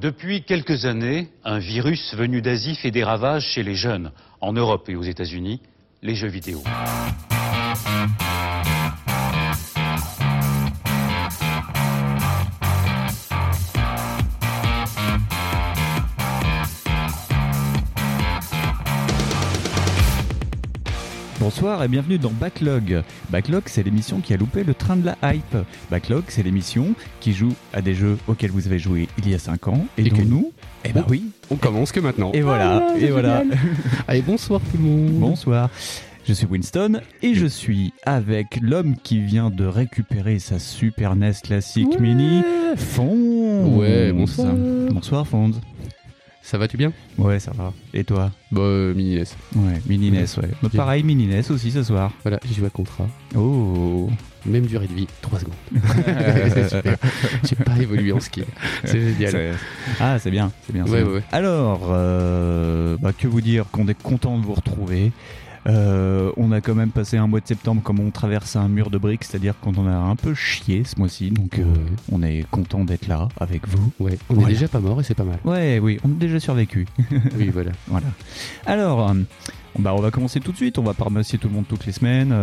Depuis quelques années, un virus venu d'Asie fait des ravages chez les jeunes. En Europe et aux États-Unis, les jeux vidéo. Bonsoir et bienvenue dans Backlog. Backlog, c'est l'émission qui a loupé le train de la hype. Backlog, c'est l'émission qui joue à des jeux auxquels vous avez joué il y a 5 ans et dont nous, on commence que maintenant. Et voilà, et voilà. Allez, bonsoir tout le monde. Bonsoir. Je suis Winston et je suis avec l'homme qui vient de récupérer sa Super NES classique mini, Fonz. Ouais, bonsoir. Bonsoir Fonz. Ça va-tu bien? Ouais, ça va. Et toi? Mini NES. Ouais, mini NES, ouais. Pareil, mini NES aussi ce soir. Voilà, j'ai joué à Contra. Oh. Même durée de vie, 3 secondes. C'est super. J'ai pas évolué en skill. C'est génial. C'est bien, c'est bien. Ouais. Alors, que vous dire qu'on est content de vous retrouver. On a quand même passé un mois de septembre comme on traverse un mur de briques, c'est-à-dire quand on a un peu chié ce mois-ci, donc on est content d'être là avec vous. Ouais, on est déjà pas mort et c'est pas mal. Oui, on a déjà survécu. Oui, voilà. Alors, on va commencer tout de suite. On va pas remercier tout le monde toutes les semaines,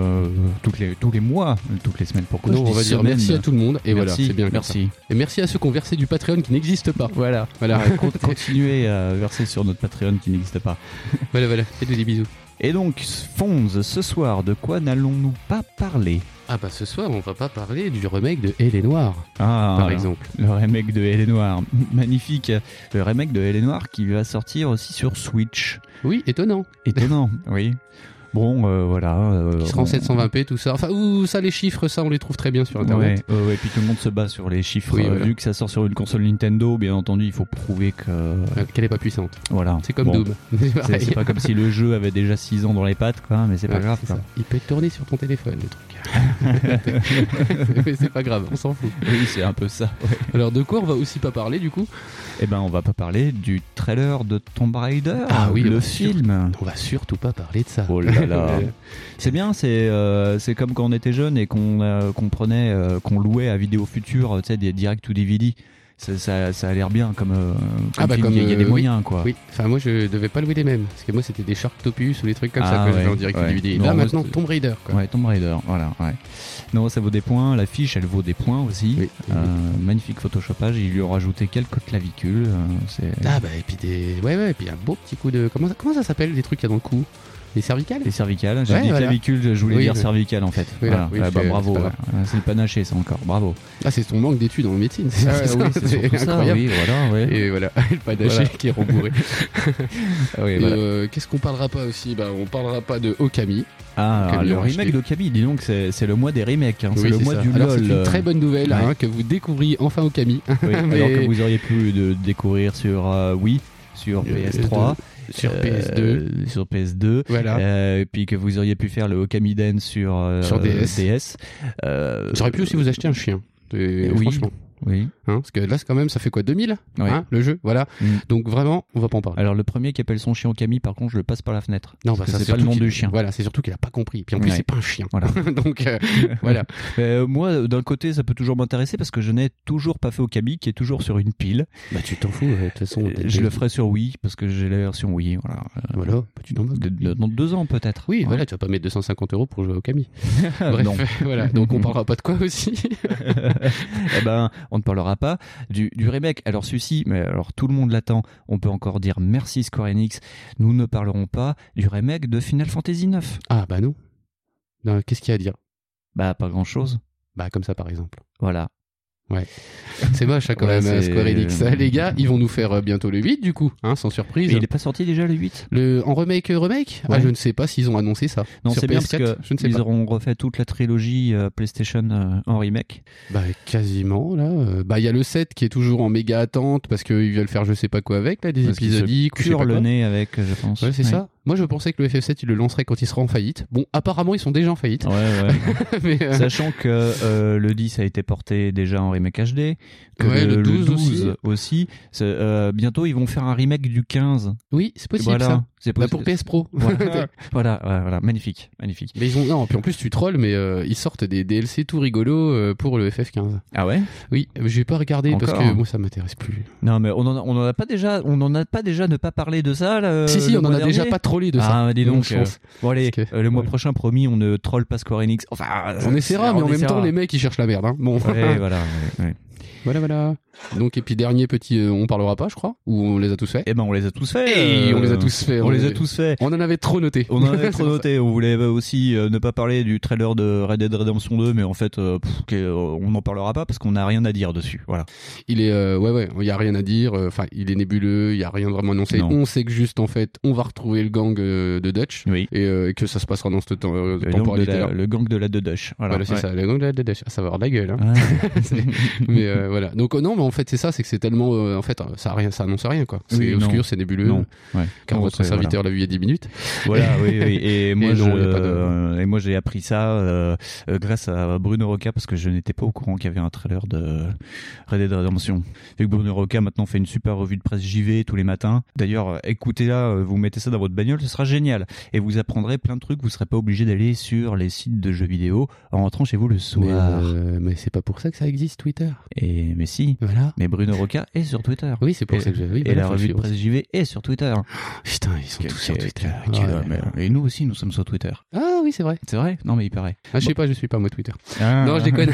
tous les mois, toutes les semaines. Pourquoi non, on va dire merci à tout le monde et merci, voilà, c'est bien. Merci. Et merci à ceux qui ont versé du Patreon qui n'existe pas. Voilà. Continuez à verser sur notre Patreon qui n'existe pas. Voilà. Faites des bisous. Et donc, Fonz, ce soir, de quoi n'allons-nous pas parler? Ce soir, on va pas parler du remake de Hell et Noir, par exemple. Le remake de Hell et Noir, magnifique. Le remake de Hell et Noir qui va sortir aussi sur Switch. Oui, étonnant, oui. Bon, voilà. Qui sera en 720p, tout ça. Enfin, ça, les chiffres, ça, on les trouve très bien sur Internet. Ouais, puis tout le monde se base sur les chiffres. Oui, voilà. Vu que ça sort sur une console Nintendo, bien entendu, il faut prouver qu'elle est pas puissante. Voilà. C'est comme Doom. C'est pas comme si le jeu avait déjà 6 ans dans les pattes, quoi, mais c'est pas grave. Ça. Il peut tourner sur ton téléphone, le truc. Mais c'est pas grave, on s'en fout. Oui, c'est un peu ça. Ouais. Alors, de quoi on va aussi pas parler, du coup? On va pas parler du trailer de Tomb Raider. Ah oui, le film. On va surtout pas parler de ça. Oh là là. C'est bien, c'est comme quand on était jeune et qu'on louait à Vidéo Future, tu sais, des direct to DVD. Ça a l'air bien comme film. Il y a des moyens, quoi. Oui, enfin moi je devais pas louer les mêmes parce que moi c'était des Sharktopus ou des trucs comme ça que j'avais en direct to DVD. Là maintenant Tomb Raider, quoi. Ouais, Tomb Raider, voilà. Ouais. Non, ça vaut des points. L'affiche, elle vaut des points aussi. Oui. Magnifique photoshopage. Ils lui ont rajouté quelques clavicules. Et puis et puis un beau petit coup de comment ça s'appelle les trucs qu'il y a dans le cou? Les cervicales. Les cervicales. J'ai dit clavicule, je voulais dire cervicale en fait. Voilà. Bravo. C'est le panaché, ça encore. Bravo. C'est ton manque d'études en médecine. C'est incroyable. Et voilà, le panaché qui est rembourré. Qu'est-ce qu'on parlera pas aussi? On parlera pas de Okami. Le remake d'Okami, dis donc, c'est le mois des remakes. C'est le mois du Alors, LOL. C'est une très bonne nouvelle que vous découvriez enfin Okami. Alors que vous auriez pu découvrir sur Wii, sur PS3. Sur PS2, voilà. Et puis que vous auriez pu faire le Okami Dance sur DS. J'aurais pu aussi vous acheter un chien. Franchement. Oui. Parce que là, c'est quand même, ça fait quoi, 2000 le jeu, voilà. Donc vraiment, on va pas en parler. Alors le premier qui appelle son chien Okami, par contre, je le passe par la fenêtre. Non, ça c'est pas le nom du chien. Voilà, c'est surtout qu'il a pas compris. Puis en plus, c'est pas un chien. Voilà. Donc voilà. Moi, d'un côté, ça peut toujours m'intéresser parce que je n'ai toujours pas fait Okami, qui est toujours sur une pile. Tu t'en fous. De toute façon, je le ferai sur Wii parce que j'ai la version Wii. Voilà. Tu t'en moques. Dans 2 ans peut-être. Oui, voilà. Tu vas pas mettre 250 € pour jouer à Okami. Bref, non. Voilà. Donc on parlera pas de quoi aussi. On ne parlera pas du remake. Alors celui-ci, mais alors tout le monde l'attend. On peut encore dire merci Square Enix. Nous ne parlerons pas du remake de Final Fantasy 9. Non. Qu'est-ce qu'il y a à dire? Pas grand-chose. Comme ça par exemple. Voilà. Ouais. C'est moche quand même, Square Enix. Les gars, ils vont nous faire bientôt le 8 du coup, sans surprise. Mais il est pas sorti déjà le 8 En remake ouais. Je ne sais pas s'ils ont annoncé ça. Non, sur c'est PS4, bien parce qu'ils auront refait toute la trilogie PlayStation en remake. Quasiment là. Il y a le 7 qui est toujours en méga attente parce qu'ils veulent faire je sais pas quoi avec là, des épisodiques. Cure le nez avec, je pense. Ouais, c'est ça. Moi, je pensais que le FF7, il le lancerait quand il sera en faillite. Bon, apparemment, ils sont déjà en faillite. Ouais. Mais, Sachant que le 10 a été porté déjà en remake HD, que le 12 aussi. Bientôt, ils vont faire un remake du 15. Oui, c'est possible, Voilà, ça. c'est Bah, possible. pour PS Pro. Voilà, magnifique. Mais ils ont... Non, puis en plus, tu trolls, mais ils sortent des DLC tout rigolos pour le FF15. Ah ouais? Oui, mais je vais pas regarder parce Encore que moi, ça m'intéresse plus. Non, mais on en a pas déjà ne pas parlé de ça là, Si, le on mois en a déjà dernier pas trollé de ça. Ah, dis donc. je pense. Bon, allez, Parce que- le mois prochain, promis, on ne troll pas Square Enix. Enfin, On essaiera, mais en même temps, les mecs, ils cherchent la merde. Hein. Bon. Ouais, voilà. Ouais. Voilà. Donc, et puis dernier petit, on parlera pas, je crois, ou on les a tous fait. Eh ben, on les a tous faits. Et on les a tous fait. On les a tous faits. On en avait trop noté. On en avait trop noté. On voulait aussi ne pas parler du trailer de Red Dead Redemption 2, mais en fait, on n'en parlera pas parce qu'on n'a rien à dire dessus. Voilà. Il est, il y a rien à dire. Enfin, il est nébuleux. Il y a rien de vraiment annoncé. Non. On sait que juste, en fait, on va retrouver le gang de Dutch. Oui. Et que ça se passera dans cette temporalité-là. Le gang de la Dutch. Voilà, c'est ça. Le gang de Dutch. Ça va avoir de la gueule. Hein. Ouais. Mais voilà. Donc non, mais en fait, c'est ça. C'est que c'est tellement, en fait, ça annonce rien, quoi. C'est Oui, obscur, non. c'est nébuleux. Non. Ouais. Car Non, votre c'est- serviteur l'a vu il y a 10 minutes. Voilà, oui. Et moi, non, y a pas de- et moi, j'ai appris ça grâce à Bruno Roca parce que je n'étais pas au courant qu'il y avait un trailer de Red Dead Redemption. Et que Bruno Roca maintenant fait une super revue de presse JV tous les matins. D'ailleurs, écoutez-la, vous mettez ça dans votre bagnole, ce sera génial. Et vous apprendrez plein de trucs. Vous serez pas obligé d'aller sur les sites de jeux vidéo en rentrant chez vous le soir. Mais c'est pas pour ça que ça existe, Twitter. Mais si. Voilà. Mais Bruno Roca est sur Twitter. Oui, c'est pour Et- ça que j'ai. Oui, Et voilà, la faut revue de suivre. presse JV est sur Twitter. Putain, ils sont tous sur Twitter. Mais- Et nous aussi, nous sommes sur Twitter. Ah oui, c'est vrai. C'est vrai? Non, mais il paraît. Ah, je sais pas, je suis pas moi Twitter. Ah. Non, je déconne.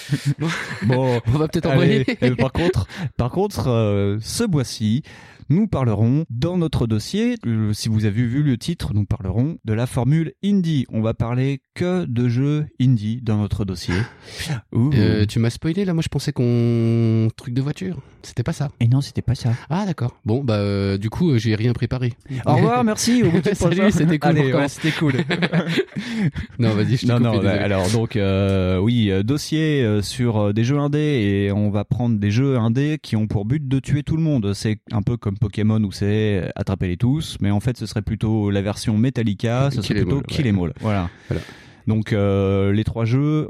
Bon, On va peut-être allez. envoyer. Par contre, ce mois-ci, nous parlerons dans notre dossier, si vous avez vu le titre, nous parlerons de la formule indie. On va parler que de jeux indie dans notre dossier. Ouh. Tu m'as spoilé là, moi je pensais qu'on truc de voiture. C'était pas ça. Et non, c'était pas ça. Ah d'accord. Bon bah du coup j'ai rien préparé. Au revoir, merci. Au week-end Salut, prochain. c'était cool, on Allez, ouais, recommence. c'était cool. Non vas-y, je t'ai coupé, désolé. Alors donc oui, dossier sur des jeux indés et on va prendre des jeux indés qui ont pour but de tuer tout le monde. C'est un peu comme Pokémon où c'est attraper-les tous, mais en fait ce serait plutôt la version Metallica, ce serait Kill 'em plutôt all, Kill 'em all. Voilà. Donc les trois jeux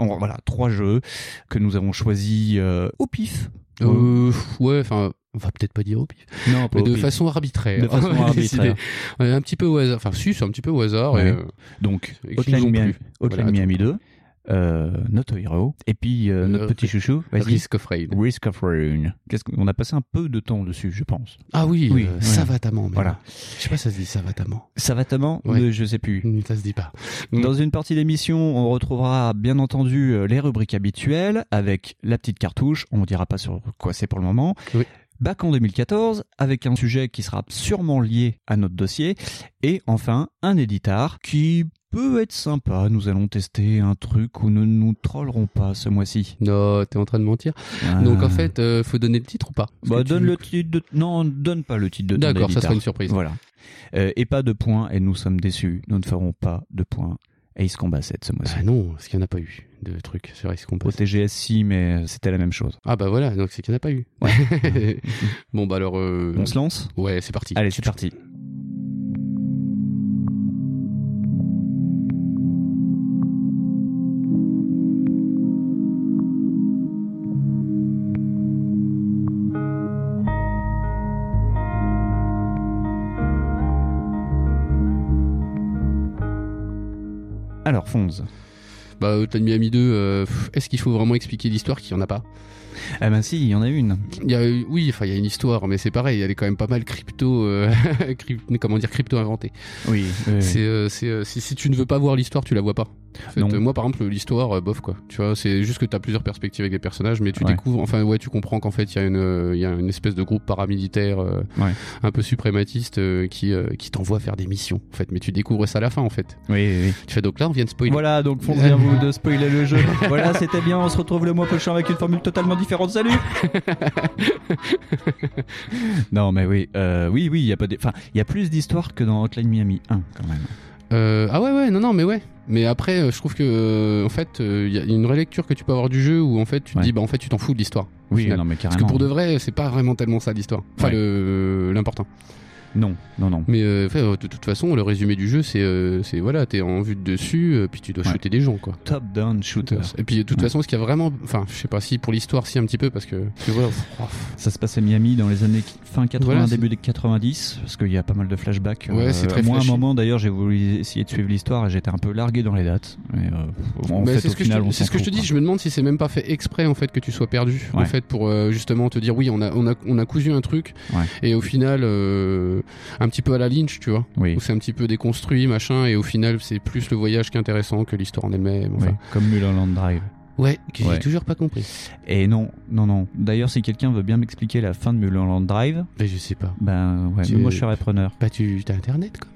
que nous avons choisis au pif. Ouais, enfin on va peut-être pas dire au pif. Non, pas Mais au de pif. façon arbitraire. De façon On va arbitraire. décider. Ouais, un petit peu au hasard. Enfin si, c'est un petit peu au hasard. Ouais. Et, Donc et qui nous Hotline ont Miami, plu. Hotline Voilà, Miami 2, Notre Hero, et puis notre petit chouchou, vas-y. Risk of Rain. Risk of Rain. On a passé un peu de temps dessus, je pense. Ah oui, Oui, savatamment. Même. Voilà. Je sais pas, ça se dit savatamment. Savatamment, Ouais. je sais plus. Ça se dit pas. Dans une partie d'émission, on retrouvera bien entendu les rubriques habituelles avec la petite cartouche. On ne dira pas sur quoi c'est pour le moment. Oui. Back en 2014 avec un sujet qui sera sûrement lié à notre dossier. Et enfin, un éditar qui peut être sympa. Nous allons tester un truc où nous ne nous trollerons pas ce mois-ci. Non, t'es en train de mentir. Ah. Donc en fait, faut donner le titre ou pas? Parce Bah, que donne tu- le titre de... Non, donne pas le titre de ton D'accord, ça éditar. sera une surprise. Voilà. Et pas de points, et nous sommes déçus. Nous ne ferons pas de points. Ace Combat 7 ce mois-ci. Ah non, parce qu'il n'y en a pas eu de trucs sur Risk Au Combat. TGS, si, mais c'était la même chose. Ah bah voilà, donc c'est qu'il n'y en a pas eu. Bon bah alors... On se lance? Ouais, c'est parti. Allez, c'est parti. Alors, Fonz. Bah Hotline Miami 2, est-ce qu'il faut vraiment expliquer l'histoire qu'il n'y en a pas? Ah ben si, il y en a une. Il y a, oui, enfin il y a une histoire, mais c'est pareil, elle est quand même pas mal crypto inventée. Oui. Si tu ne veux pas voir l'histoire, tu la vois pas. En fait, Non. moi par exemple l'histoire, bof quoi. Tu vois, c'est juste que t'as plusieurs perspectives avec les personnages, mais tu Ouais. découvres, enfin ouais, tu comprends qu'en fait il y a une espèce de groupe paramilitaire Ouais. un peu suprématiste qui t'envoie faire des missions. En fait, mais tu découvres ça à la fin en fait. Oui. Tu fais donc là on vient de spoiler. Voilà, donc Fonz vient vous de spoiler le jeu. Voilà, c'était bien, on se retrouve le mois prochain avec une formule totalement différente. Salut. Non mais oui, il y a pas enfin, il y a plus d'histoire que dans Hotline Miami 1 quand même. Ah ouais, non, mais ouais. Mais après, je trouve que en fait, il y a une relecture que tu peux avoir du jeu où en fait, tu te Ouais. dis, bah en fait, tu t'en fous de l'histoire. au Oui, final. non mais Parce carrément. que pour de vrai, c'est pas vraiment tellement ça l'histoire. Enfin, Ouais. l'important. Non. Mais de toute façon, le résumé du jeu, c'est voilà, t'es en vue de dessus, puis tu dois shooter des gens, quoi. Top-down shooter. Et puis de toute façon, ce qu'il y a vraiment, enfin, je sais pas si pour l'histoire, si un petit peu, parce que voilà. Ça se passe à Miami dans les années fin 80, Voilà, début des 90, parce qu'il y a pas mal de flashbacks. Ouais, c'est très moi, à un flashy. moment, d'ailleurs, j'ai voulu essayer de suivre l'histoire et j'étais un peu largué dans les dates. Et, en Mais fait, c'est au ce que final, je on te, c'est s'en ce que je te fout, dis. quoi. Je me demande si c'est même pas fait exprès en fait que tu sois perdu en Ouais. fait pour justement te dire oui on a cousu un truc Ouais. et au final un petit peu à la Lynch, tu vois, Oui. où c'est un petit peu déconstruit machin et au final c'est plus le voyage qui est intéressant que l'histoire en elle-même. Oui, Enfin, comme Mulholland Drive. ouais, que Ouais. j'ai toujours pas compris. Et non. D'ailleurs, si quelqu'un veut bien m'expliquer la fin de Mulholland Drive, Mais je sais pas. ben ouais, mais moi je serais preneur. Bah tu t'as internet quand même.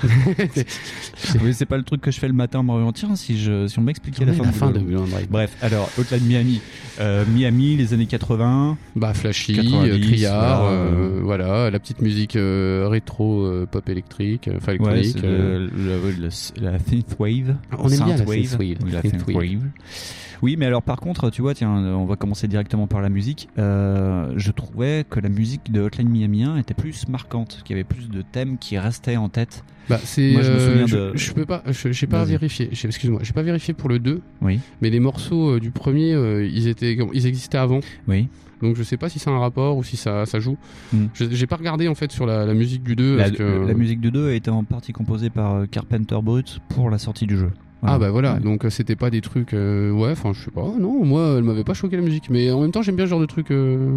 Oui, c'est pas le truc que je fais le matin en me disant tiens, si on m'expliquait Ouais, la fin de Mulholland Drive. Bref, alors Hotline Miami, Miami, les années 80. Bah flashy, 90, criard, voilà. voilà, la petite musique rétro, pop électrique, enfin Ouais, électronique. c'est la synthwave. On aime bien la Synthwave. synthwave. Oui, la Synthwave. synthwave. Oui, mais alors par contre, tu vois, tiens, on va commencer directement par la musique. Je trouvais que la musique de Hotline Miami 1 était plus marquante, qu'il y avait plus de thèmes qui restaient en tête. Bah c'est Moi, je me souviens de- je peux pas j'ai pas Vas-y. vérifié. Excuse-moi, j'ai pas vérifié pour le 2, Oui, mais les morceaux du premier ils existaient avant. oui. Donc je sais pas si c'est un rapport ou si ça joue. Mm. J'ai pas regardé en fait sur la musique du 2 parce que La musique du 2 a été en partie composée par Carpenter Brut pour la sortie du jeu. Ah bah voilà, Ouais. donc c'était pas des trucs ouais, enfin je sais pas. Non, moi elle m'avait pas choqué la musique, mais en même temps j'aime bien ce genre de trucs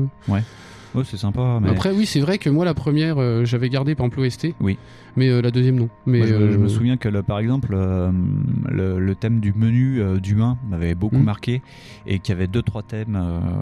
Ouais, c'est sympa. Mais... Après oui, c'est vrai que moi la première j'avais gardé par exemple l'OST. Oui. Mais la deuxième non. Mais Moi, je me souviens que par exemple le thème du menu du 1 m'avait beaucoup marqué et qu'il y avait 2-3 thèmes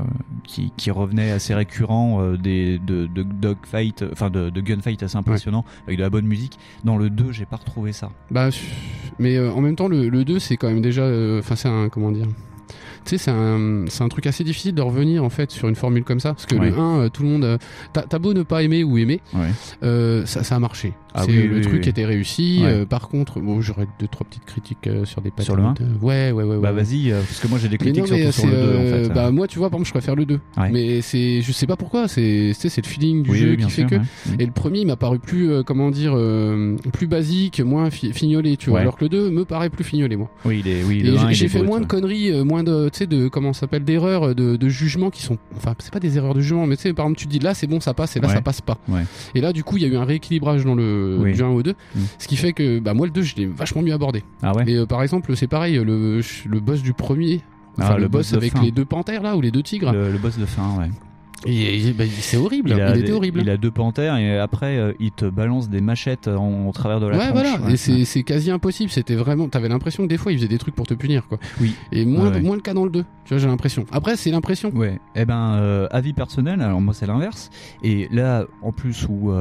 qui revenaient assez récurrents de dogfight, enfin de gunfight assez impressionnants avec de la bonne musique. Dans le 2 j'ai pas retrouvé ça. Bah, mais en même temps, le 2, c'est quand même déjà. Enfin, c'est un. Comment dire. Tu sais, c'est un truc assez difficile de revenir en fait sur une formule comme ça. Parce que Ouais. le 1, tout le monde. T'as beau ne pas aimer ou aimer, Ouais. ça a marché. Ah C'est- oui, le oui, truc oui. était réussi. Ouais. Par contre, bon, j'aurais 2-3 petites critiques sur des patterns. Sur le 1 Ouais. Bah vas-y, parce que moi j'ai des Mais non, critiques mais surtout sur le 2 en c'est, fait. bah moi tu vois par exemple je préfère le 2 Ouais. mais je sais pas pourquoi c'est le feeling du Oui, jeu oui, bien qui fait sûr, que ouais. et le premier il m'a paru plus comment dire plus basique, moins fignolé, tu vois, Ouais. alors que le 2 me paraît plus fignolé moi. Oui, Et le 1, il j'ai est fait brut, moins de ouais. conneries, moins de tu sais de comment ça s'appelle d'erreurs de jugement qui sont enfin c'est pas des erreurs de jugement mais tu sais par exemple tu te dis là c'est bon ça passe et là Ouais. ça passe pas. Ouais. Et là du coup il y a eu un rééquilibrage dans le Oui. du 1 au 2 Mm. ce qui fait que bah moi le 2 je l'ai vachement mieux abordé. Ah ouais. Mais par exemple c'est pareil le boss du premier. Enfin, Ah, le le boss boss de avec fin. les 2 panthères là ou les 2 tigres. Le boss de fin, ouais. Et bah, c'est horrible, il était horrible. Il a 2 panthères et après il te balance des machettes au travers de la Ouais, tronche. voilà, Ouais. et c'est quasi impossible. C'était vraiment, t'avais l'impression que des fois il faisait des trucs pour te punir, quoi. Oui. Et moins, Ouais. moins le cas dans le 2. Tu vois, j'ai l'impression. Après, c'est l'impression. Ouais, eh ben avis personnel, alors moi c'est l'inverse. Et là, en plus où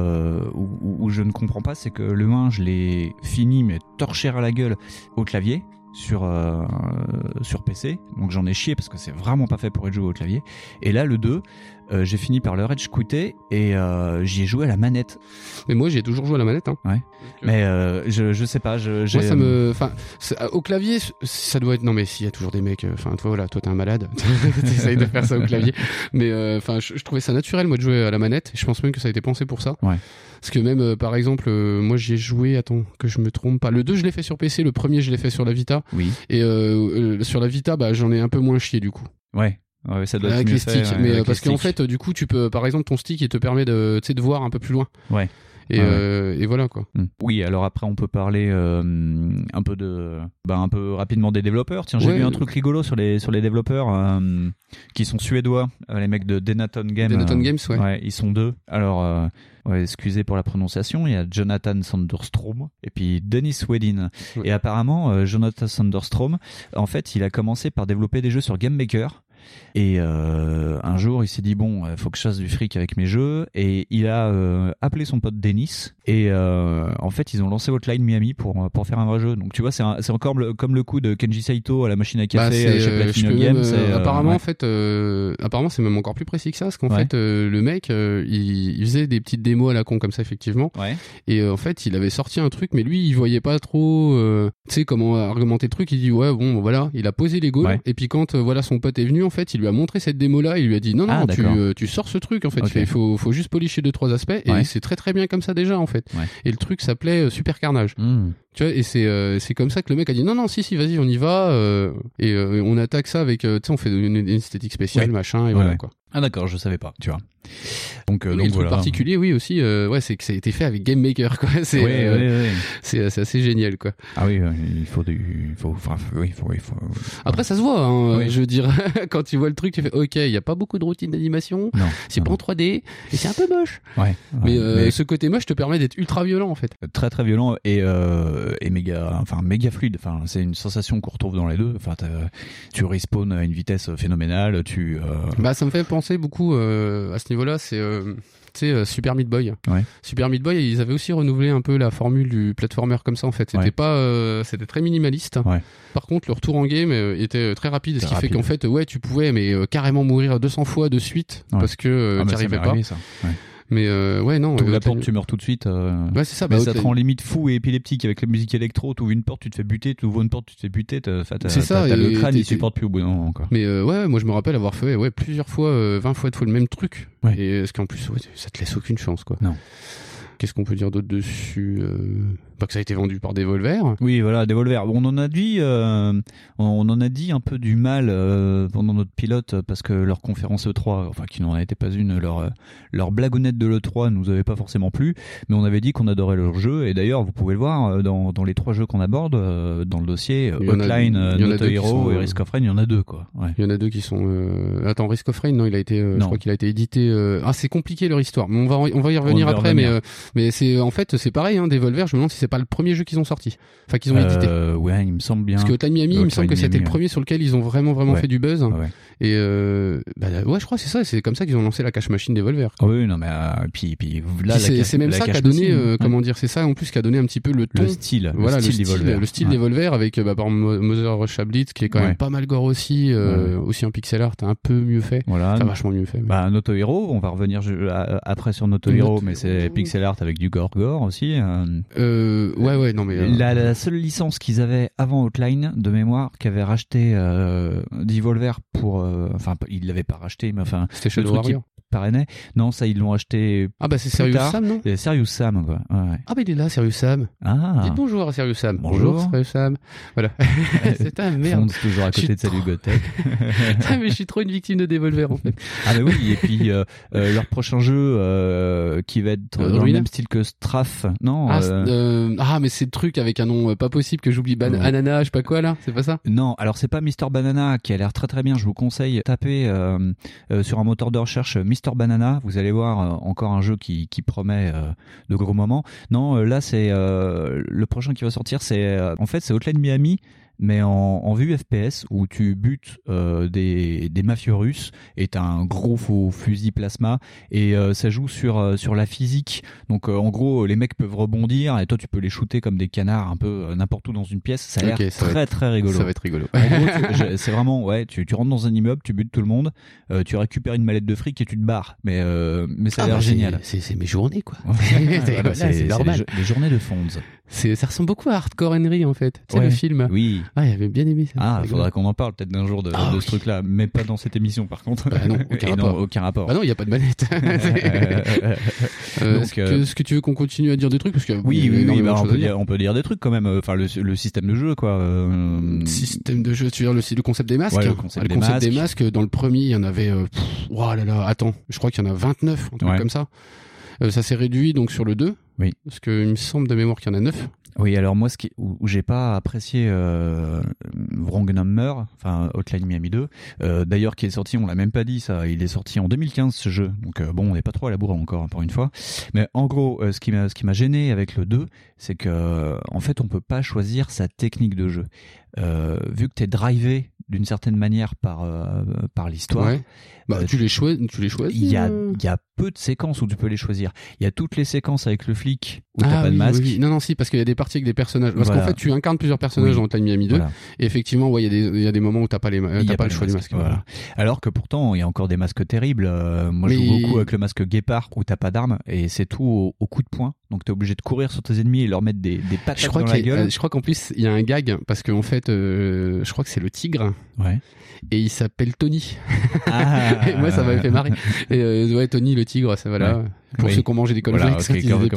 je ne comprends pas, c'est que le 1, je l'ai fini mais torché à la gueule au clavier sur PC. Donc j'en ai chié parce que c'est vraiment pas fait pour être joué au clavier. Et là, le 2, j'ai fini par le rage quitter et j'y ai joué à la manette. Mais moi, j'ai toujours joué à la manette, hein. Ouais. Mais je sais pas, Moi, ça me, enfin, au clavier, ça doit être. Non, mais s'il y a toujours des mecs. Enfin, toi, voilà, toi, t'es un malade. T'essayes de faire ça au clavier. Mais enfin, je trouvais ça naturel, moi, de jouer à la manette. Je pense même que ça a été pensé pour ça. Ouais. Parce que même, par exemple, moi, j'y ai joué. Attends, que je me trompe pas. Le 2, je l'ai fait sur PC. Le premier, je l'ai fait sur la Vita. Oui. Et sur la Vita, bah, j'en ai un peu moins chié du coup. Ouais. Ouais, ça doit être Avec mieux les fait, sticks, ouais, mais avec parce les qu'en sticks. fait, du coup, tu peux, par exemple, ton stick, il te permet de, tu sais, de voir un peu plus loin. Ouais. Et, Ouais. et voilà quoi. Oui, alors après on peut parler un peu rapidement des développeurs. Tiens, j'ai Ouais. vu un truc rigolo sur les développeurs qui sont suédois, les mecs de Denaton Games. Denaton Games, ouais. Ouais, ils sont 2. Alors ouais, excusez pour la prononciation, il y a Jonathan Sanderstrom et puis Dennis Wedin. Ouais. Et apparemment Jonathan Sanderstrom, en fait, il a commencé par développer des jeux sur Game Maker. Et un jour, il s'est dit bon, faut que je fasse du fric avec mes jeux, et il a appelé son pote Dennis. Et en fait, ils ont lancé Hotline Miami pour faire un vrai jeu. Donc tu vois, c'est encore comme le coup de Kenji Saito à la machine à café Bah, chez je Platinum peux Games. même, apparemment ouais. en fait, apparemment c'est même encore plus précis que ça, parce qu'en Ouais. fait le mec il faisait des petites démos à la con comme ça effectivement, Ouais. et en fait il avait sorti un truc, mais lui il voyait pas trop, tu sais comment argumenter le truc. Il dit ouais bon voilà, il a posé les goals, Ouais. et puis quand voilà son pote est venu en fait, il lui a montré cette démo-là, il lui a dit non, tu sors ce truc, en fait. Okay. Il faut juste polisher 2-3 aspects, et c'est très très bien comme ça déjà, en fait. Ouais. Et le truc s'appelait Super Carnage. Tu vois, et c'est comme ça que le mec a dit non, si, vas-y, on y va, et on attaque ça avec, tu sais, on fait une esthétique spéciale, machin, et voilà, quoi. Ah d'accord, je savais pas, tu vois. Donc, le truc particulier, oui aussi, c'est que ça a été fait avec Game Maker, quoi. C'est assez génial, quoi. Ah oui, il faut. Après, ça se voit, hein. Je veux dire, quand tu vois le truc, tu fais, ok, il y a pas beaucoup de routine d'animation. Non. C'est pas en 3D et c'est un peu moche. Ouais. Mais ce côté moche te permet d'être ultra violent, en fait. Très très violent et méga fluide. Enfin, c'est une sensation qu'on retrouve dans les deux. Enfin, tu respawns à une vitesse phénoménale. Ça me fait penser beaucoup à ce niveau-là. C'est Super Meat Boy. Ouais. Super Meat Boy, ils avaient aussi renouvelé un peu la formule du platformer comme ça, en fait. C'était très minimaliste. Ouais. Par contre, le retour en game était très rapide, ce qui fait qu'en fait, tu pouvais carrément mourir 200 fois de suite parce que tu arrivais pas. Ça. Ouais. Mais non. Tu ouvres la porte, tu meurs tout de suite. Ouais, c'est ça. Mais ça te rend limite fou et épileptique avec la musique électro. Tu ouvres une porte, tu te fais buter. Tu ouvres une porte, tu te fais buter. C'est ça. T'as le crâne, il supporte plus au bout d'un moment, quoi. Mais moi je me rappelle avoir fait plusieurs fois, 20 fois le même truc. Ouais. Et parce qu'en plus, ça te laisse aucune chance, quoi. Non. Qu'est-ce qu'on peut dire d'autre dessus Pas que ça a été vendu par Devolver. Oui, voilà, Devolver. On en a dit un peu du mal pendant notre pilote parce que leur conférence E3, enfin qui n'en était pas une, leur blagounette de l'E3 nous avait pas forcément plu, mais on avait dit qu'on adorait leur jeu et d'ailleurs vous pouvez le voir dans les 3 jeux qu'on aborde dans le dossier Hotline, Noto Hero et Risk of Rain, il y en a 2, quoi. Ouais. Il y en a 2 qui sont. Attends, Risk of Rain, non, il a été. Je crois qu'il a été édité. C'est compliqué leur histoire, mais on va y revenir après, mais c'est en fait c'est pareil, hein, Devolver, je me demande si c'est pas le premier jeu qu'ils ont sorti, enfin qu'ils ont édité. Ouais, il me semble bien. Parce que Hotline Miami, il me semble que c'était le premier sur lequel ils ont vraiment fait du buzz. Ouais. Et je crois que c'est comme ça qu'ils ont lancé la cache machine Devolver. Ah oui, non mais puis là c'est même ça qui a donné comment dire, c'est ça en plus qui a donné un petit peu le ton, le style Devolver. Le style ouais. Devolver avec par exemple Mother Russia Blitz qui est quand même pas mal gore aussi, aussi en pixel art un peu mieux fait. Voilà. Enfin, vachement mieux fait. Mais... Noto Hero, on va revenir après sur Noto Hero, mais c'est pixel art avec du gore aussi. Ouais, non mais la seule licence qu'ils avaient avant Hotline de mémoire qu'avait racheté Devolver pour enfin ils l'avaient pas racheté mais enfin c'était Shadow Warrior. Parrainait. Non, ça ils l'ont acheté. Ah bah c'est Serious Sam, non? C'est Serious Sam, quoi. Ouais. Ah bah il est là, Serious Sam. Ah. Dites bonjour à Serious Sam. Bonjour Serious Sam. Voilà. C'est un merde. Fonds toujours à côté de Salut Gotech. Mais je suis trop une victime de Devolver en fait. Ah bah oui, et puis leur prochain jeu qui va être dans le même style que Strafe. Non. Mais c'est le truc avec un nom pas possible que j'oublie. Ananas, je sais pas quoi là. C'est pas ça? Non, alors c'est pas Mr Banana qui a l'air très très bien. Je vous conseille taper sur un moteur de recherche Mr Banana, vous allez voir encore un jeu qui promet de gros moments. Non, là c'est le prochain qui va sortir, c'est en fait c'est Hotline Miami mais en vue FPS où tu butes des mafieux russes et t'as un gros faux fusil plasma et ça joue sur la physique. Donc en gros les mecs peuvent rebondir et toi tu peux les shooter comme des canards un peu n'importe où dans une pièce. Ça a l'air très rigolo. Ça va être rigolo. En gros, c'est vraiment tu rentres dans un immeuble, tu butes tout le monde, tu récupères une mallette de fric et tu te barres. Mais ça a l'air génial. C'est mes journées quoi. Voilà, c'est normal. Les journées de Fonds. Ça ressemble beaucoup à Hardcore Henry en fait. Tu sais le film. Oui. Ah, il avait bien aimé ça. Ah, faudrait qu'on en parle peut-être d'un jour de ce truc-là, mais pas dans cette émission par contre. Bah non, aucun rapport. Bah non, il y a pas de manette. Est-ce que tu veux qu'on continue à dire des trucs parce que oui, on peut dire des trucs quand même. Enfin, le système de jeu quoi. Système de jeu, tu veux dire le concept des masques. Ouais, le concept des masques. Dans le premier, il y en avait. Oh là là, attends, je crois qu'il y en a 29, un truc comme ça. Ça s'est réduit donc sur le 2. Oui. Parce que il me semble de mémoire qu'il y en a 9. Oui, alors moi, où j'ai pas apprécié Wrong Number, enfin Hotline Miami 2, d'ailleurs qui est sorti, on l'a même pas dit ça, il est sorti en 2015 ce jeu, donc on n'est pas trop à la bourre encore pour une fois. Mais en gros, ce qui m'a gêné avec le 2, c'est que en fait on peut pas choisir sa technique de jeu. Vu que t'es drivé d'une certaine manière par l'histoire, Bah, tu les choisis. Il y a peu de séquences où tu peux les choisir. Il y a toutes les séquences avec le flic où t'as pas de oui, masque. oui. Non, si, parce qu'il y a des parties avec des personnages. Parce qu'en fait, tu incarnes plusieurs personnages dans Hotline Miami 2. Voilà. Et effectivement, ouais, il y a des moments où t'as pas le choix du masque. Voilà. Alors que pourtant, il y a encore des masques terribles. Moi, je joue beaucoup avec le masque guépard où t'as pas d'armes et c'est tout au coup de poing. Donc t'es obligé de courir sur tes ennemis et leur mettre des patates dans la gueule. Je crois qu'en plus, il y a un gag parce qu'en fait, je crois que c'est le tigre. Ouais. Et il s'appelle Tony. Ah. Et moi, ça m'avait fait marrer. Et ouais, Tony le tigre, ça voilà. Ouais. Pour ceux qui ont mangé des congelés, voilà,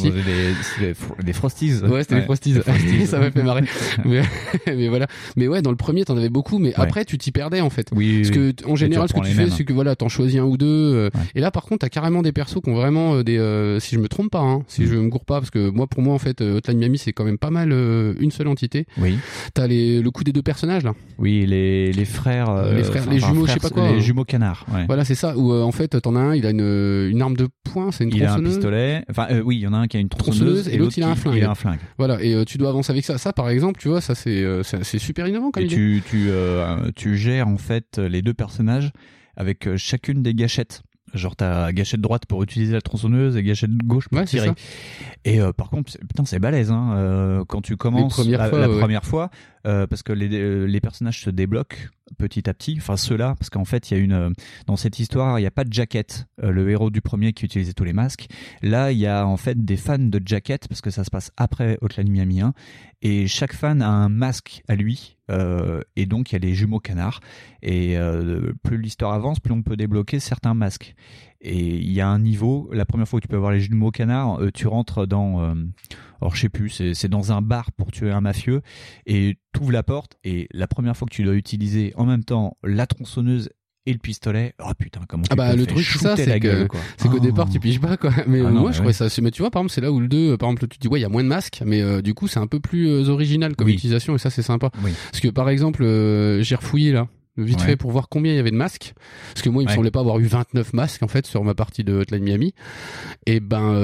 des Frosties. Ouais, c'était les Frosties. Ça m'a fait marrer. mais voilà. Mais ouais, dans le premier, t'en avais beaucoup, mais après, tu t'y perdais, en fait. Oui. Parce que, en général, ce que tu fais, c'est que voilà, t'en choisis un ou deux. Et là, par contre, t'as carrément des persos qui ont vraiment si je me trompe pas, hein, si je me gourre pas, parce que pour moi, en fait, Hotline Miami, c'est quand même pas mal une seule entité. Oui. T'as le coup des deux personnages, là. Oui, les frères. Les jumeaux, je sais pas quoi. Les jumeaux canards. Ouais. Voilà, c'est ça. Où, en fait, t'en as un, il a une arme de poing, c'est une tronçonneuse. Il a un pistolet. Enfin, oui, il y en a un qui a une tronçonneuse et l'autre il a un flingue. Il a un flingue. Voilà, et tu dois avancer avec ça. Ça, par exemple, tu vois, ça c'est super innovant comme idée. Tu gères en fait les deux personnages avec chacune des gâchettes. Genre t'as gâchette droite pour utiliser la tronçonneuse et gâchette gauche pour tirer. Et par contre, putain, c'est balèze hein, quand tu commences la première fois, parce que les personnages se débloquent petit à petit. Enfin ceux-là, parce qu'en fait il y a dans cette histoire il y a pas de Jacket, le héros du premier qui utilisait tous les masques. Là il y a en fait des fans de Jacket parce que ça se passe après Hotline Miami 1 et chaque fan a un masque à lui. Et donc il y a les jumeaux canards et plus l'histoire avance, plus on peut débloquer certains masques. Et il y a un niveau, la première fois où tu peux avoir les jumeaux canards, tu rentres dans, alors je sais plus, c'est dans un bar pour tuer un mafieux et t'ouvres la porte et la première fois que tu dois utiliser en même temps la tronçonneuse et le pistolet, oh putain, comment tu peux le truc ça c'est qu'au départ tu piges pas quoi. Mais moi je trouvais ça, mais tu vois par exemple c'est là où le 2 par exemple tu te dis ouais il y a moins de masques mais du coup c'est un peu plus original comme utilisation et ça c'est sympa. Oui. Parce que par exemple j'ai refouillé là vite fait pour voir combien il y avait de masques parce que moi il me semblait pas avoir eu 29 masques en fait sur ma partie de Hotline Miami et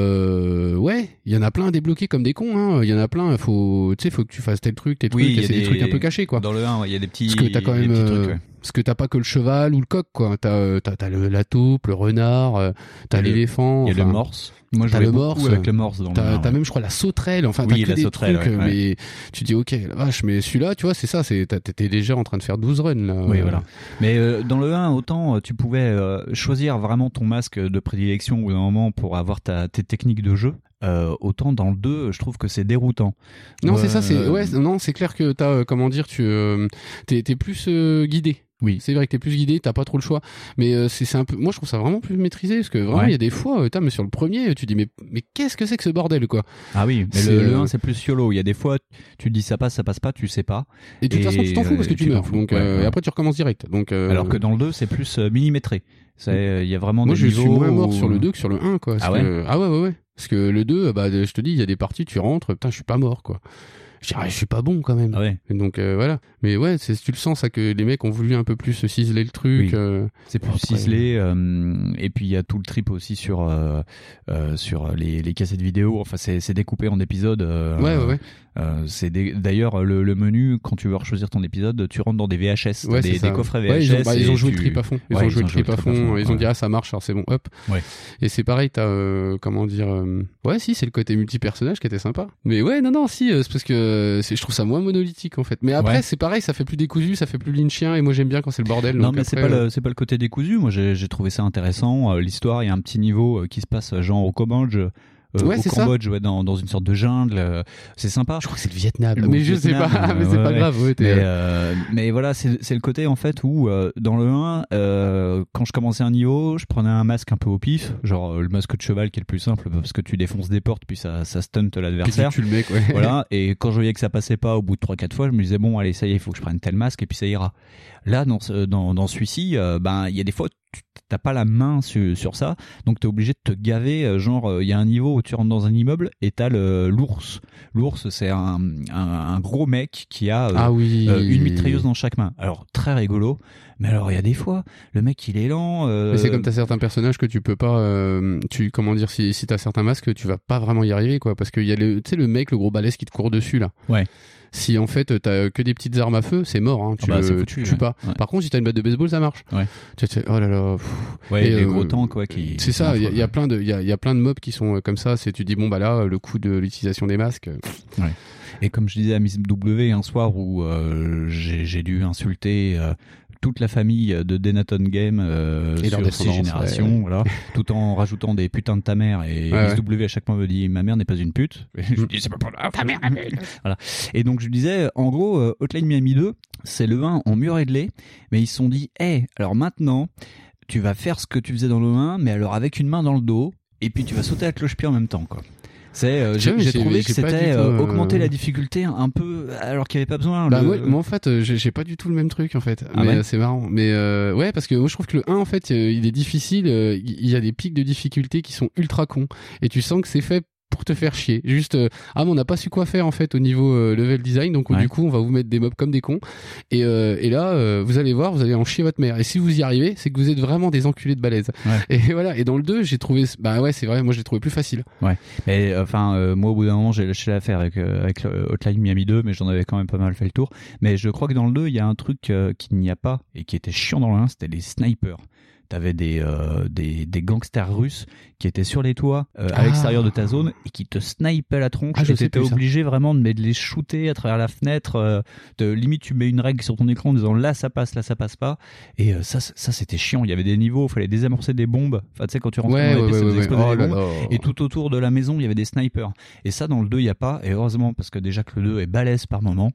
il y en a plein à débloquer comme des cons hein. Il y en a plein, faut que tu fasses tel truc et c'est des trucs un peu cachés quoi. Dans le 1 il y a des petits parce que t'as quand même trucs, parce que t'as pas que le cheval ou le coq quoi, t'as la taupe, le renard, t'as l'éléphant, il y a le morse. Moi je jouais beaucoup avec le morse dans t'as même je crois la sauterelle, enfin t'as que des trucs mais tu dis OK la vache mais celui-là tu vois c'est ça, t'étais déjà en train de faire 12 runs là. Oui voilà. Mais dans le 1 autant tu pouvais choisir vraiment ton masque de prédilection au bout d'un moment pour avoir tes techniques de jeu. Autant dans le 2 je trouve que c'est déroutant. Non c'est ça, c'est clair que t'as comment dire t'es plus guidé. Oui, c'est vrai que t'es plus guidé, t'as pas trop le choix, mais c'est un peu, moi je trouve ça vraiment plus maîtrisé parce que vraiment il y a des fois, mais sur le premier tu dis mais qu'est-ce que c'est que ce bordel quoi. Ah oui, mais le 1 c'est plus YOLO. Il y a des fois tu dis ça passe pas, tu sais pas. Et de toute façon tu t'en fous parce que tu meurs, donc et après tu recommences direct. Donc alors que dans le 2 c'est plus millimétré. Il y a vraiment moi des niveaux. Moi je suis moins mort sur le 2 que sur le 1 quoi. Ah ouais. Parce que le 2 je te dis il y a des parties tu rentres, putain je suis pas mort quoi. Je suis pas bon quand même. Ah ouais. Donc voilà. Mais ouais, tu le sens ça que les mecs ont voulu un peu plus ciseler le truc. Oui. C'est plus ciselé. Et puis il y a tout le trip aussi sur les cassettes vidéo. Enfin c'est découpé en épisodes. Ouais. D'ailleurs le menu quand tu veux choisir ton épisode, tu rentres dans des VHS, des coffrets VHS. Ouais, ils ont joué le trip à fond. Ils ont joué le trip à fond. Ils ont dit ça marche, alors c'est bon, hop. Ouais. Et c'est pareil, t'as comment dire. Ouais, si c'est le côté multi-personnage qui était sympa. Mais ouais, non, si c'est parce que je trouve ça moins monolithique en fait. Mais après c'est pareil, ça fait plus décousu, ça fait plus lynchien et moi j'aime bien quand c'est le bordel. Non mais c'est pas le côté décousu. Moi j'ai trouvé ça intéressant. L'histoire, il y a un petit niveau qui se passe genre au Cambodge. Au Cambodge, dans une sorte de jungle, c'est sympa. Je crois que c'est le Vietnam. Mais je sais pas, mais c'est pas grave. Mais voilà, c'est le côté en fait où dans le 1, quand je commençais un niveau, je prenais un masque un peu au pif, genre le masque de cheval qui est le plus simple parce que tu défonces des portes puis ça stunt l'adversaire. Tu le mec, Voilà. Et quand je voyais que ça passait pas au bout de 3-4 fois, je me disais bon allez ça y est, il faut que je prenne tel masque et puis ça ira. Là dans celui-ci, il y a des fois t'as pas la main sur ça, donc t'es obligé de te gaver. Genre, il y a un niveau où tu rentres dans un immeuble et t'as l'ours. L'ours, c'est un gros mec qui a une mitrailleuse dans chaque main. Alors très rigolo. Mais alors il y a des fois, le mec il est lent. Mais c'est comme t'as certains personnages que tu peux pas. Comment dire, si t'as certains masques, tu vas pas vraiment y arriver quoi, parce qu'il y a le mec, le gros balèze qui te court dessus là. Ouais. Si en fait t'as que des petites armes à feu, c'est mort, hein. Tu tues pas. Ouais. Par contre, si t'as une batte de baseball, ça marche. Ouais. Oh là là. Ouais, et les gros tanks quoi qui. C'est ça. Il y a plein de mobs qui sont comme ça. C'est tu dis bon bah là le coup de l'utilisation des masques. Ouais. Et comme je disais à Miss W un soir où j'ai dû insulter toute la famille de Denaton Game sur 6 générations, voilà, tout en rajoutant des putains de ta mère. Et Miss W à chaque fois me dit ma mère n'est pas une pute. Et je dis c'est pas pour ta mère. Voilà. Et donc je disais en gros Hotline Miami 2 c'est le 1 en mieux réglé, mais ils se sont dit alors maintenant tu vas faire ce que tu faisais dans le 1 mais alors avec une main dans le dos et puis tu vas sauter à cloche-pied en même temps quoi. J'ai trouvé que c'était augmenter la difficulté un peu alors qu'il n'y avait pas besoin. Moi en fait j'ai pas du tout le même truc en fait, mais c'est marrant. Mais ouais, parce que moi je trouve que le 1 en fait il est difficile, il y a des pics de difficulté qui sont ultra cons et tu sens que c'est fait pour te faire chier. Juste mais on n'a pas su quoi faire en fait au niveau level design, donc du coup on va vous mettre des mobs comme des cons et là vous allez voir, vous allez en chier votre mère et si vous y arrivez c'est que vous êtes vraiment des enculés de balèze. Et voilà, et dans le 2 j'ai trouvé c'est vrai, moi je l'ai trouvé plus facile. Mais moi au bout d'un moment j'ai lâché l'affaire avec Hotline Miami 2, mais j'en avais quand même pas mal fait le tour. Mais je crois que dans le 2 il y a un truc qu'il n'y a pas et qui était chiant dans le 1, c'était les snipers. T'avais des gangsters russes qui étaient sur les toits à l'extérieur de ta zone et qui te snipaient la tronche et t'étais obligé vraiment de les shooter à travers la fenêtre. Limite tu mets une règle sur ton écran en disant là ça passe pas. Et ça c'était chiant. Il y avait des niveaux, il fallait désamorcer des bombes. Enfin tu sais quand tu rentrais dans les pistes, ça explosait des bombes. Et tout autour de la maison il y avait des snipers. Et ça dans le 2 il y a pas. Et heureusement parce que déjà que le 2 est balèze par moment.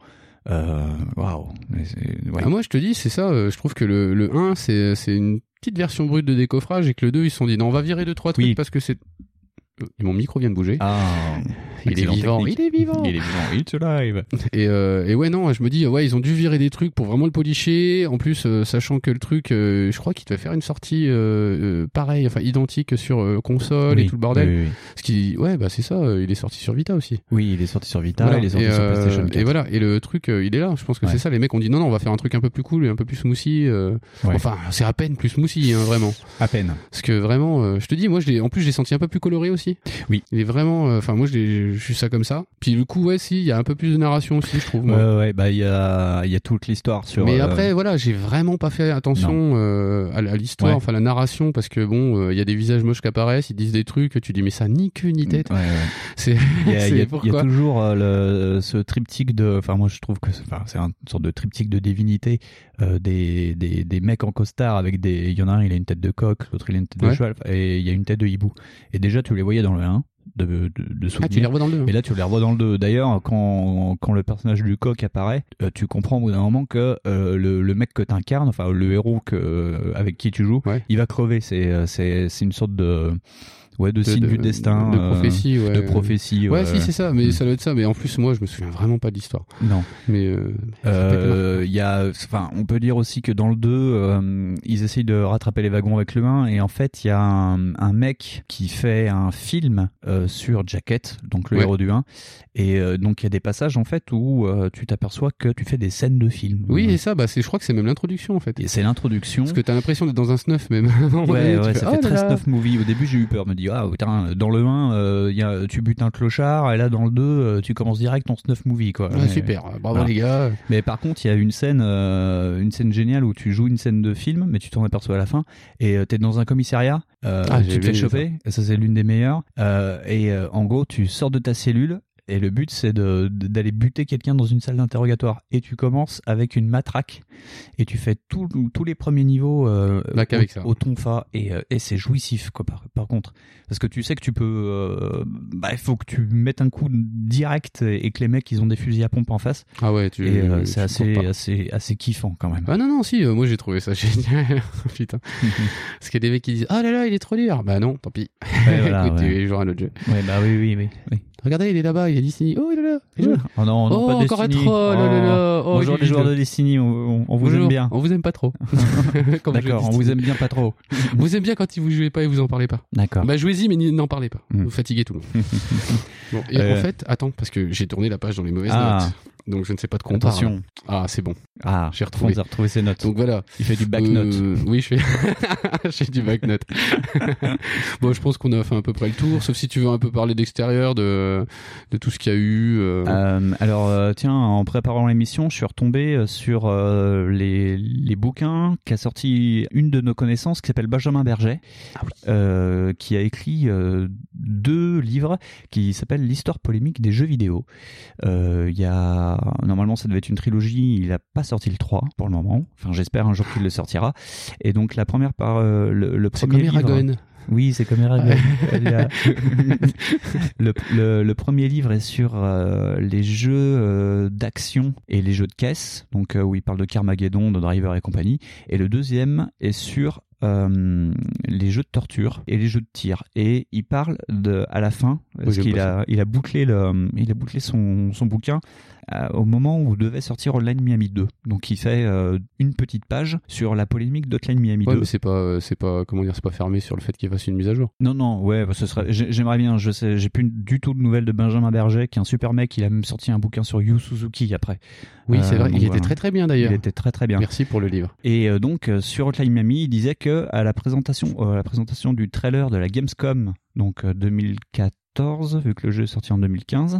Waouh. Moi je te dis c'est ça. Je trouve que le 1 c'est une petite version brute de décoffrage et que le 2 ils se sont dit non on va virer 2-3 trucs parce que c'est mon micro vient de bouger. Il est vivant, it's alive. Et ouais non, je me dis ils ont dû virer des trucs pour vraiment le policher. En plus, sachant que le truc, je crois qu'il devait faire une sortie pareil, enfin identique sur console et tout le bordel. Oui. Ce qui, c'est ça. Il est sorti sur Vita aussi. Oui, il est sorti sur Vita, il est sorti sur PlayStation 4. Et voilà. Et le truc, il est là. Je pense que c'est ça. Les mecs ont dit non, on va faire un truc un peu plus cool et un peu plus smoothie. Enfin, c'est à peine plus smoothie, vraiment. À peine. Parce que vraiment, je te dis, moi, en plus, je l'ai senti un peu plus coloré aussi. Oui. Il est vraiment, moi je suis ça comme ça. Puis le coup, il y a un peu plus de narration aussi, je trouve. Il y a toute l'histoire sur. Mais après, voilà, j'ai vraiment pas fait attention à l'histoire, enfin la narration, parce que il y a des visages moches qui apparaissent, ils disent des trucs, tu dis mais ça ni queue ni tête. C'est. Il y a toujours ce triptyque de, enfin moi je trouve que c'est une sorte de triptyque de divinité, des mecs en costard avec il y en a un il a une tête de coq, l'autre il a une tête de cheval et il y a une tête de hibou. Et déjà tu les voyais dans le 1 de souvenir. Tu les revois dans le 2. Et là tu les revois dans le 2. D'ailleurs quand le personnage du coq apparaît, tu comprends au bout d'un moment que le mec que t'incarnes, enfin le héros avec qui tu joues, il va crever. C'est une sorte de signe du destin, de prophétie, de prophétie. Si c'est ça, mais ça doit être ça. Mais en plus, moi, je me souviens vraiment pas de l'histoire. Non. Mais on peut dire aussi que dans le 2, ils essayent de rattraper les wagons avec le 1, et en fait, il y a un mec qui fait un film sur Jacket, donc le héros du 1, et donc il y a des passages en fait où tu t'aperçois que tu fais des scènes de film. Oui, et ça, je crois que c'est même l'introduction en fait. Et c'est l'introduction. Parce que t'as l'impression d'être dans un snuff même. Ça fait très snuff movie. Au début, j'ai eu peur, me dis putain, dans le 1 tu butes un clochard et là dans le 2 tu commences direct ton snuff movie quoi. Super, bravo les gars. Mais par contre il y a une scène géniale où tu joues une scène de film mais tu t'en aperçois à la fin et t'es dans un commissariat, tu te fais choper, et ça c'est l'une des meilleures, en gros tu sors de ta cellule et le but c'est d'aller buter quelqu'un dans une salle d'interrogatoire et tu commences avec une matraque et tu fais tous les premiers niveaux au tonfa et c'est jouissif quoi par contre, parce que tu sais que tu peux il faut que tu mettes un coup direct et que les mecs ils ont des fusils à pompe en face. C'est assez kiffant quand même. Non si, moi j'ai trouvé ça génial. Putain. Parce qu'il y a des mecs qui disent ah là il est trop dur. Bah non, tant pis. Écoute, tu joueras un autre jeu. Oui. Regardez, il est là-bas, il y a Destiny. Oh, il est là. Oh non, pas Destiny. Encore un troll. Bonjour les joueurs de Destiny, on vous aime bien. On vous aime pas trop. D'accord, on vous aime bien pas trop. On vous aime bien quand vous jouez pas et vous en parlez pas. D'accord. Jouez-y, mais n'en parlez pas. Vous fatiguez tout le monde. En fait, attends, parce que j'ai tourné la page dans les mauvaises notes. Donc je ne sais pas de quoi on parle. Attention. Ah, c'est bon. Ah, j'ai retrouvé. Ses notes. Donc voilà. Il fait du back note. Oui, je fais du back note. Bon, je pense qu'on a fait à peu près le tour, sauf si tu veux un peu parler d'extérieur, de tout ce qu'il y a eu. Alors, tiens, en préparant l'émission, je suis retombé sur les bouquins qu'a sorti une de nos connaissances qui s'appelle Benjamin Berger, qui a écrit 2 livres qui s'appellent l'histoire polémique des jeux vidéo. Normalement, ça devait être une trilogie, il n'a pas sorti le 3 pour le moment. Enfin, j'espère un jour qu'il le sortira. Et donc, la première le premier livre... Eragon. Oui, c'est comme Eragon. Le premier livre est sur les jeux d'action et les jeux de caisse, donc où il parle de Carmageddon, de Driver et compagnie. Et le deuxième est sur les jeux de torture et les jeux de tir. Et il parle à la fin, parce qu'il a bouclé son bouquin au moment où devait sortir Hotline Miami 2. Donc il fait une petite page sur la polémique d'Hotline Miami 2. Mais c'est pas comment dire, c'est pas fermé sur le fait qu'il fasse une mise à jour. Non, ouais, ce serait. J'aimerais bien. Je sais, j'ai plus du tout de nouvelles de Benjamin Berger, qui est un super mec. Il a même sorti un bouquin sur Yu Suzuki après. Oui, c'est vrai. Il était très très bien d'ailleurs. Il était très très bien. Merci pour le livre. Et donc sur Hotline Miami, il disait que à la présentation du trailer de la Gamescom, donc 2014, vu que le jeu est sorti en 2015.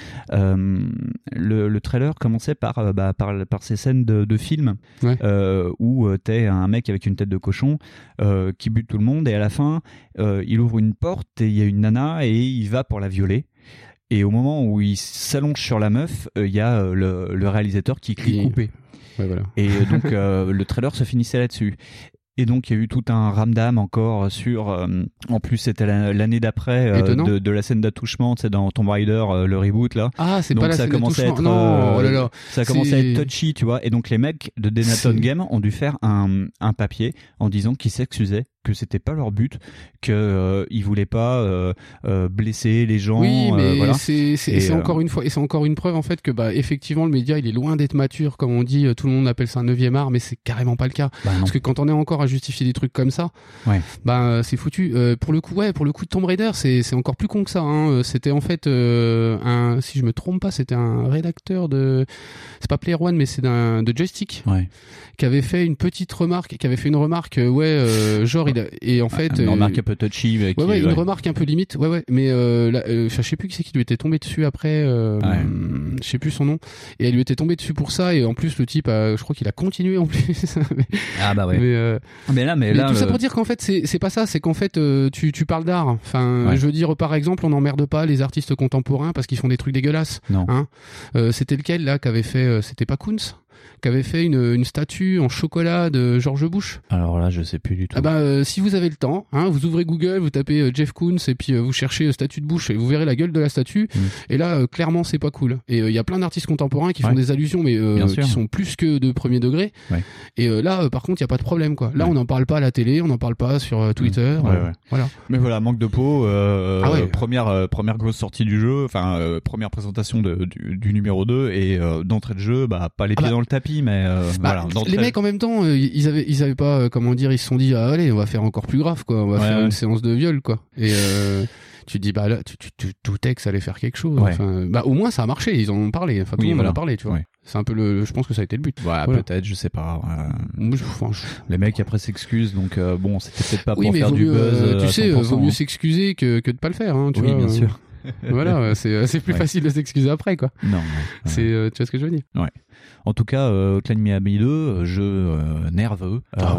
Le trailer commençait par ces scènes de film, où t'es un mec avec une tête de cochon qui bute tout le monde, et à la fin il ouvre une porte et il y a une nana et il va pour la violer. Et au moment où il s'allonge sur la meuf, il y a le réalisateur qui crie couper. Ouais, voilà. Et donc le trailer se finissait là-dessus. Et donc il y a eu tout un ramdam encore sur en plus c'était l'année d'après de la scène d'attouchement, c'est dans Tomb Raider le reboot là. Ah, c'est donc pas la scène d'attouchement. Ça a commencé à être touchy, tu vois. Et donc les mecs de Denaton Game ont dû faire un papier en disant qu'ils s'excusaient, que c'était pas leur but, que ils voulaient pas blesser les gens. Oui, mais voilà. c'est encore une fois, et c'est encore une preuve en fait que effectivement le média il est loin d'être mature, comme on dit. Tout le monde appelle ça un 9e art, mais c'est carrément pas le cas. Parce que quand on est encore à justifier des trucs comme ça, c'est foutu. Pour le coup, Tomb Raider, c'est encore plus con que ça. Hein. C'était en fait si je me trompe pas, c'était un rédacteur c'est pas Player One, mais c'est de Joystick, qui avait fait une petite remarque, une genre et en fait une remarque un peu touchy, une remarque un peu limite, mais je sais plus qui c'est qui lui était tombé dessus après, je sais plus son nom, et elle lui était tombée dessus pour ça, et en plus le type je crois qu'il a continué en plus. Mais là tout ça pour dire qu'en fait c'est pas ça, c'est qu'en fait tu parles d'art, enfin je veux dire, par exemple, on n'emmerde pas les artistes contemporains parce qu'ils font des trucs dégueulasses. Non. Hein, c'était lequel là qu'avait fait, c'était pas Kunz qui avait fait une statue en chocolat de George Bush. Alors là, je sais plus du tout. Si vous avez le temps, vous ouvrez Google, vous tapez Jeff Koons et puis vous cherchez statue de Bush et vous verrez la gueule de la statue. Et là, clairement, c'est pas cool. Et il y a plein d'artistes contemporains qui font des allusions, mais qui sont plus que de premier degré. Et là, par contre, il y a pas de problème, quoi. Là, on n'en parle pas à la télé, on n'en parle pas sur Twitter. Voilà. Mais voilà, manque de peau. Première grosse sortie du jeu, première présentation du numéro 2 et d'entrée de jeu, pas les pieds dans le tapis, mais voilà. Les mecs en même temps, ils avaient pas, comment dire, ils se sont dit allez, on va faire encore plus grave, quoi. On va faire une séance de viol, quoi. Et tu te dis là, tu doutais que ça allait faire quelque chose. Enfin, au moins ça a marché, ils en ont parlé. Enfin, tout le monde en a parlé, tu vois. C'est un peu je pense que ça a été le but. Peut-être, je sais pas. Les mecs après s'excusent, donc bon, c'était peut-être pas pour faire du buzz. Tu sais, vaut mieux s'excuser que de pas le faire, hein, tu vois. Bien sûr. Voilà, c'est plus facile de s'excuser après, quoi. Non. Tu vois ce que je veux dire. Ouais. En tout cas, Hotline Miami 2, jeu nerveux.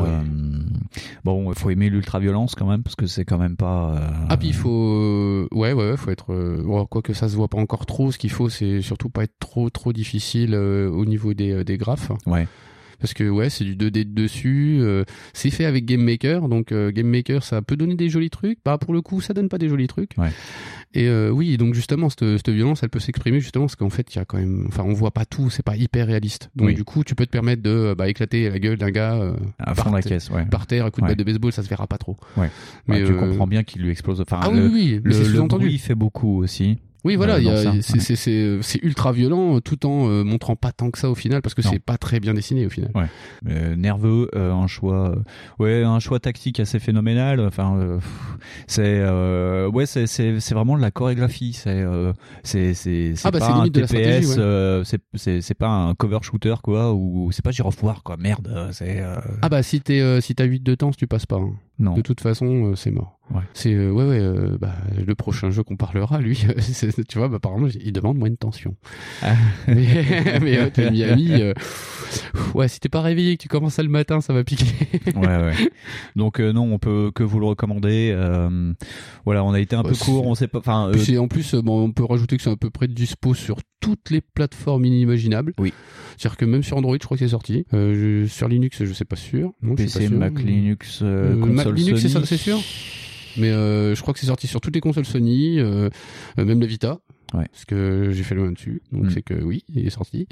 Bon, il faut aimer l'ultra-violence quand même, parce que c'est quand même pas... puis il faut... faut être... quoique ça se voit pas encore trop, ce qu'il faut, c'est surtout pas être trop difficile au niveau des graphes. Ouais. Parce que c'est du 2D dessus, c'est fait avec Game Maker, donc Game Maker ça peut donner des jolis trucs, pour le coup ça donne pas des jolis trucs. Et donc justement cette violence elle peut s'exprimer justement parce qu'en fait il y a quand même, on voit pas tout, c'est pas hyper réaliste. Donc du coup tu peux te permettre de éclater la gueule d'un gars à fond de la caisse, par terre à coup de batte de baseball, ça se verra pas trop. Mais tu comprends bien qu'il lui explose. Le bruit fait beaucoup aussi. Oui, voilà, c'est ultra violent tout en montrant pas tant que ça au final parce que c'est pas très bien dessiné au final. Ouais. Nerveux, un choix tactique assez phénoménal. Enfin, c'est vraiment de la chorégraphie. C'est pas un TPS, c'est pas un cover shooter quoi, ou c'est pas Gears of War quoi. Merde, c'est. Ah bah si t'as 8 de temps, tu passes pas. Hein. Non. De toute façon, c'est mort. Ouais. C'est le prochain jeu qu'on parlera, lui, tu vois, apparemment, il demande moins de tension. mais Miami, si t'es pas réveillé, que tu commences ça le matin, ça va piquer. Ouais. Donc non, on peut que vous le recommander. Voilà, on a été un peu court, on sait pas. Enfin, en plus, on peut rajouter que c'est à peu près dispo sur toutes les plateformes inimaginables. Oui. C'est-à-dire que même sur Android, je crois que c'est sorti. Sur Linux, je sais pas sûr. Non, PC, je sais pas sûr. Mac, Linux, console Linux, Sony. c'est sûr. Mais je crois que c'est sorti sur toutes les consoles Sony, même la Vita. Ouais. Parce que j'ai fait le main dessus, donc c'est que oui, il est sorti.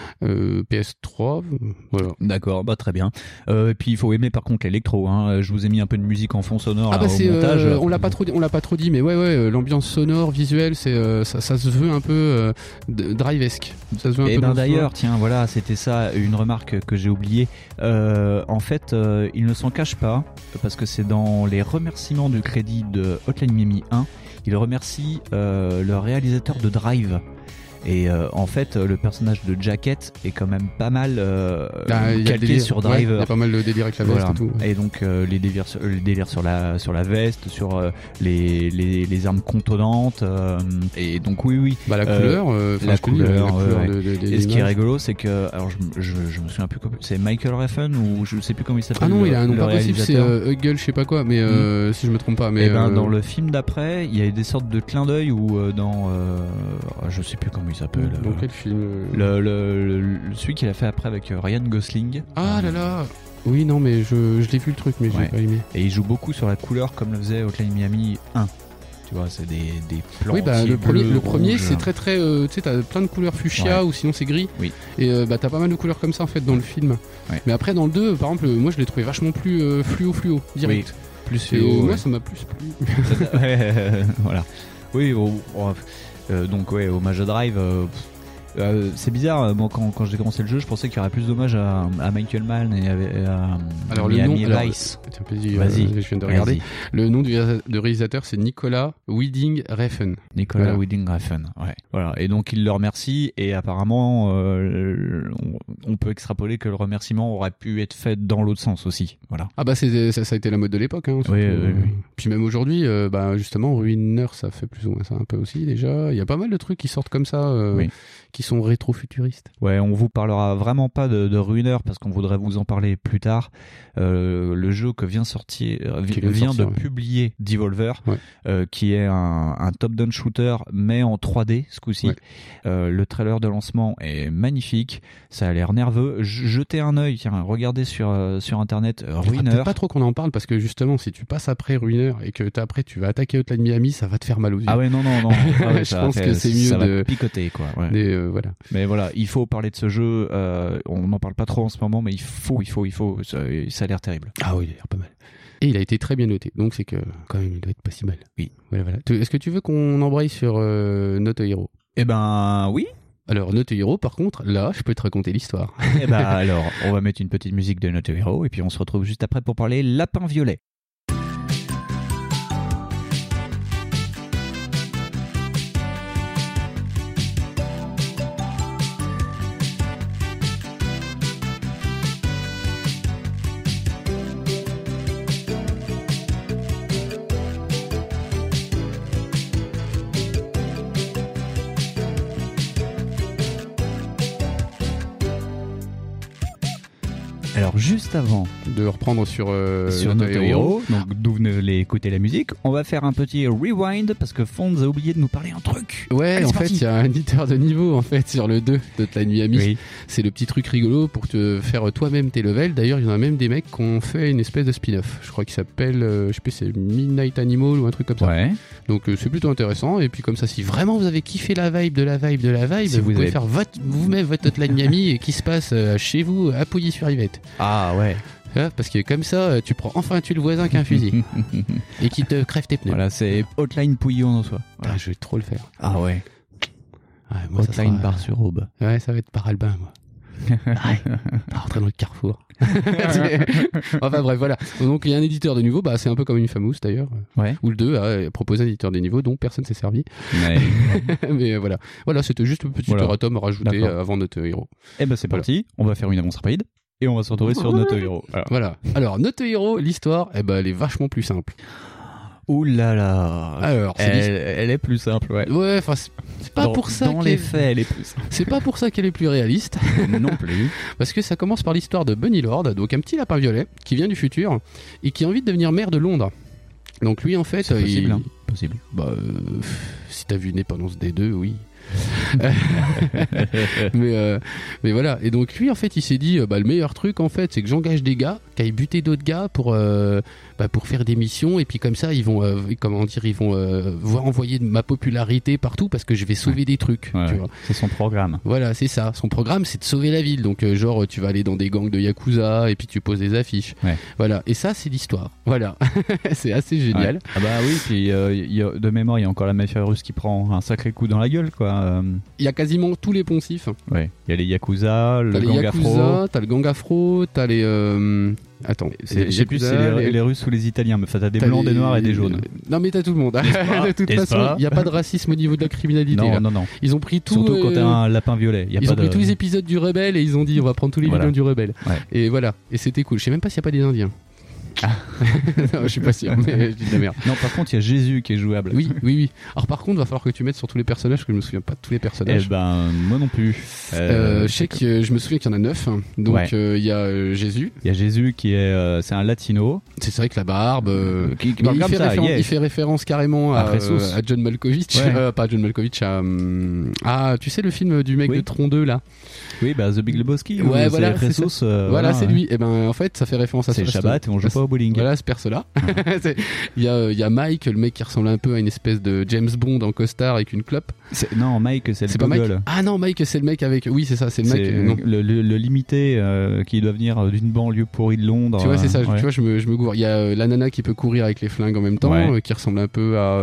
PS3, voilà. D'accord, très bien. Et puis il faut aimer par contre l'électro. Hein. Je vous ai mis un peu de musique en fond sonore au montage. On l'a pas trop dit, mais l'ambiance sonore, visuelle, ça se veut un peu drive-esque. Ça se veut un peu. D'ailleurs, tiens, voilà, c'était ça, une remarque que j'ai oubliée. En fait, il ne s'en cache pas parce que c'est dans les remerciements du crédit de Hotline Miami 1. Il remercie le réalisateur de Drive. Et en fait, le personnage de Jacket est quand même pas mal calqué sur Drive. Il y a pas mal de délire avec la veste et tout. Et donc les délires sur la veste, sur les armes contonnantes. Et donc oui. La couleur. La couleur. Et ce qui est rigolo, c'est que alors je me souviens plus comment c'est Michael Refn ou je sais plus comment il s'appelle. Ah non, il a un nom pas possible, c'est Huggle, je sais pas quoi, mais si je me trompe pas. Mais dans le film d'après, il y a des sortes de clins d'œil où dans je sais plus comment il s'appelle. Dans quel film celui qu'il a fait après avec Ryan Gosling. Ah là là. Oui, non, mais je l'ai vu le truc, mais j'ai pas aimé. Et il joue beaucoup sur la couleur comme le faisait Hotline Miami 1. Tu vois, c'est des plans. Oui, le premier c'est très très. Tu sais, t'as plein de couleurs fuchsia ou sinon c'est gris. Oui. Et t'as pas mal de couleurs comme ça en fait dans le film. Ouais. Mais après dans le 2, par exemple, moi je l'ai trouvé vachement plus fluo, direct. Oui. Plus fluo. Moi ça m'a plus plu. Voilà. Oui, donc hommage à Drive. C'est bizarre, moi quand j'ai commencé le jeu, je pensais qu'il y aurait plus d'hommage à Michael Mann et à alors Miami le nom, Vice. Vas-y, je viens de regarder. Le nom de réalisateur c'est Nicolas Winding Refn. Nicolas Winding Refn, ouais. Voilà, et donc il le remercie et apparemment on peut extrapoler que le remerciement aurait pu être fait dans l'autre sens aussi. Voilà. Ah bah ça a été la mode de l'époque. Hein, oui. Puis même aujourd'hui, justement Ruiner ça fait plus ou moins ça un peu aussi déjà. Il y a pas mal de trucs qui sortent comme ça. Qui sont rétro-futuristes. Ouais, on vous parlera vraiment pas de Ruiner parce qu'on voudrait vous en parler plus tard. Le jeu que vient de publier Devolver, qui est un top-down shooter mais en 3D ce coup-ci. Ouais. Le trailer de lancement est magnifique, ça a l'air nerveux. Jetez un œil, tiens, regardez sur internet Ruiner. Peut-être pas trop qu'on en parle parce que justement, si tu passes après Ruiner et que après tu vas attaquer Hotline Miami, ça va te faire mal aux yeux. Ah ouais, non. Je pense que c'est mieux ça va picoter quoi. Ouais. Voilà. Mais voilà, il faut parler de ce jeu. On n'en parle pas trop en ce moment, mais il faut. Ça a l'air terrible. Ah oui, il a l'air pas mal. Et il a été très bien noté, donc c'est que quand même il doit être pas si mal. Oui. Voilà. Est-ce que tu veux qu'on embraye sur Not a Hero ? Eh ben oui. Alors Not a Hero, par contre, là, je peux te raconter l'histoire. Eh ben alors, on va mettre une petite musique de Not a Hero et puis on se retrouve juste après pour parler Lapin Violet. Alors juste avant de reprendre sur Not a Hero, donc d'où vous venez écouter la musique, on va faire un petit rewind parce que Fonz a oublié de nous parler un truc. Ouais, allez, en fait, il y a un éditeur de niveau en fait sur le 2 d'Hotline Miami. Oui. C'est le petit truc rigolo pour te faire toi-même tes levels. D'ailleurs, il y en a même des mecs qui ont fait une espèce de spin-off. Je crois qu'il s'appelle, je sais plus, c'est Midnight Animal ou un truc comme ça. Ouais. Donc c'est plutôt intéressant. Et puis comme ça, si vraiment vous avez kiffé la vibe, si vous pouvez faire vous-même votre Hotline Miami et qui se passe chez vous, appuyez sur Yvette. Ah ouais. Ouais, parce que comme ça, tu prends enfin un tuile voisin qui a un fusil et qui te crève tes pneus. Voilà, c'est Hotline Pouillon en soi. Voilà. Je vais trop le faire. Ah ouais. Moi, Hotline par sur Aube. Ouais, ça va être par Albin, moi. Rentrer dans le carrefour. Enfin bref, voilà. Donc il y a un éditeur de niveau, c'est un peu comme une Infamous d'ailleurs. Ouais. Ou le 2 a proposé un éditeur de niveau dont personne s'est servi. Ouais. Mais voilà. Voilà, c'était juste un petit erratum à rajouter avant Note Hero. Eh ben c'est parti, on va faire une annonce rapide et on va se retrouver sur Note Hero. Voilà. Alors Note Hero, l'histoire, elle est vachement plus simple. Ouh là là. Alors, elle est plus simple, ouais. Ouais, enfin, c'est pas pour ça. Dans les faits, elle est plus simple. C'est pas pour ça qu'elle est plus réaliste. Non plus. Parce que ça commence par l'histoire de Bunny Lord, donc un petit lapin violet qui vient du futur et qui a envie de devenir maire de Londres. Donc lui, en fait, c'est possible. Possible. Si t'as vu Independence Day 2, oui. mais voilà. Et donc lui, en fait, il s'est dit, le meilleur truc, en fait, c'est que j'engage des gars qui aillent buter d'autres gars pour faire des missions, et puis comme ça, ils vont envoyer ma popularité partout parce que je vais sauver des trucs. Tu vois. C'est son programme. Voilà, c'est ça. Son programme, c'est de sauver la ville. Donc, genre, tu vas aller dans des gangs de Yakuza et puis tu poses des affiches. Ouais. Voilà. Et ça, c'est l'histoire. Voilà. C'est assez génial. Ouais. Ah bah oui, puis de mémoire, il y a encore la mafia russe qui prend un sacré coup dans la gueule, quoi. Il y a quasiment tous les poncifs. Ouais. Il y a les Yakuza, le gang afro. T'as le gang afro, t'as les... Attends, je sais plus si c'est les Russes ou les Italiens, mais t'as des blancs, des noirs et des jaunes. Non mais t'as tout le monde. De toute façon, il n'y a pas de racisme au niveau de la criminalité. Non. Ils ont pris tout. Surtout quand t'as un lapin violet. Ils ont pris tous les épisodes du Rebelle et ils ont dit on va prendre tous les vilains du Rebelle. Ouais. Et voilà. Et c'était cool. Je sais même pas s'il n'y a pas des Indiens. Non, je suis pas sûr, mais je dis de la merde. Non, par contre, il y a Jésus qui est jouable. Oui. Alors, par contre, va falloir que tu mettes sur tous les personnages, parce que je me souviens pas de tous les personnages. Moi non plus. Je sais que je me souviens qu'il y en a 9. Donc, il y a Jésus. Il y a Jésus qui est, c'est un latino. C'est vrai que la barbe. Il fait référence carrément à John Malkovich. Ouais. Pas à John Malkovich, tu sais le film du mec de Tron 2 là. Oui, The Big Lebowski. Ouais, voilà, c'est c'est lui. Et en fait, ça fait référence à ça. C'est Shabbat et on joue pas au bowling. Voilà, ce perso-là. Il y a Mike, le mec qui ressemble un peu à une espèce de James Bond en costard avec une clope. Non, Mike, c'est le gogol. Ah non, Mike, c'est le mec avec... Oui, c'est ça, c'est le mec... Le limité qui doit venir d'une banlieue pourrie de Londres. Tu vois, c'est ça. Ouais. Tu vois, je me gourre. Il y a la nana qui peut courir avec les flingues en même temps, qui ressemble un peu à...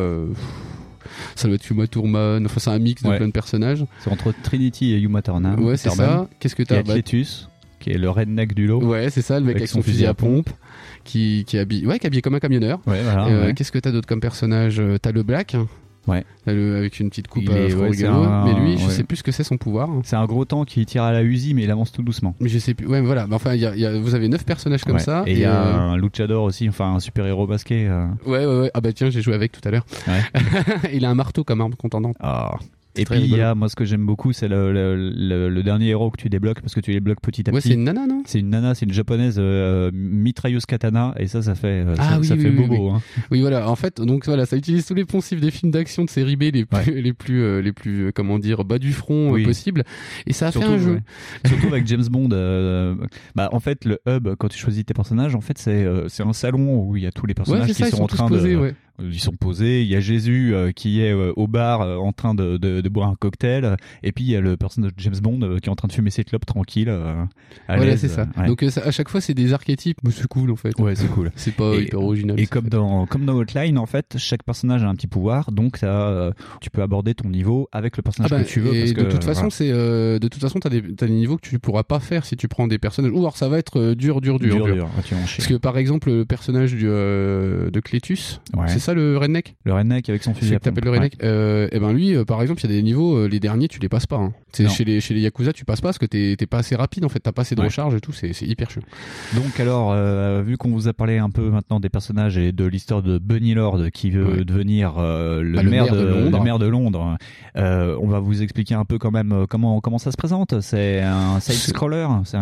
ça doit être Uma Thurman, enfin c'est un mix de plein de personnages. C'est entre Trinity et Uma Thurman. Ouais, c'est ça. Qu'est-ce que t'as? Il y a Cletus, qui est le redneck du lot. Ouais, c'est ça, le mec avec son fusil à pompe. Qui est habillé comme un camionneur. Ouais, voilà, Qu'est-ce que t'as d'autre comme personnage? T'as le Black. Ouais. avec une petite coupe rigolo. Mais lui, je sais plus ce que c'est son pouvoir. C'est un gros tank qui tire à la Uzi, mais il avance tout doucement. Mais je sais plus. Ouais, voilà. Enfin, vous avez 9 personnages comme ça. Et il y a un luchador aussi, enfin un super-héros basket. Ouais. Ah bah tiens, j'ai joué avec tout à l'heure. Ouais. Il a un marteau comme arme contendante. Ah. Et puis il y a, moi ce que j'aime beaucoup, c'est le dernier héros que tu débloques, parce que tu les débloques petit à petit. Ouais, c'est une nana, non? C'est une nana, c'est une japonaise mitrailleuse katana, et ça fait bobo. Hein. Oui, voilà. En fait, donc voilà, ça utilise tous les poncifs des films d'action de série B les plus comment dire, bas du front possible, et ça a fait un jeu. Ouais. Surtout avec James Bond. En fait, le hub, quand tu choisis tes personnages, en fait c'est un salon où il y a tous les personnages qui sont en train de. Ils sont posés. Il y a Jésus qui est au bar en train de boire un cocktail, et puis il y a le personnage de James Bond qui est en train de fumer ses clopes tranquille. Voilà, c'est ça. Ouais. Donc à chaque fois c'est des archétypes, mais c'est cool en fait. Ouais, c'est cool. C'est pas hyper original. Et comme dans Hotline, en fait, chaque personnage a un petit pouvoir, donc tu peux aborder ton niveau avec le personnage que tu veux. Et parce que, de toute façon, t'as des niveaux que tu pourras pas faire si tu prends des personnages. Ou alors ça va être dur. Parce que par exemple le personnage de Cletus, c'est ça le redneck. Le redneck avec son fusil à pompe. T'appelles le redneck. Et ben lui, par exemple, il y a des niveaux, les derniers, tu les passes pas. Hein. Chez les Yakuza, tu passes pas parce que t'es pas assez rapide en fait, t'as pas assez de recharge et tout, c'est hyper chiant. Donc alors, vu qu'on vous a parlé un peu maintenant des personnages et de l'histoire de Bunny Lord qui veut devenir le maire de Londres, on va vous expliquer un peu quand même comment ça se présente. C'est un side-scroller. Ça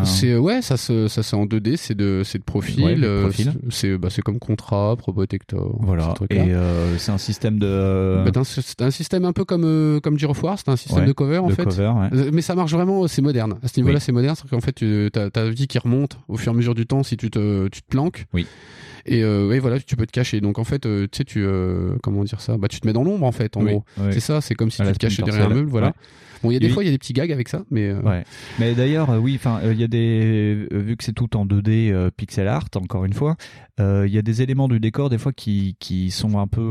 c'est en 2D, c'est de profil. C'est comme Contra, Probotector. Voilà. Et Et c'est un système de. C'est un système un peu comme Gears of War, c'est un système de cover en fait. Cover, mais ça marche vraiment, c'est moderne. À ce niveau-là, c'est moderne, c'est qu'en fait, tu as ta vie qui remonte au fur et à mesure du temps si tu te planques. Oui. Et voilà, tu peux te cacher. Donc en fait, tu sais, comment dire ça ? Bah, tu te mets dans l'ombre en fait, en gros. Oui. C'est ça, c'est comme si tu te cachais derrière un meuble, voilà. Ouais. Bon, il y a des fois, il y a des petits gags avec ça, mais. Ouais. Mais d'ailleurs, oui, enfin, il y a vu que c'est tout en 2D pixel art, encore une fois, il y a des éléments du décor des fois qui sont un peu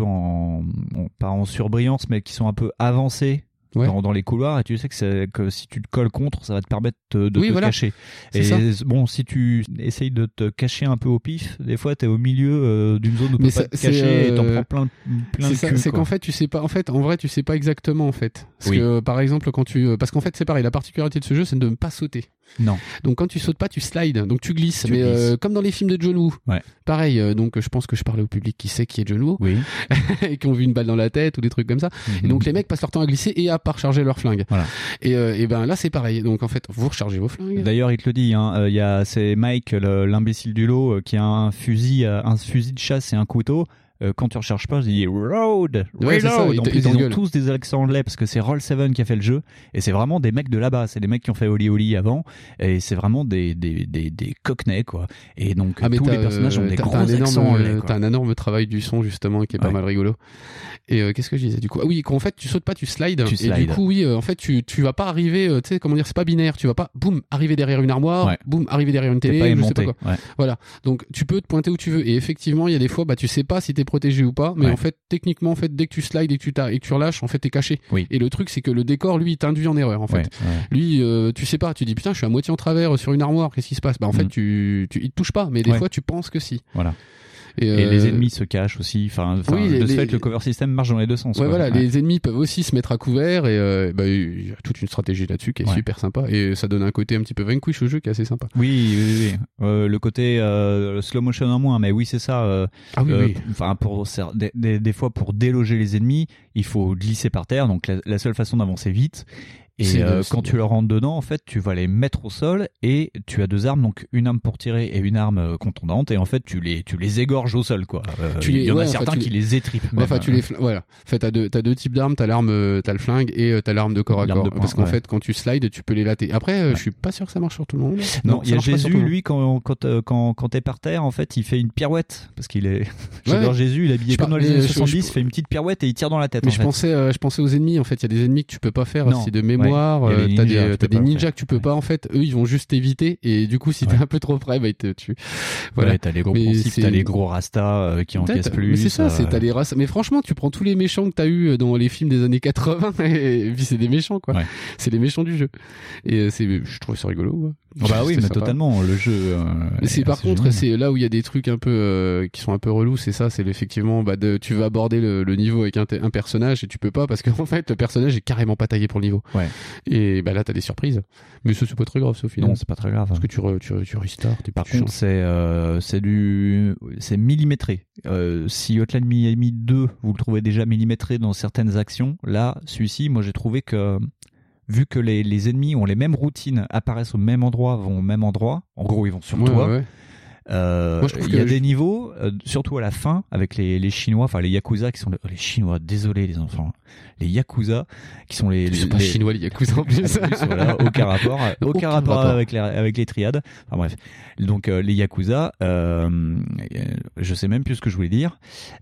pas en surbrillance, mais qui sont un peu avancés. Ouais. Dans les couloirs, et tu sais que si tu te colles contre, ça va te permettre de te cacher. Et bon, si tu essayes de te cacher un peu au pif, des fois t'es au milieu d'une zone où tu peux pas te cacher et t'en prends plein le cul. C'est qu'en fait, tu sais pas, en vrai, tu sais pas exactement, en fait. Parce que, par exemple, parce qu'en fait, c'est pareil, la particularité de ce jeu, c'est de ne pas sauter. Non. Donc quand tu sautes pas, tu slides, donc tu glisses. Comme dans les films de John Woo. Ouais. Pareil, donc je pense que je parlais au public qui sait qui est John Woo. Oui. Et qui ont vu une balle dans la tête ou des trucs comme ça. Et donc les mecs passent leur temps à glisser et à pas recharger leur flingue. Voilà. Et ben là c'est pareil. Donc en fait, vous rechargez vos flingues. D'ailleurs, il te le dit, hein, c'est Mike, l'imbécile du lot, qui a un fusil de chasse et un couteau. Quand tu recharges pas, je dis Reload. En plus, ils ont tous des accents anglais parce que c'est Roll7 qui a fait le jeu et c'est vraiment des mecs de là-bas. C'est des mecs qui ont fait Oli Oli avant et c'est vraiment des cockneys quoi. Et donc tous les personnages ont des gros accents anglais. T'as un énorme travail du son justement qui est pas mal rigolo. Et qu'est-ce que je disais du coup ? Ah oui, qu'en fait tu sautes pas, tu slides. Et du coup oui, en fait tu vas pas arriver, tu sais comment dire, c'est pas binaire. Tu vas pas boum arriver derrière une armoire, boum arriver derrière une télé, je sais pas quoi. Ouais. Voilà. Donc tu peux te pointer où tu veux et effectivement il y a des fois tu sais pas si t'es protégé ou pas, mais en fait techniquement en fait dès que tu slides et que tu relâches en fait t'es caché. Oui. Et le truc c'est que le décor lui il t'induit en erreur en fait. Lui tu sais pas, tu dis putain je suis à moitié en travers sur une armoire, qu'est-ce qui se passe ? Bah en fait il te touche pas, mais des fois tu penses que si. Voilà. Et les ennemis se cachent aussi. Enfin, de ce fait, le cover system marche dans les deux sens. Ouais, voilà. Les ennemis peuvent aussi se mettre à couvert et il y a toute une stratégie là-dessus qui est super sympa et ça donne un côté un petit peu Vanquish au jeu qui est assez sympa. Oui. Le côté slow motion en moins, mais oui, c'est ça. Enfin, des fois pour déloger les ennemis, il faut glisser par terre. Donc la seule façon d'avancer vite. Et quand tu leur rentres dedans, en fait, tu vas les mettre au sol et tu as 2 armes, donc une arme pour tirer et une arme contondante. Et en fait, tu les égorges au sol, quoi. Il y en a certains qui les étripent. Enfin, voilà. En fait, t'as 2 types d'armes. T'as le flingue et t'as l'arme de corps à corps. Parce qu'en fait, quand tu slides, tu peux les latter. Après, je suis pas sûr que ça marche sur tout le monde. Non, il y a Jésus, lui, quand t'es par terre, en fait, il fait une pirouette parce qu'il est. J'adore Jésus, il est habillé comme dans les années 70, il fait une petite pirouette et il tire dans la tête. Mais je pensais aux ennemis. En fait, il y a des ennemis que tu peux pas faire si de mémoire. T'as des ninjas que tu peux pas en fait, eux ils vont juste t'éviter et du coup si t'es un peu trop près ils te tuent. Voilà, t'as les gros poncifs, t'as les gros rastas qui encaissent plus. Mais c'est ça, t'as les rastas. Mais franchement, tu prends tous les méchants que t'as eu dans les films des années 80 et puis c'est des méchants quoi. C'est les méchants du jeu. Et je trouve ça rigolo. Bah oui, mais totalement le jeu. C'est par contre, c'est là où il y a des trucs un peu qui sont un peu relous, c'est ça, c'est effectivement tu vas aborder le niveau avec un personnage et tu peux pas parce qu'en fait le personnage est carrément pas taillé pour le niveau. Et là t'as des surprises. Mais ça c'est pas très grave au final. Non, c'est pas très grave. Parce que tu restart. Par contre, c'est millimétré. Si Hotline Miami 2, vous le trouvez déjà millimétré dans certaines actions, là, celui-ci, moi j'ai trouvé que vu que les ennemis ont les mêmes routines, apparaissent au même endroit, vont au même endroit, en gros ils vont sur toi. Moi, il y a des niveaux, surtout à la fin, avec les Chinois, enfin les Yakuza qui sont les Chinois, désolé les enfants, les Yakuza qui sont c'est pas chinois les Yakuza en plus. Voilà, aucun rapport avec les triades. Enfin bref, donc les Yakuza, je sais même plus ce que je voulais dire.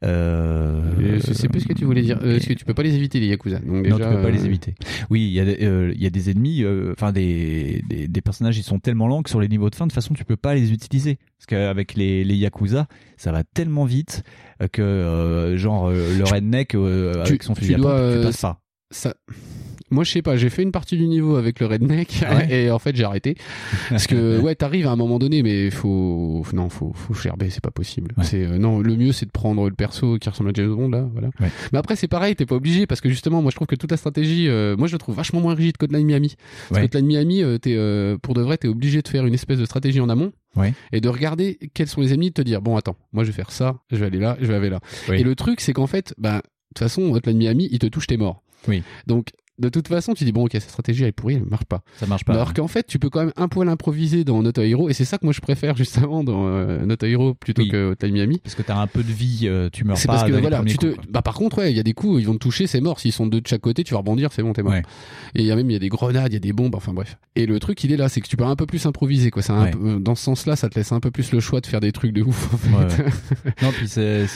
Je sais plus ce que tu voulais dire. Parce que tu peux pas les éviter les Yakuza. Donc déjà, non, tu peux pas les éviter. Oui, il y a des ennemis, enfin des personnages, ils sont tellement lents que sur les niveaux de fin, de toute façon, tu peux pas les utiliser. Parce qu'avec les Yakuza, ça va tellement vite que le redneck avec son fusil à pompe, tu passes pas. Moi je sais pas, j'ai fait une partie du niveau avec le redneck et en fait j'ai arrêté parce que t'arrives à un moment donné mais faut gerber, c'est pas possible. Le mieux c'est de prendre le perso qui ressemble à James Bond là, voilà. Mais après c'est pareil, t'es pas obligé parce que justement moi je trouve que toute la stratégie moi je la trouve vachement moins rigide qu'Hotline Miami. Parce que Hotline Miami pour de vrai t'es obligé de faire une espèce de stratégie en amont. Et de regarder quels sont les ennemis, de te dire bon attends, moi je vais faire ça, je vais aller là, je vais aller là. Et le truc c'est qu'en fait de toute façon Hotline Miami il te touche, t'es mort. Donc de toute façon, tu dis bon, ok, cette stratégie elle est pourrie, elle marche pas. Ça marche pas. Alors qu'en fait, tu peux quand même un poil improviser dans Not a Hero, et c'est ça que moi je préfère justement dans Not a Hero plutôt que Hotline Miami. Parce que t'as un peu de vie, tu meurs c'est pas. Parce que voilà, coups, bah par contre, ouais, il y a des coups, ils vont te toucher, c'est mort. S'ils sont deux de chaque côté, tu vas rebondir, c'est bon, t'es mort. Ouais. Et il y a des grenades, il y a des bombes, enfin bref. Et le truc, il est là, c'est que tu peux un peu plus improviser, quoi. C'est dans ce sens-là, ça te laisse un peu plus le choix de faire des trucs de ouf. En fait. Ouais. Non, puis c'est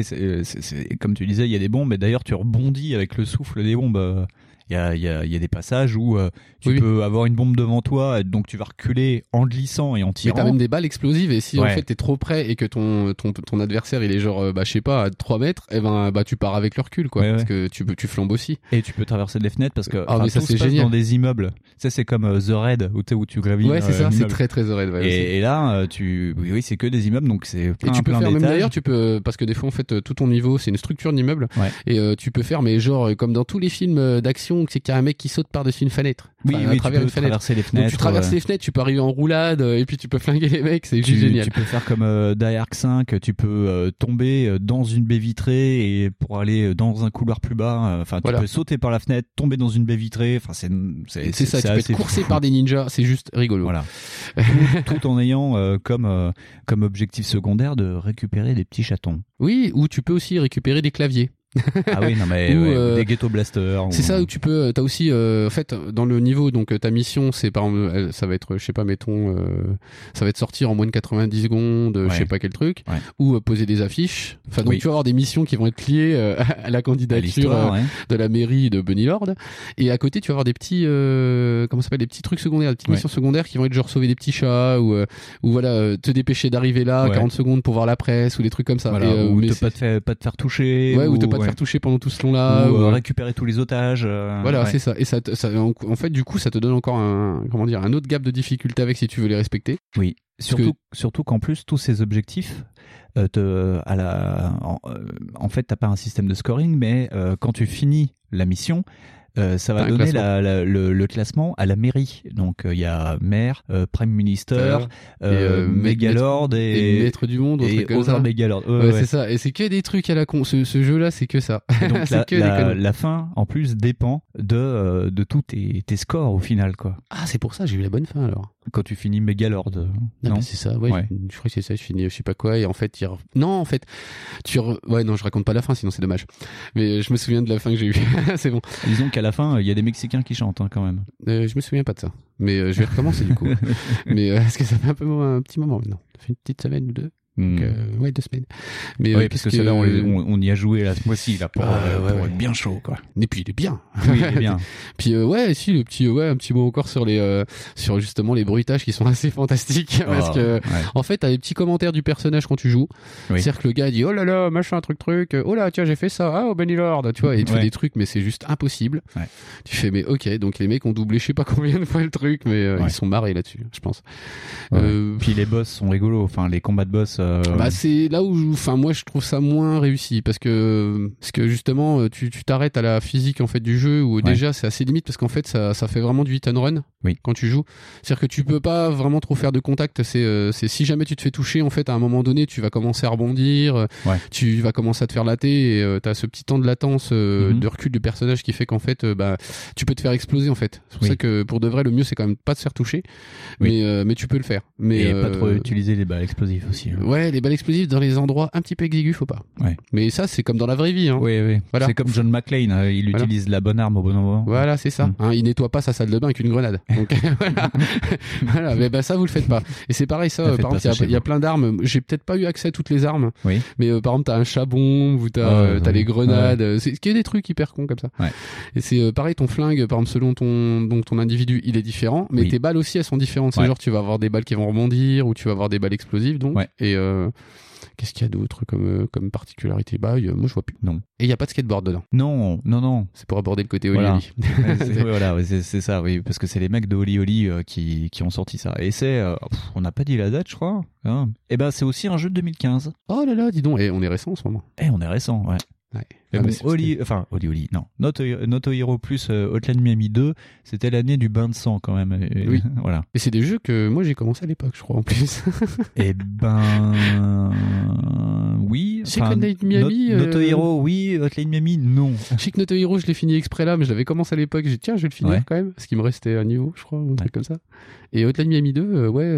comme tu disais, il y a des bombes, et d'ailleurs tu rebondis avec le souffle des bombes. Il y a des passages où tu peux avoir une bombe devant toi, donc tu vas reculer en glissant et en tirant. Mais t'as même des balles explosives, et si en fait t'es trop près et que ton adversaire il est genre je sais pas à 3 mètres, et tu pars avec le recul, quoi, parce que tu flambes aussi. Et tu peux traverser les fenêtres parce que mais ça c'est génial. Dans des immeubles. Ça c'est comme The Raid où tu gravis. Ouais, c'est ça, c'est très très The Raid. Et là c'est que des immeubles, donc c'est plein, et tu peux faire d'étages. même d'ailleurs parce que des fois en fait tout ton niveau c'est une structure d'immeuble, et tu peux faire genre comme dans tous les films d'action, c'est qu'il y a un mec qui saute par-dessus une fenêtre. À travers une fenêtre. Les fenêtres. Donc tu traverses les fenêtres, tu peux arriver en roulade, et puis tu peux flinguer les mecs, c'est juste génial. Tu peux faire comme Die Ark 5, tu peux tomber dans une baie vitrée et pour aller dans un couloir plus bas. Tu peux sauter par la fenêtre, tomber dans une baie vitrée. Enfin, c'est ça. Tu peux être coursé par des ninjas, c'est juste rigolo. Voilà. tout en ayant comme objectif secondaire de récupérer des petits chatons. Oui, ou tu peux aussi récupérer des claviers. Ah oui, non mais des ghetto blasters. C'est ça où tu peux. T'as aussi en fait dans le niveau, donc ta mission c'est par exemple ça va être je sais pas, mettons ça va être sortir en moins de 90 secondes, je sais pas quel truc, ou poser des affiches. Enfin donc tu vas avoir des missions qui vont être liées à la candidature de la mairie de Bunnylord, et à côté tu vas avoir des petits comment ça s'appelle, des petits trucs secondaires, des petites missions secondaires qui vont être genre sauver des petits chats ou voilà te dépêcher d'arriver là 40 secondes pour voir la presse ou des trucs comme ça. Voilà, ou pas te faire toucher, ou te pas te faire toucher pendant tout ce long-là, ou récupérer tous les otages. Voilà, c'est ça. Et ça en fait du coup ça te donne encore un autre gap de difficulté avec, si tu veux les respecter. Oui. Surtout qu'en plus tous ces objectifs en fait t'as pas un système de scoring, mais quand tu finis la mission, ça va donner le classement à la mairie. Donc il y a maire, prime minister, mégalord et maître du monde, et autres mégalord. C'est ça. Et c'est que des trucs à la con. Ce jeu-là, c'est que ça. Donc la fin, en plus, dépend de tous tes scores au final, quoi. Ah, c'est pour ça j'ai eu la bonne fin alors. Quand tu finis mégalord. Non, c'est ça. Ouais. Je crois que c'est ça. Je finis, je sais pas quoi. Et en fait, non, je raconte pas la fin, sinon c'est dommage. Mais je me souviens de la fin que j'ai eue. C'est bon. Disons qu'à la fin, il y a des Mexicains qui chantent quand même. Je me souviens pas de ça. Mais je vais recommencer du coup. Mais est-ce que ça fait un petit moment maintenant? Ça fait une petite semaine ou deux. Donc, 2 semaines. Mais parce que celle-là, on y a joué là, ce mois-ci là pour être bien chaud, quoi. Et puis il est bien. Oui, il est bien. Puis un petit mot encore sur sur justement les bruitages qui sont assez fantastiques, parce que en fait t'as les petits commentaires du personnage quand tu joues. C'est-à-dire que le gars dit oh là là machin truc, oh là tiens j'ai fait ça, Bunnylord, tu vois, et il te fait des trucs mais c'est juste impossible. Tu fais mais ok, donc les mecs ont doublé je sais pas combien de fois le truc, mais ils sont marrés là-dessus, je pense. Puis les boss sont rigolos, enfin les combats de boss. C'est là où moi je trouve ça moins réussi, parce que justement tu t'arrêtes à la physique en fait du jeu, où déjà c'est assez limite, parce qu'en fait ça fait vraiment du hit and run quand tu joues. C'est-à-dire que tu peux pas vraiment trop faire de contact, c'est si jamais tu te fais toucher en fait à un moment donné, tu vas commencer à rebondir, tu vas commencer à te faire latter, et t'as ce petit temps de latence de recul du personnage qui fait qu'en fait tu peux te faire exploser en fait. C'est pour ça que pour de vrai le mieux c'est quand même pas de se faire toucher, mais tu peux le faire. Mais pas trop utiliser les balles explosives aussi. Ouais, les balles explosives dans les endroits un petit peu exigus, faut pas. Mais ça c'est comme dans la vraie vie. Oui. Voilà. C'est comme John McClane, il utilise la bonne arme au bon moment. Voilà, c'est ça. Il nettoie pas sa salle de bain avec une grenade. Donc voilà. Mais ça vous le faites pas. Et c'est pareil ça. Par exemple, il y a plein d'armes. J'ai peut-être pas eu accès à toutes les armes. Mais par exemple, t'as un chat-bombe ou t'as les grenades. C'est qu'il y a des trucs hyper cons comme ça. Et c'est pareil, ton flingue, par exemple, selon ton individu, il est différent. Mais tes balles aussi, elles sont différentes. C'est genre tu vas avoir des balles qui vont rebondir, ou tu vas avoir des balles explosives. Donc et qu'est-ce qu'il y a d'autre comme particularité? Moi je vois plus. Non. Et il y a pas de skateboard dedans. Non. C'est pour aborder le côté Oli Oli. Voilà, c'est ça, oui, parce que c'est les mecs de Oli Oli qui ont sorti ça. Et c'est, on n'a pas dit la date, je crois. Et c'est aussi un jeu de 2015. Oh là là, dis donc, on est récent en ce moment. On est récent, ouais. Oli Oli, non. Not a Hero plus Hotline Miami 2, c'était l'année du bain de sang quand même. Oui. Voilà. Et c'est des jeux que moi j'ai commencé à l'époque, je crois, en plus. Oui, sais que Hotline Miami... Noto Hero, oui. Hotline Miami, non. Je sais que Noto Hero, je l'ai fini exprès là, mais je l'avais commencé à l'époque. J'ai dit, tiens, je vais le finir quand même. Parce qu'il me restait un niveau, je crois, un truc comme ça. Et Hotline Miami 2,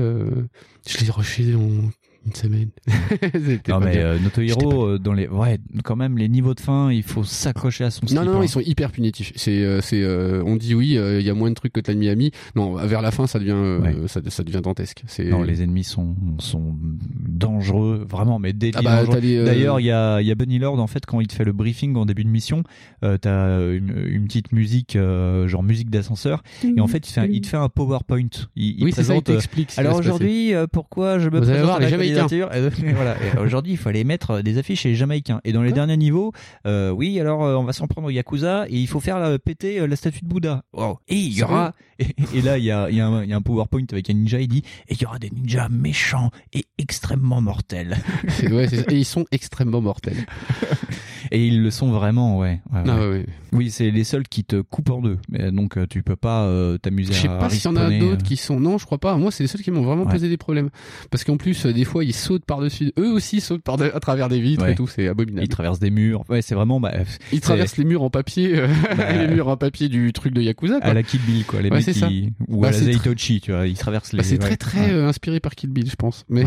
je l'ai rushé en une semaine. Non, mais Noto Hero, quand même, les niveaux de fin, il faut s'accrocher à son slip. Non, ils sont hyper punitifs. On dit oui, il y a moins de trucs que Hotline Miami. Non, vers la fin, ça devient, ça devient dantesque. Non, les ennemis sont dangereux, vraiment, mais dangereux. D'ailleurs, il y a Bunny Lord, en fait, quand il te fait le briefing en début de mission, t'as une petite musique, genre musique d'ascenseur, et en fait, il te fait un PowerPoint. Il présente, ça, il t'explique. Alors aujourd'hui, pourquoi je me présente à la candidature. Et voilà. Et aujourd'hui, il fallait mettre des affiches chez les Jamaïcains. Et dans les derniers niveaux, on va s'en prendre au Yakuza et il faut faire péter la statue de Bouddha. Wow. Et il y aura, et là, il y a un PowerPoint avec un ninja, il dit, et il y aura des ninjas méchants et extrêmement mortels. Et ils sont extrêmement mortels. Et ils le sont vraiment, ouais. Ouais. Oui, c'est les seuls qui te coupent en deux. Mais donc, tu peux pas t'amuser à Je sais pas s'il y en a d'autres qui sont... Non, je crois pas. Moi, c'est les seuls qui m'ont vraiment posé des problèmes. Parce qu'en plus, des fois, ils sautent par-dessus. Eux aussi sautent à travers des vitres et tout. C'est abominable. Ils traversent des murs. Ouais, c'est vraiment... Ils traversent les murs en papier. Les murs en papier du truc de Yakuza, quoi. À la Kill Bill, quoi. Les mecs qui... Ou à la Zeitochi, tu vois. Ils traversent les... c'est très inspiré par Kill Bill, je pense. Mais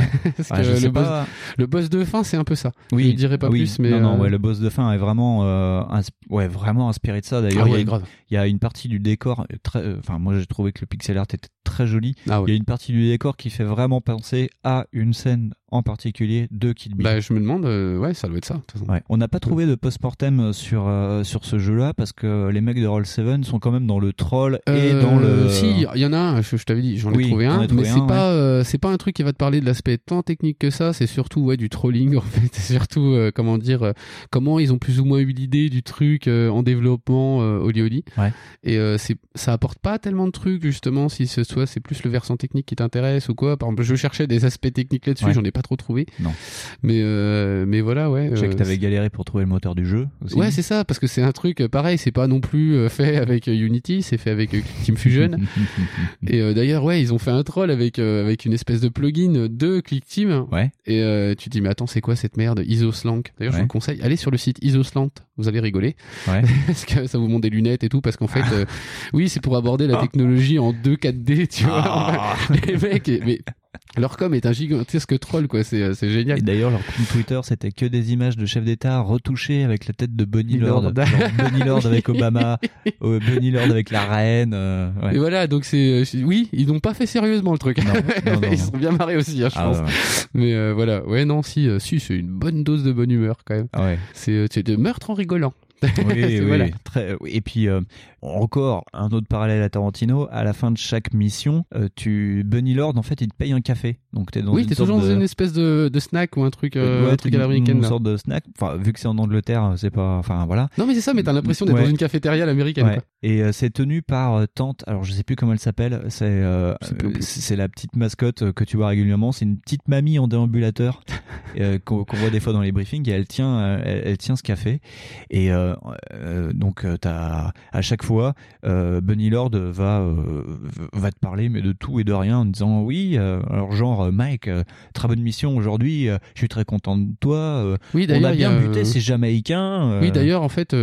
le boss de fin, c'est un peu ça. Oui. Je dirais pas plus, mais... Non, le boss de fin est vraiment vraiment inspiré de ça. D'ailleurs, il y a une partie du décor moi j'ai trouvé que le pixel art était très joli. Il y a une partie du décor qui fait vraiment penser à une scène en particulier de Kill Bill. Je me demande, ça doit être ça. De toute façon. On n'a pas trouvé de post-mortem sur ce jeu-là parce que les mecs de Roll7 sont quand même dans le troll et dans le... Si, il y en a un, je t'avais dit, j'en ai trouvé un, mais c'est pas un truc qui va te parler de l'aspect tant technique que ça, c'est surtout du trolling en fait, c'est surtout comment ils ont plus ou moins eu l'idée du truc en développement Oli. Et ça apporte pas tellement de trucs justement si c'est plus le versant technique qui t'intéresse ou quoi. Par exemple, je cherchais des aspects techniques là-dessus, j'en ai pas trop trouvé. Non. Mais voilà, Je sais que t'avais galéré pour trouver le moteur du jeu aussi. Ouais, c'est ça, parce que c'est un truc pareil, c'est pas non plus fait avec Unity, c'est fait avec Team Fusion. Et d'ailleurs, ils ont fait un troll avec une espèce de plugin de ClickTeam. Ouais. Et tu te dis, mais attends, c'est quoi cette merde IsoSlant? D'ailleurs, je vous le conseille, allez sur le site IsoSlant, vous allez rigoler. Ouais. Parce que ça vous montre des lunettes et tout, parce qu'en fait, c'est pour aborder la technologie en 2-4D, tu vois. Les mecs, mais leur com est un gigantesque troll, quoi. C'est génial. Et d'ailleurs, leur compte Twitter, c'était que des images de chefs d'État retouchées avec la tête de Bunny Lord. Genre Bunny Lord avec Obama, Bunny Lord avec la reine. Et voilà, donc ils n'ont pas fait sérieusement le truc. Non. Ils se sont bien marrés aussi, je pense. Ouais. Mais voilà, c'est une bonne dose de bonne humeur quand même. Ouais. C'est de meurtre en rigolant. Oui, voilà. Très. Et puis encore un autre parallèle à Tarantino. À la fin de chaque mission, Bunny Lord, en fait, il te paye un café. Donc t'es dans t'es toujours dans une espèce de snack ou un truc à l'américaine. Une sorte de snack. Enfin, vu que c'est en Angleterre, c'est pas. Enfin voilà. Non, mais c'est ça. Mais t'as l'impression d'être dans une cafétéria à l'américaine. Ouais. Et c'est tenu par Tante. Alors je sais plus comment elle s'appelle. C'est la petite mascotte que tu vois régulièrement. C'est une petite mamie en déambulateur qu'on voit des fois dans les briefings. Et elle tient ce café. Et donc t'as à chaque fois Bunny Lord va te parler mais de tout et de rien en disant alors genre Mike, très bonne mission aujourd'hui, je suis très content de toi, on a bien buté ces Jamaïcains. Oui, d'ailleurs en fait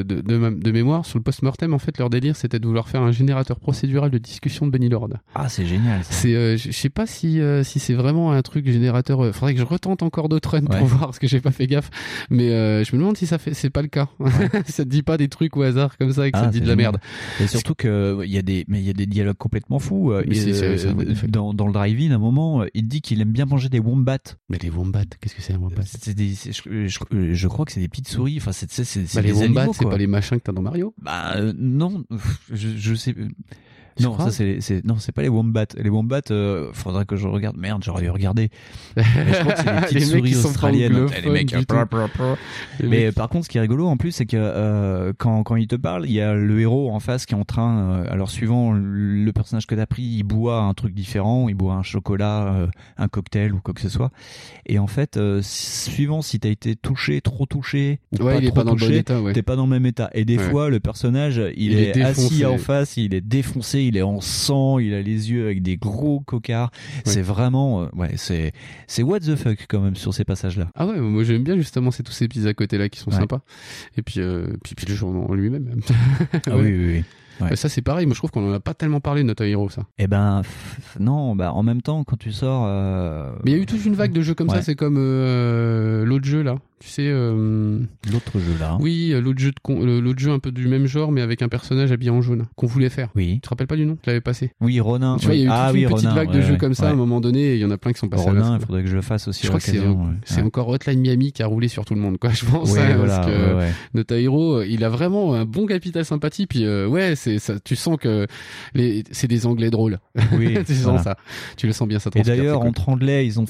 de mémoire sur le post-mortem, en fait leur délire c'était de vouloir faire un générateur procédural de discussion de Bunny Lord. Ah, c'est génial ça. C'est je sais pas si c'est vraiment un truc générateur, faudrait que je retente encore d'autres runs pour voir parce que j'ai pas fait gaffe, mais je me demande si c'est pas le cas. Ça te dit pas des trucs au hasard comme ça et que ça te dit de la merde. Et surtout que il y a des dialogues complètement fous. Dans le drive-in, à un moment, il dit qu'il aime bien manger des wombats. Mais les wombats, qu'est-ce que c'est un wombat? Je crois que c'est des petites souris. Enfin, c'est les des wombats, animaux, c'est pas les machins que t'as dans Mario? Non, je sais. Non, ça c'est pas les wombats. Les wombats, faudrait que je regarde. Merde, j'aurais dû regarder. Mais je crois que c'est des petites souris australiennes. Les mecs. Mais par contre, ce qui est rigolo en plus, c'est que quand il te parle, il y a le héros en face qui est en train. Alors suivant le personnage que t'as pris, il boit un truc différent. Il boit un chocolat, un cocktail ou quoi que ce soit. Et en fait, suivant si t'as été trop touché ou pas trop touché, t'es pas dans le même état. Et des fois, le personnage, il est assis en face, il est défoncé. il est en sang, il a les yeux avec des gros cocards. Ouais. C'est vraiment, c'est what the fuck quand même sur ces passages-là. Ah ouais, moi j'aime bien justement tous ces petits à côté là qui sont sympas. Et puis le jeu en lui-même. Ah oui. Ouais. Ça c'est pareil, moi je trouve qu'on en a pas tellement parlé de Not a Hero, ça. Eh ben non, en même temps quand tu sors mais il y a eu toute une vague de jeux comme ça, c'est comme l'autre jeu là. Tu sais l'autre jeu là. Oui, l'autre jeu un peu du même genre mais avec un personnage habillé en jaune qu'on voulait faire. Oui. Tu te rappelles pas du nom? Tu l'avais passé. Oui, Ronin. Tu vois, il y a eu toute une petite vague de jeux comme ça à un moment donné, et il y en a plein qui sont passés. Ronin, il faudrait que je le fasse aussi. Je crois que c'est encore Hotline Miami qui a roulé sur tout le monde, quoi, je pense. Oui, parce que Not a Hero, il a vraiment un bon capital sympathie, puis c'est ça, tu sens que c'est des Anglais drôles. Oui. Tu sens ça. Tu le sens bien, ça transpire. Et d'ailleurs, entre Anglais, ils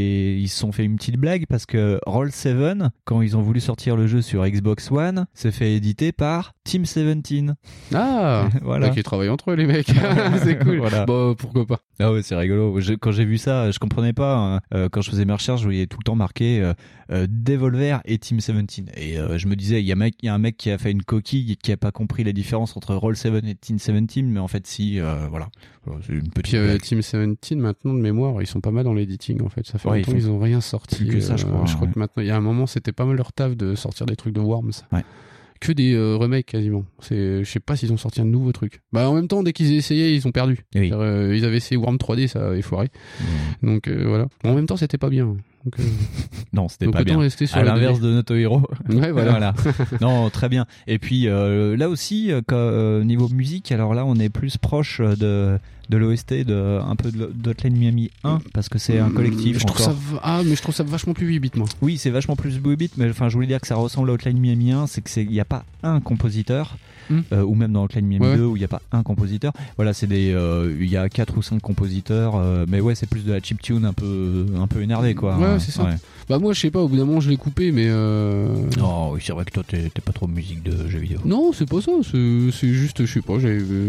se sont fait une petite blague parce que Roll7, quand ils ont voulu sortir le jeu sur Xbox One, s'est fait éditer par Team 17. Ah, voilà. Donc ils travaillent entre eux, les mecs. C'est cool. Voilà. Bon, pourquoi pas. Ah ouais, c'est rigolo. Quand j'ai vu ça, je comprenais pas. Quand je faisais mes recherches, je voyais tout le temps marqué Devolver et Team 17. Et je me disais, il y a un mec qui a fait une coquille qui a pas compris la différence entre Roll7 et Team 17, mais en fait, si, voilà. C'est une petite blague. Team 17, maintenant, de mémoire, ils sont pas mal dans l'editing, en fait. Ça fait longtemps qu'ils ont rien sorti. Plus que ça, je crois. Je crois que maintenant, il y a un moment, c'était pas mal leur taf de sortir des trucs de Worms. Ouais. Que des remakes quasiment. Je sais pas s'ils ont sorti un nouveau truc. En même temps, dès qu'ils essayaient, ils ont perdu. Oui. Ils avaient essayé Worm 3D, ça avait foiré. Donc voilà. En même temps, c'était pas bien. Donc, non, c'était pas bien. Sur à l'inverse de Not a Hero. Ouais, voilà. Non, très bien. Et puis là aussi, niveau musique, alors là, on est plus proche de l'OST un peu de Hotline Miami 1 parce que c'est un collectif. Mais je trouve ça vachement plus 8 bits, moi. Oui, c'est vachement plus 8 bits, mais enfin, je voulais dire que ça ressemble à Hotline Miami 1, c'est que il y a pas un compositeur. Ou même dans Hotline Miami 2 où il n'y a pas un compositeur. Voilà, il y a 4 ou 5 compositeurs, mais ouais, c'est plus de la chiptune un peu énervé, quoi. Ouais, c'est ça. Ouais. Moi, je sais pas, au bout d'un moment, je l'ai coupé, mais Oh, oui, c'est vrai que toi, t'es pas trop musique de jeux vidéo. Non, c'est pas ça, c'est juste, je sais pas,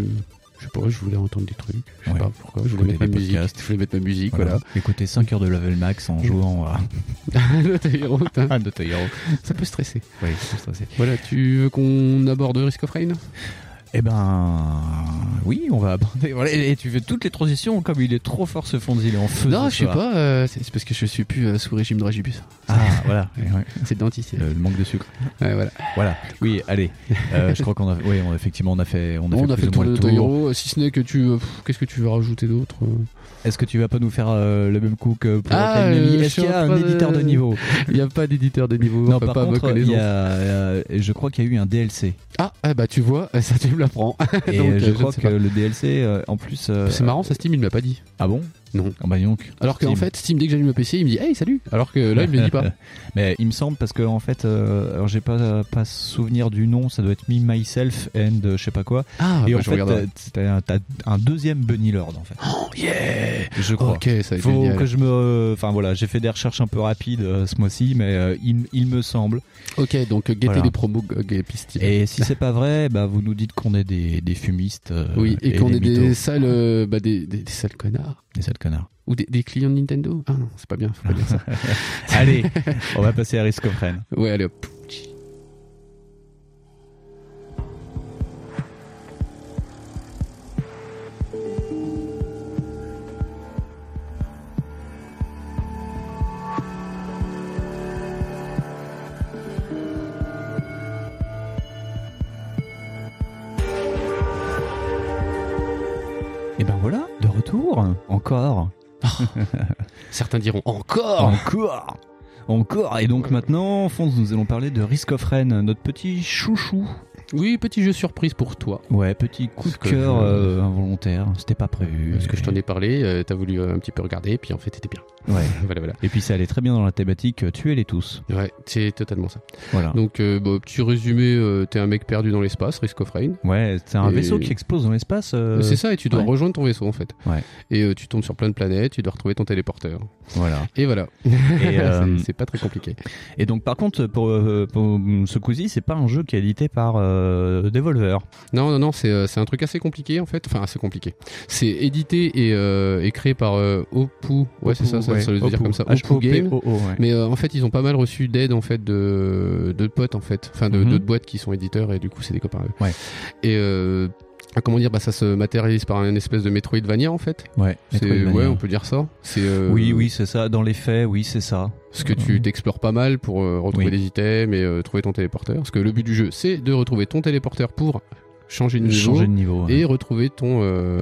je voulais entendre des trucs. Je sais pas pourquoi. Je voulais mettre ma musique. Voilà. Écouter 5 heures de Level Max en jouant à Not a Hero. Not a Hero. Ça peut stresser. Oui, ça peut stresser. Voilà, tu veux qu'on aborde Risk of Rain? Eh ben, oui, on va aborder. Voilà. Et tu fais toutes les transitions comme il est trop fort ce Fonz, il est en feu. Non, je sais pas. C'est parce que je suis plus sous régime Dragibus. Ah, voilà. C'est le dentiste. Le manque de sucre. Ouais, voilà. Voilà. Oui, allez. Je crois qu'on a. Oui, effectivement, on a fait le tour de Not a Hero. Si ce n'est que qu'est-ce que tu veux rajouter d'autre? Est-ce que tu vas pas nous faire le même coup que pour Est-ce qu'il y a un éditeur de niveau? Il n'y a pas d'éditeur de niveau. Non, par contre, je crois qu'il y a eu un DLC. Ah, bah tu vois, ça tu me l'apprends. Et donc, je crois que le DLC, en plus... C'est marrant, ça Steam, il me l'a pas dit. Ah bon? Non. Ah bah donc. Alors qu'en fait, Steam, dès que j'allume le PC, il me dit hey, salut. Alors que là, il me le dit pas. Mais il me semble parce que en fait, alors j'ai pas souvenir du nom, ça doit être Me, Myself and je sais pas quoi. Ah, et bah, en fait, t'as un deuxième Bunny Lord en fait. Oh yeah. Je crois. Ok, ça va être Faut génial. que enfin voilà, j'ai fait des recherches un peu rapides ce mois-ci, mais il me semble. Ok, donc guettez les promos Steam. Et si c'est pas vrai, bah vous nous dites qu'on est des fumistes. Oui, et qu'on est des sales, des sales connards. Des sales connards. Ou des clients de Nintendo. Ah non, c'est pas bien, faut pas dire ça. Allez, on va passer à Risk of Rain. Ouais, allez hop. Et ben voilà, de retour, encore. Certains diront encore. Et donc maintenant, Fonz, nous allons parler de Risk of Rain, notre petit chouchou. Oui, petit jeu surprise pour toi. Ouais, petit coup de cœur involontaire, c'était pas prévu. Parce que je t'en ai parlé, t'as voulu un petit peu regarder, puis en fait, t'étais bien. Ouais. Voilà. Et puis ça allait très bien dans la thématique tuez-les tous. Ouais, c'est totalement ça. Voilà. Donc, petit résumé, t'es un mec perdu dans l'espace, Risk of Rain. Ouais, c'est un vaisseau qui explose dans l'espace. C'est ça, et tu dois rejoindre ton vaisseau en fait. Ouais. Et tu tombes sur plein de planètes, tu dois retrouver ton téléporteur. Voilà. Et voilà. Et c'est pas très compliqué. Et donc par contre, pour ce coup-ci, c'est pas un jeu qui est édité par Devolver. Non, c'est un truc assez compliqué en fait. Enfin, assez compliqué. C'est édité et créé par Opoo. Ouais, c'est ça veut dire comme ça. Opoo Game. Mais en fait, ils ont pas mal reçu d'aide en fait de potes en fait. Enfin, d'autres boîtes qui sont éditeurs et du coup, c'est des copains. Ouais. Et comment dire, ça se matérialise par une espèce de Metroidvania en fait. Ouais, on peut dire ça. Oui, c'est ça. Dans les faits, oui, c'est ça. Parce que tu t'explores pas mal pour retrouver des items et trouver ton téléporteur. Parce que le but du jeu, c'est de retrouver ton téléporteur pour changer de niveau et retrouver ton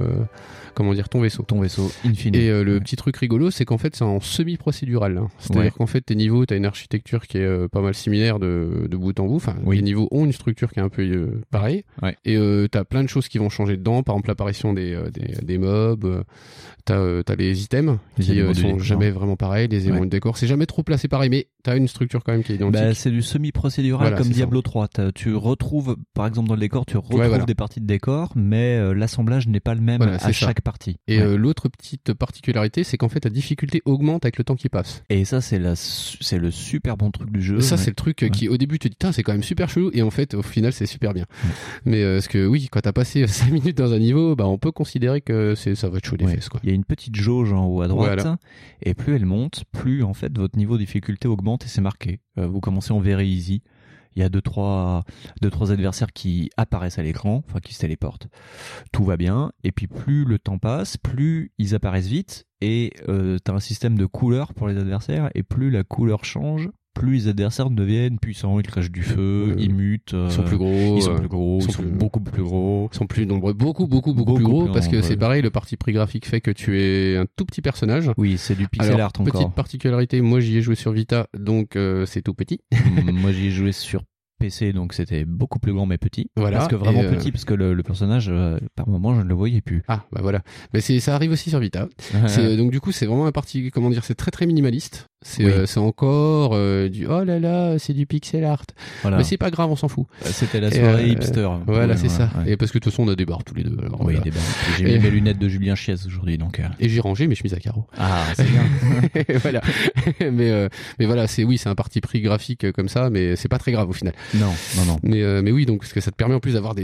ton vaisseau. Ton vaisseau infini. Et le petit truc rigolo, c'est qu'en fait, c'est en semi-procédural. Hein. C'est-à-dire qu'en fait, tes niveaux, t'as une architecture qui est pas mal similaire de bout en bout. Enfin, les niveaux ont une structure qui est un peu pareille. Ouais. Et t'as plein de choses qui vont changer dedans. Par exemple, l'apparition des mobs. T'as les items qui sont jamais vraiment pareils, les éléments de décor. C'est jamais trop placé pareil, mais t'as une structure quand même qui est identique. C'est du semi-procédural comme Diablo 3. Tu retrouves, par exemple, dans le décor, des parties de décor, mais l'assemblage n'est pas le même à chaque partie. Et l'autre petite particularité, c'est qu'en fait, ta difficulté augmente avec le temps qui passe. Et ça, c'est le super bon truc du jeu. Ça, c'est le truc qui, au début, te dit, c'est quand même super chelou, et en fait, au final, c'est super bien. Mais parce que oui, quand t'as passé 5 minutes dans un niveau, on peut considérer que ça va être chaud des fesses, quoi. Il y a une petite jauge en haut à droite, et plus elle monte, plus en fait votre niveau de difficulté augmente, et c'est marqué. Vous commencez en very easy. Il y a deux trois adversaires qui apparaissent à l'écran, enfin qui se téléportent. Tout va bien, et puis plus le temps passe, plus ils apparaissent vite, et t'as un système de couleurs pour les adversaires, et plus la couleur change, plus les adversaires deviennent puissants, ils crachent du feu, ils mutent. Ils sont plus gros. Ils sont beaucoup plus gros. Ils sont plus nombreux, beaucoup plus gros, parce que c'est pareil, le parti pris graphique fait que tu es un tout petit personnage. Oui, c'est du pixel art encore. Petite particularité, moi j'y ai joué sur Vita, donc c'est tout petit. Moi j'y ai joué sur PC, donc c'était beaucoup plus grand mais petit. Voilà. Parce que vraiment petit, parce que le personnage, par moment, je ne le voyais plus. Ah, voilà. Mais ça arrive aussi sur Vita. Donc du coup, c'est vraiment un parti, c'est très très minimaliste. C'est encore du oh là là, c'est du pixel art. Voilà. Mais c'est pas grave, on s'en fout. C'était la soirée hipster. Voilà, c'est ça. Ouais. Et parce que de toute façon, on a des barres tous les deux. Alors, oui, des barres. J'ai mis mes lunettes de Julien Chiez aujourd'hui, donc. Et j'ai rangé mes chemises à carreaux. Ah, c'est bien. Voilà. mais voilà, c'est un parti pris graphique comme ça, mais c'est pas très grave au final. Non. Mais oui, donc parce que ça te permet en plus d'avoir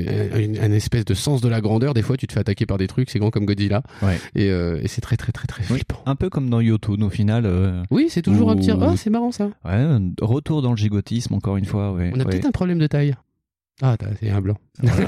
une espèce de sens de la grandeur. Des fois, tu te fais attaquer par des trucs, c'est grand comme Godzilla. Ouais. Et c'est très très très très flippant. Un peu comme dans Yotun au final. Oui, c'est toujours un petit. Oh, c'est marrant ça. Ouais, retour dans le gigotisme encore une fois. Ouais. On a peut-être un problème de taille. Ah, c'est un blanc.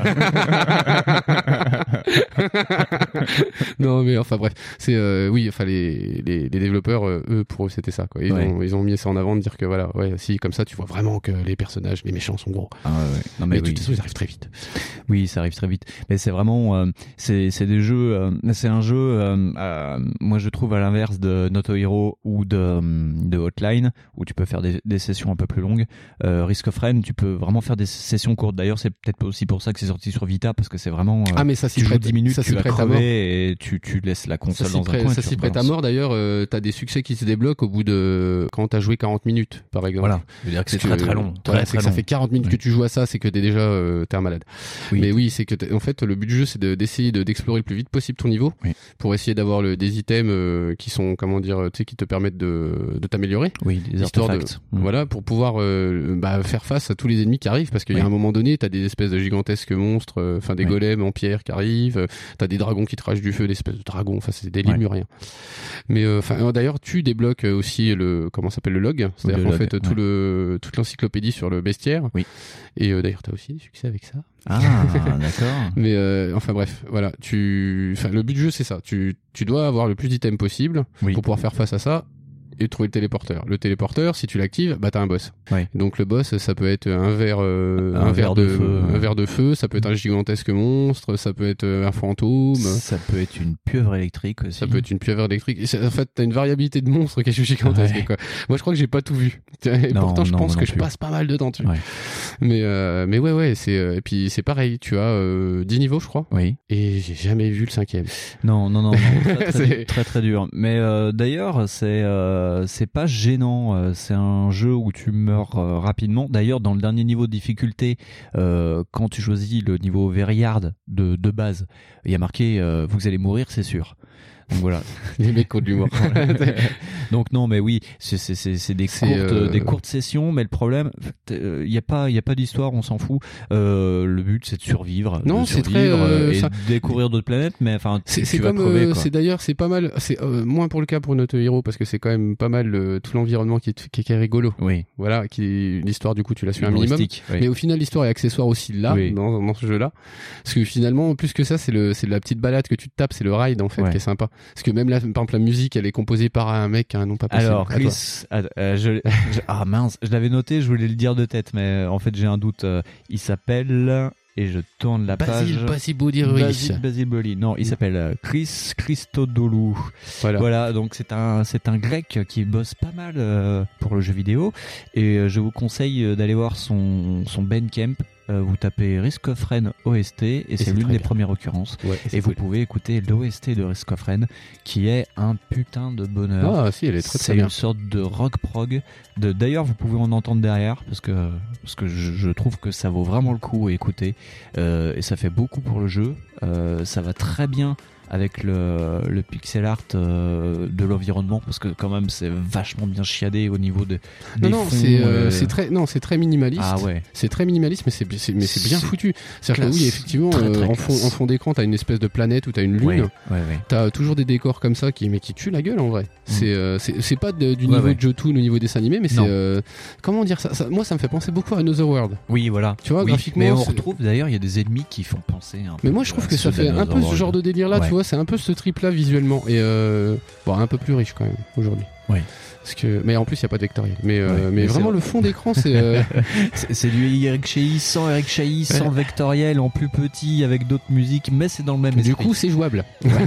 Non, mais enfin bref, c'est les développeurs, eux, pour eux, c'était ça, quoi. Ils ont mis ça en avant de dire que voilà, si comme ça, tu vois vraiment que les personnages, les méchants sont gros. Ah ouais. Non mais de toute façon, ils arrivent très vite. Oui, ça arrive très vite. Mais c'est vraiment, c'est des jeux. C'est un jeu. Moi, je trouve à l'inverse de Noto Hero ou de Hotline, où tu peux faire des sessions un peu plus longues. Risk of Rain, tu peux vraiment faire des sessions courtes. D'ailleurs, c'est peut-être aussi pour ça que c'est sorti sur Vita, parce que c'est vraiment. Mais ça s'y prête. 10 minutes, ça tu vas crever et tu laisses la console dans un coin. Ça s'y prête à mort. D'ailleurs, t'as des succès qui se débloquent au bout de quand t'as joué 40 minutes, par exemple. Voilà. Je veux dire que c'est très très long. Ça fait 40 minutes que tu joues à ça, c'est que t'es déjà t'es un malade. Oui. Mais oui, c'est que en fait le but du jeu, c'est d'essayer d'explorer le plus vite possible ton niveau, pour essayer d'avoir des items qui sont qui te permettent de t'améliorer. Oui, des artefacts. Voilà, pour pouvoir faire face à tous les ennemis qui arrivent, parce qu'il y a un moment donné, t'as des espèces de gigantesques monstres, des golems en pierre qui arrivent, t'as des dragons qui te rachent du feu, des espèces de dragons, c'est des lémuriens. Mais d'ailleurs, tu débloques aussi le log, c'est-à-dire qu'en fait toute l'encyclopédie sur le bestiaire. Oui. Et d'ailleurs, t'as aussi des succès avec ça. Ah, d'accord. Mais bref, voilà, le but du jeu, c'est ça. Tu dois avoir le plus d'items possible pour pouvoir faire face à ça. Et trouver le téléporteur. Le téléporteur, si tu l'actives, t'as un boss. Ouais. Donc le boss, ça peut être un ver de feu, ça peut être un gigantesque monstre, ça peut être un fantôme. Ça peut être une pieuvre électrique aussi. Ça peut être une pieuvre électrique. Et en fait, t'as une variabilité de monstres qui est gigantesque. Quoi. Moi, je crois que j'ai pas tout vu. Et pourtant, je pense que je passe pas mal de temps dessus. Ouais. Mais ouais, et puis c'est pareil. Tu as 10 niveaux, je crois. Oui. Et j'ai jamais vu le 5e. Non. Très, très dur. Mais d'ailleurs, c'est pas gênant, c'est un jeu où tu meurs rapidement. D'ailleurs, dans le dernier niveau de difficulté, quand tu choisis le niveau very hard de base, il y a marqué vous allez mourir, c'est sûr. Donc voilà. Les mecs qui ont de l'humour. Donc non, mais oui, c'est des courtes sessions, mais le problème, il y a pas d'histoire, on s'en fout. Le but c'est de survivre. Non, c'est très et découvrir d'autres planètes, mais enfin c'est vas comme crever, quoi. c'est d'ailleurs c'est pas mal, c'est moins pour le cas pour notre héros parce que c'est quand même pas mal tout l'environnement qui est rigolo. Oui. Voilà, l'histoire du coup tu l'as su un minimum. Oui. Mais au final l'histoire est accessoire aussi là dans ce jeu-là. Parce que finalement plus que ça c'est la petite balade que tu te tapes, c'est le ride en fait qui est sympa. Parce que même là par exemple la musique elle est composée par un mec qui a un nom pas possible. Alors Chris, ah mince, je l'avais noté, je voulais le dire de tête, mais en fait j'ai un doute. Il s'appelle, et je tourne la page. Basil Boli. Non, il s'appelle Chris Christodoulou. Voilà, donc c'est un grec qui bosse pas mal pour le jeu vidéo, et je vous conseille d'aller voir son Bandcamp. Vous tapez Risk of Rain OST et c'est l'une des premières occurrences. Et vous pouvez écouter l'OST de Risk of Rain qui est un putain de bonheur. Ah si, elle est très bien. C'est une sorte de rock prog. D'ailleurs, vous pouvez en entendre derrière parce que je trouve que ça vaut vraiment le coup à écouter. Et ça fait beaucoup pour le jeu. Ça va très bien avec le pixel art de l'environnement parce que quand même c'est vachement bien chiadé au niveau des fonds. C'est très minimaliste. Ah ouais. C'est très minimaliste mais c'est bien foutu. C'est-à-dire que oui, effectivement très en fond d'écran, t'as une espèce de planète où t'as une lune. T'as toujours des décors comme ça qui tuent la gueule en vrai. C'est pas du niveau de Jotun au niveau dessin animé mais c'est comment dire ça, moi ça me fait penser beaucoup à Another World. Oui, voilà. Tu vois, graphiquement mais on retrouve d'ailleurs il y a des ennemis qui font penser un peu. Mais moi je trouve que ça fait un peu ce genre de délire là, tu vois, c'est un peu ce trip là visuellement et un peu plus riche quand même aujourd'hui. Oui. Mais en plus il n'y a pas de vectoriel. Mais vraiment le fond d'écran c'est c'est du Eric Chahi sans vectoriel, en plus petit avec d'autres musiques, mais c'est dans le même esprit. Du coup c'est jouable.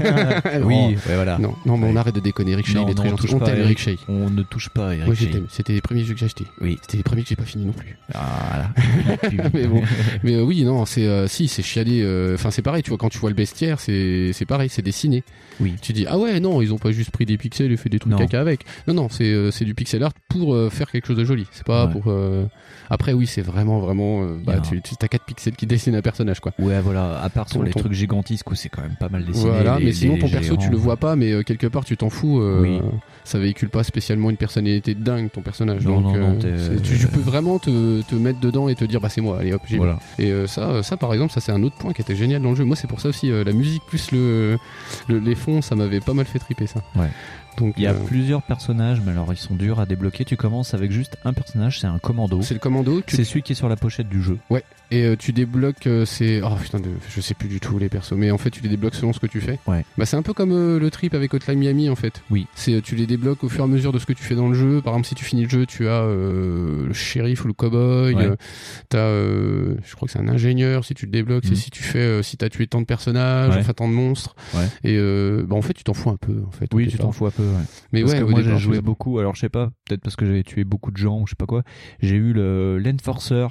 Oui, voilà. Non, mais on arrête de déconner. Eric Chahi il est très gentil. On t'aime Eric Chahi. On ne touche pas Eric Chahi. Moi je t'aime. C'était les premiers jeux que j'ai achetés. Oui. C'était les premiers que j'ai pas fini non plus. Ah voilà. Mais bon, oui non, c'est chiadé. Enfin c'est pareil, tu vois, quand tu vois le bestiaire, c'est pareil, c'est dessiné. Oui. Tu dis ah ouais non, ils ont pas juste pris des pixels et fait des trucs caca avec. Non, c'est du pixel art pour faire quelque chose de joli. C'est pas pour. Après oui, c'est vraiment tu as 4 pixels qui dessinent un personnage quoi. Ouais voilà. À part sur les trucs gigantesques où c'est quand même pas mal dessiné. Mais sinon ton perso tu le vois pas, mais quelque part tu t'en fous. Ça véhicule pas spécialement une personnalité de dingue ton personnage. Tu peux vraiment te mettre dedans et te dire bah c'est moi. Allez hop j'y vais. Et ça par exemple ça c'est un autre point qui était génial dans le jeu. Moi c'est pour ça aussi la musique plus les fonds ça m'avait pas mal fait triper ça. Ouais. Donc, il y a plusieurs personnages, mais alors ils sont durs à débloquer. Tu commences avec juste un personnage, c'est un commando. C'est le commando. C'est celui qui est sur la pochette du jeu. Ouais. Et tu débloques je sais plus du tout les persos, mais en fait tu les débloques selon ce que tu fais. Ouais. Bah c'est un peu comme le trip avec Hotline Miami en fait. Oui. Tu les débloques au fur et à mesure de ce que tu fais dans le jeu. Par exemple si tu finis le jeu, tu as le shérif ou le cowboy. T'as je crois que c'est un ingénieur si tu le débloques. C'est si tu fais si t'as tué tant de personnages, enfin tant de monstres. Ouais. Et en fait tu t'en fous un peu en fait. Oui, tu t'en fous un peu. Ouais. Mais parce que moi j'ai joué beaucoup. Alors je sais pas, peut-être parce que j'avais tué beaucoup de gens ou je sais pas quoi. J'ai eu l'Enforcer,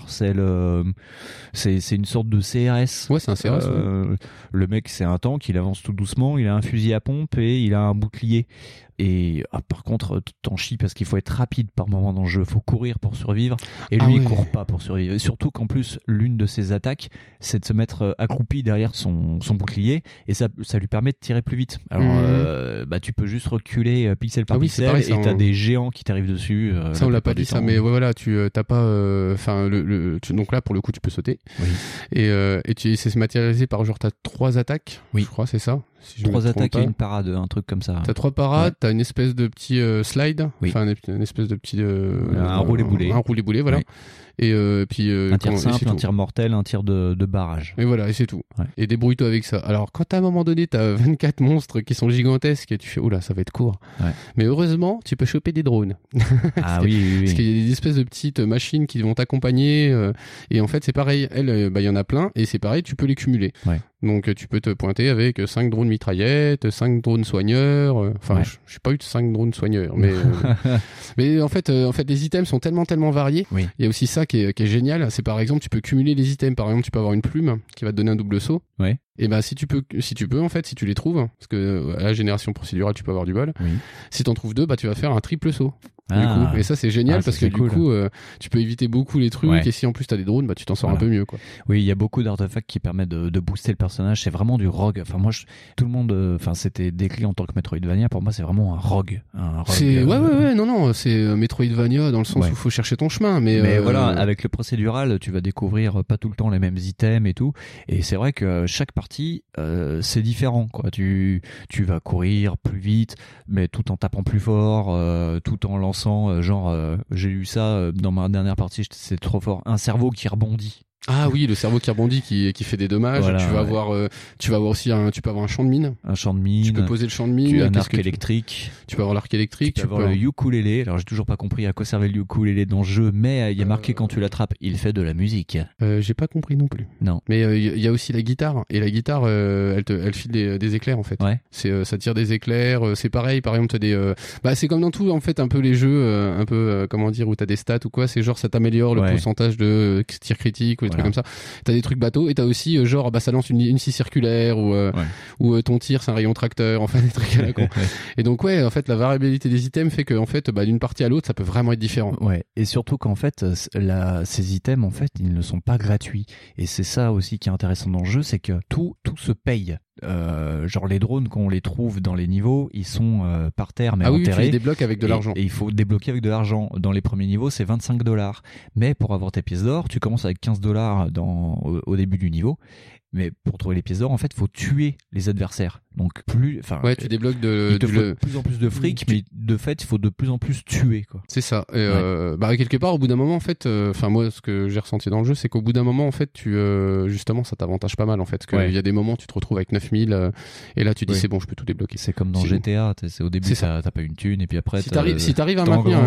c'est une sorte de CRS. Ouais, c'est un CRS. Le mec, c'est un tank, il avance tout doucement, il a un fusil à pompe et il a un bouclier. Et par contre, t'en chies parce qu'il faut être rapide par moment dans le jeu. Faut courir pour survivre. Et lui, il court pas pour survivre. Et surtout qu'en plus, l'une de ses attaques, c'est de se mettre accroupi derrière son bouclier. Et ça lui permet de tirer plus vite. Alors, tu peux juste reculer pixel par pixel. Pareil, et t'as des géants qui t'arrivent dessus. Ça, on l'a pas dit ça. Mais voilà, tu t'as pas. Enfin, donc là, pour le coup, tu peux sauter. Oui. Et c'est matérialisé par genre, t'as 3 attaques. Oui. Je crois, c'est ça. Si 3 attaques et une parade, un truc comme ça. T'as 3 parades, t'as une espèce de petit slide, enfin une espèce de petit un roulé-boulé. Un roulé-boulé, voilà. Et puis un tir simple, un tir mortel, un tir de barrage. Et voilà, et c'est tout. Ouais. Et débrouille-toi avec ça. Alors quand à un moment donné t'as 24 monstres qui sont gigantesques et tu fais oula, ça va être court. Ouais. Mais heureusement, tu peux choper des drones. Ah oui. Parce qu'il y a des espèces de petites machines qui vont t'accompagner et en fait, c'est pareil, il y en a plein et c'est pareil, tu peux les cumuler. Ouais. Donc tu peux te pointer avec 5 drones mitraillettes, 5 drones soigneurs, j'ai pas eu de 5 drones soigneurs, mais mais en fait les items sont tellement variés. Oui. Il y a aussi ça qui est génial, c'est par exemple tu peux cumuler les items, par exemple tu peux avoir une plume qui va te donner un double saut. Ouais. Et ben si tu peux en fait, si tu les trouves, parce que à la génération procédurale tu peux avoir du bol. Oui. Si t'en trouves 2, bah tu vas faire un triple saut. Du coup. Et ça c'est génial parce que du coup tu peux éviter beaucoup les trucs et si en plus t'as des drones, bah tu t'en sors un peu mieux quoi. Oui, il y a beaucoup d'artefacts qui permettent de booster le personnage. C'est vraiment du rogue. Enfin moi, tout le monde, c'était décrit en tant que Metroidvania. Pour moi, c'est vraiment un rogue. C'est non, c'est Metroidvania dans le sens où faut chercher ton chemin. Mais voilà, avec le procédural, tu vas découvrir pas tout le temps les mêmes items et tout. Et c'est vrai que chaque partie, c'est différent quoi. Tu vas courir plus vite, mais tout en tapant plus fort, tout en lançant j'ai eu ça dans ma dernière partie, c'est trop fort, un cerveau qui rebondit. Ah oui, le cerveau qui rebondit, qui fait des dommages. Voilà, tu vas avoir aussi tu peux avoir un champ de mine. Un champ de mine. Tu peux poser le champ de mine. Tu as un arc électrique. Tu peux avoir l'arc électrique. Tu peux avoir le ukulélé. Alors j'ai toujours pas compris à quoi servait le ukulélé dans le jeu, mais il y a marqué quand tu l'attrapes, il fait de la musique. J'ai pas compris non plus. Non. Mais il y a aussi la guitare. Et la guitare, elle file des éclairs en fait. Ouais. Ça tire des éclairs. C'est pareil. Par exemple, t'as des. C'est comme dans tout en fait, un peu les jeux, un peu comment dire, où t'as des stats ou quoi. C'est genre ça t'améliore le pourcentage de tir critique ou des trucs comme ça. T'as des trucs bateaux et t'as aussi ça lance une scie circulaire ou ton tir c'est un rayon tracteur, enfin des trucs à la con. Et donc en fait la variabilité des items fait que en fait d'une partie à l'autre ça peut vraiment être différent. Ouais, et surtout qu'en fait ces items en fait ils ne sont pas gratuits et c'est ça aussi qui est intéressant dans le jeu, c'est que tout se paye. Genre les drones quand on les trouve dans les niveaux ils sont par terre mais enterrés. Tu les débloques avec de l'argent et il faut débloquer avec de l'argent. Dans les premiers niveaux c'est $25, mais pour avoir tes pièces d'or tu commences avec $15 au début du niveau, mais pour trouver les pièces d'or en fait faut tuer les adversaires, donc tu débloques il te faut de plus en plus de fric, mais de fait il faut de plus en plus tuer quoi. C'est ça. Et quelque part au bout d'un moment en fait, moi ce que j'ai ressenti dans le jeu c'est qu'au bout d'un moment en fait justement ça t'avantage pas mal en fait, parce qu'il y a des moments où tu te retrouves avec 9000 et là tu dis c'est bon je peux tout débloquer. C'est comme dans GTA, c'est au début t'as pas une thune et puis après si t'arrives à maintenir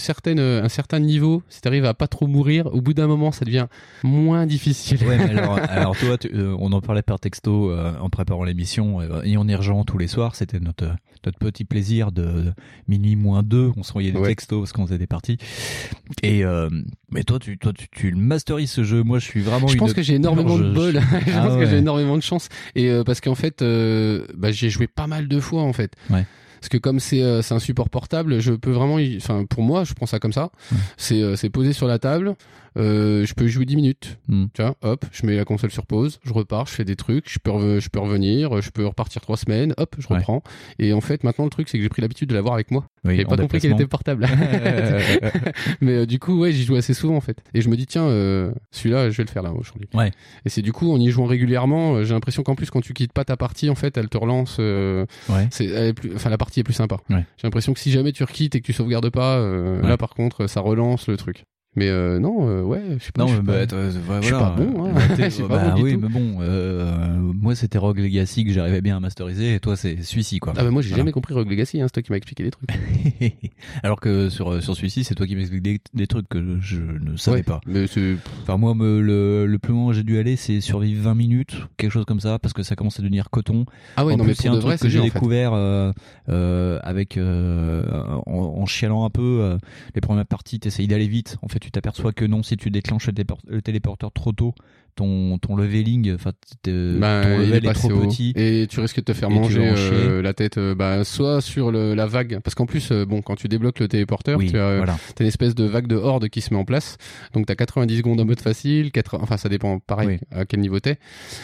un certain niveau, si t'arrives à pas trop mourir, au bout d'un moment ça devient moins difficile. Ouais, mais alors toi on en parlait par texto en préparant l'émission et on y rejoint tous les soirs, c'était notre petit plaisir de minuit moins 2, on s'envoyait des textos parce qu'on faisait des parties et mais toi tu le masterises ce jeu. Moi je suis vraiment je pense que j'ai énormément de bol. Je pense que j'ai énormément de chance et parce qu'en fait j'ai joué pas mal de fois en fait. Ouais. Parce que comme c'est un support portable, je peux vraiment pour moi je prends ça comme ça. C'est posé sur la table. Je peux y jouer 10 minutes. Tu vois, hop, je mets la console sur pause, je repars, je fais des trucs, je peux revenir, je peux repartir 3 semaines, hop, je reprends. Et en fait, maintenant le truc c'est que j'ai pris l'habitude de l'avoir avec moi. Oui, j'avais pas compris qu'elle était portable. Mais du coup, j'y joue assez souvent en fait. Et je me dis tiens, celui-là, je vais le faire là aujourd'hui. Ouais. Et c'est du coup en y jouant régulièrement, j'ai l'impression qu'en plus quand tu quittes pas ta partie, en fait, elle te relance. La partie est plus sympa. Ouais. J'ai l'impression que si jamais tu requittes et que tu sauvegardes pas, là par contre, ça relance le truc. Mais je sais pas. Je suis pas bon. Hein. Je suis pas bon du tout. Mais bon, moi c'était Rogue Legacy que j'arrivais bien à masteriser, et toi c'est celui-ci quoi. Ah bah moi j'ai jamais compris Rogue Legacy, c'est toi qui m'as expliqué des trucs. Alors que sur celui-ci c'est toi qui m'expliques des trucs que je ne savais pas. Mais moi le plus loin où j'ai dû aller c'est survivre 20 minutes, quelque chose comme ça, parce que ça commence à devenir coton. Ah ouais, en non plus, mais pour de vrai c'est un truc que j'ai découvert en chialant un peu. Les premières parties t'essayes d'aller vite, en fait tu t'aperçois que non, si tu déclenches le téléporteur trop tôt, ton leveling, ton level est trop petit et tu risques de te faire manger la tête, soit sur la vague, parce qu'en plus quand tu débloques le téléporteur, t'as une espèce de vague de horde qui se met en place, donc t'as 90 secondes en mode facile, ça dépend pareil à quel niveau t'es.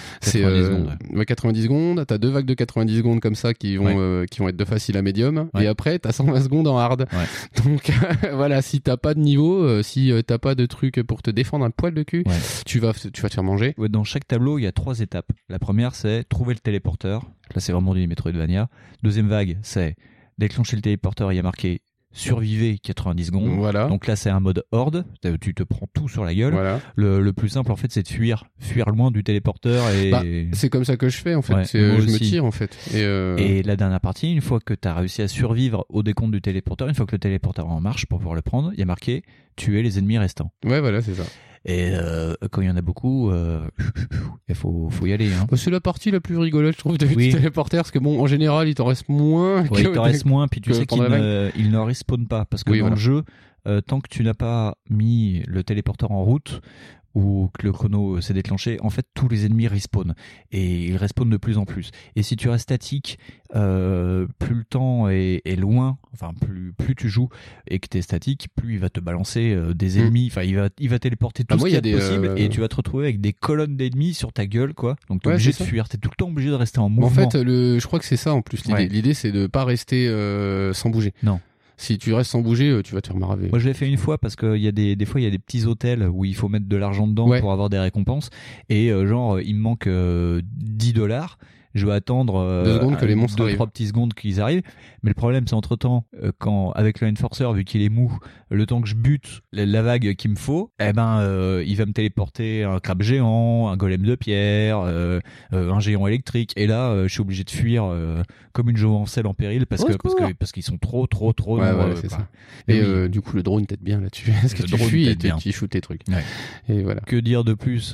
90 secondes, t'as 2 vagues de 90 secondes comme ça qui vont être de facile à médium, et après t'as 120 secondes en hard. Donc voilà, si t'as pas de niveau, si t'as pas de truc pour te défendre un poil de cul, tu vas te faire manger. Dans chaque tableau, il y a 3 étapes. La première, c'est trouver le téléporteur. Là, c'est vraiment du Metroidvania. Deuxième vague, c'est déclencher le téléporteur. Il y a marqué survivez 90 secondes. Voilà. Donc là, c'est un mode horde. Tu te prends tout sur la gueule. Voilà. Le plus simple, en fait, c'est de fuir loin du téléporteur. C'est comme ça que je fais, en fait. Je me tire, en fait. Et la dernière partie, une fois que tu as réussi à survivre au décompte du téléporteur, une fois que le téléporteur est en marche pour pouvoir le prendre, il y a marqué tuer les ennemis restants. Ouais, voilà, c'est ça. Et quand il y en a beaucoup, il faut y aller. Hein. C'est la partie la plus rigolote, je trouve, du téléporteur, parce que en général, il t'en reste moins. Il t'en reste moins, puis tu sais qu'il ne respawn pas, parce que dans le jeu, tant que tu n'as pas mis le téléporteur en route, ou que le chrono s'est déclenché, en fait tous les ennemis respawnent et ils respawnent de plus en plus. Et si tu restes statique, plus le temps est loin, enfin plus tu joues et que t'es statique, plus il va te balancer des ennemis. Enfin il va téléporter tout ce qu'il y a de possible et tu vas te retrouver avec des colonnes d'ennemis sur ta gueule quoi. Donc t'es obligé de fuir, t'es tout le temps obligé de rester en mouvement. En fait je crois que c'est ça en plus l'idée. L'idée c'est de pas rester sans bouger. Non. Si tu restes sans bouger, tu vas te faire maraver. Moi, je l'ai fait une fois parce qu'il y a des fois, il y a des petits hôtels où il faut mettre de l'argent dedans pour avoir des récompenses. Et genre, il me manque $10. Je vais attendre 2 secondes que les monstres arrivent. 2-3 petites secondes qu'ils arrivent. Mais le problème, c'est entre-temps, quand avec le Enforcer, vu qu'il est mou, le temps que je bute la vague qu'il me faut, il va me téléporter un crabe géant, un golem de pierre, un géant électrique. Et là, je suis obligé de fuir comme une jovencelle en péril parce qu'ils sont trop nombreux. C'est ça. Et du coup, le drone t'aide bien là-dessus. Parce que tu fuis et tu shoots tes trucs. Ouais. Et voilà. Que dire de plus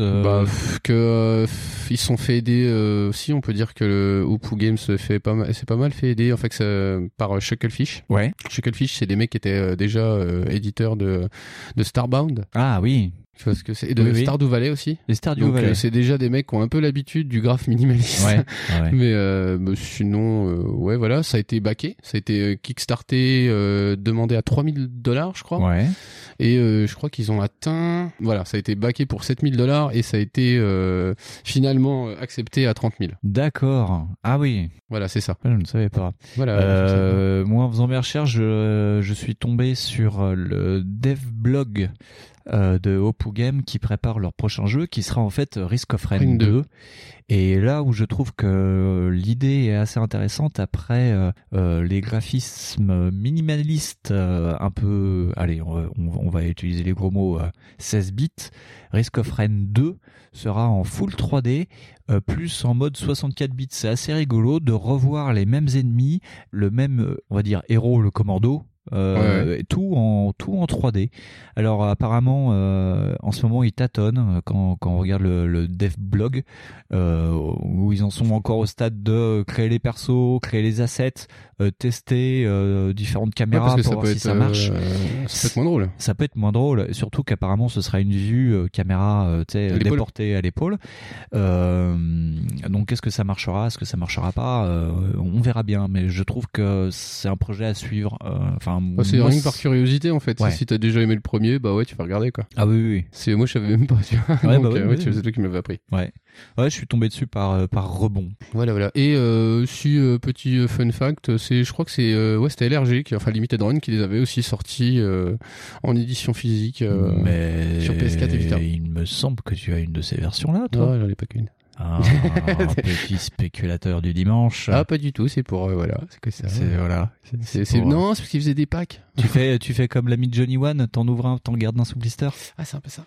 ils se sont fait aider aussi, on peut dire que le Hoopu Games c'est pas mal fait aider en fait par Chucklefish. Ouais. Chucklefish, c'est des mecs qui étaient déjà éditeurs de Starbound. Ah oui. Parce que et de Stardew Valley aussi. Les Stardew Valley. C'est déjà des mecs qui ont un peu l'habitude du graphe minimaliste. Ouais. Mais sinon, voilà, ça a été backé, ça a été kickstarté, demandé à $3,000, je crois. Ouais. Et je crois qu'ils ont atteint, voilà, ça a été backé pour $7,000 et ça a été finalement accepté à 30,000. D'accord. Ah oui. Voilà, c'est ça. Je ne savais pas. Voilà. Moi, en faisant mes recherches, je suis tombé sur le devblog de Hoopu Games qui prépare leur prochain jeu qui sera en fait Risk of Rain 2. Et là où je trouve que l'idée est assez intéressante après les graphismes minimalistes un peu, allez, on va utiliser les gros mots 16 bits, Risk of Rain 2 sera en full 3D plus en mode 64 bits. C'est assez rigolo de revoir les mêmes ennemis, le même, on va dire, héros, le commando, tout en 3D. Alors apparemment en ce moment ils tâtonnent quand on regarde le dev blog où ils en sont encore au stade de créer les persos, créer les assets, tester différentes caméras pour voir si ça marche. Ça peut être moins drôle. Ça peut être moins drôle, surtout qu'apparemment ce sera une vue caméra déportée à l'épaule. Donc est-ce que ça marchera, est-ce que ça marchera pas, on verra bien, mais je trouve que c'est un projet à suivre. C'est rien que par curiosité en fait. Ouais. Si t'as déjà aimé le premier, bah ouais, tu vas regarder quoi. Ah oui. Moi je savais même pas, tu vois. Ouais, donc, c'est toi qui me l'avais appris. Ouais, je suis tombé dessus par rebond. Voilà. Et petit fun fact, je crois que c'était LRG Limited Run qui les avait aussi sortis en édition physique sur PS4 et Vita. Il me semble que tu as une de ces versions là, toi. Non, j'en ai pas qu'une. Ah, petit spéculateur du dimanche. Ah, pas du tout, c'est pour voilà, c'est que ça. Non, c'est parce qu'ils faisaient des packs. Tu fais comme l'ami de Johnny One, t'en ouvres un, t'en gardes un sous blister. Ah, c'est un peu ça.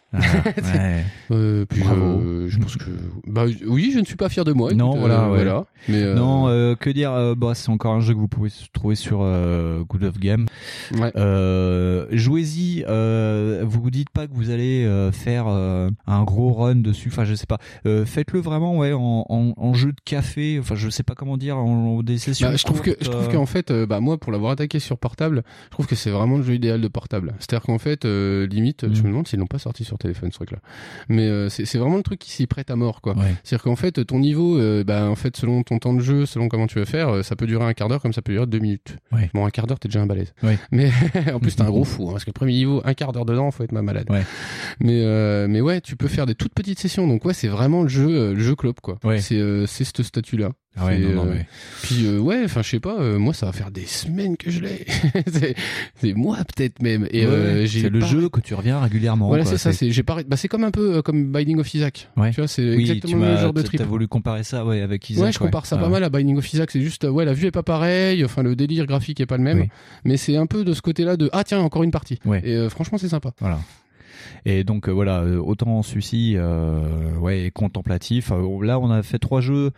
Puis bravo. Je pense que oui, je ne suis pas fier de moi. Non, écoute, voilà. Mais non, que dire, c'est encore un jeu que vous pouvez trouver sur Good of Game. Ouais. Jouez-y, vous vous dites pas que vous allez faire un gros run dessus, enfin je sais pas. Faites-le vraiment en jeu de café, enfin je sais pas comment dire, en des sessions. Je trouve qu'en fait moi pour l'avoir attaqué sur portable, je trouve que c'est vraiment le jeu idéal de portable. C'est-à-dire qu'en fait limite je me demande s'ils l'ont pas sorti sur téléphone ce truc là. Mais c'est vraiment le truc qui s'y prête à mort quoi. Ouais. C'est-à-dire qu'en fait ton niveau en fait selon ton temps de jeu, selon comment tu veux faire, ça peut durer un quart d'heure comme ça peut durer 2 minutes. Ouais. Bon, un quart d'heure t'es déjà un balèze. Ouais. Mais en plus t'es un gros fou parce que le premier niveau, un quart d'heure dedans, faut être malade. Ouais. Mais ouais, tu peux faire des toutes petites sessions. Donc ouais, c'est vraiment le jeu clope quoi. Ouais. C'est ce statut là. Ah ouais, non, mais... Puis je sais pas, moi ça va faire des semaines que je l'ai. c'est mois peut-être même. Et c'est le jeu que tu reviens régulièrement. Voilà, quoi. c'est ça. C'est comme un peu comme Binding of Isaac. Ouais. Tu vois, c'est exactement le genre de trip. T'as voulu comparer ça, avec Isaac. Ouais, je compare ça pas mal à Binding of Isaac. C'est juste, la vue est pas pareille. Enfin, le délire graphique est pas le même. Oui. Mais c'est un peu de ce côté-là de tiens, encore une partie. Ouais. Et franchement, c'est sympa. Voilà. Et donc autant celui-ci, contemplatif. Là, on a fait 3 jeux.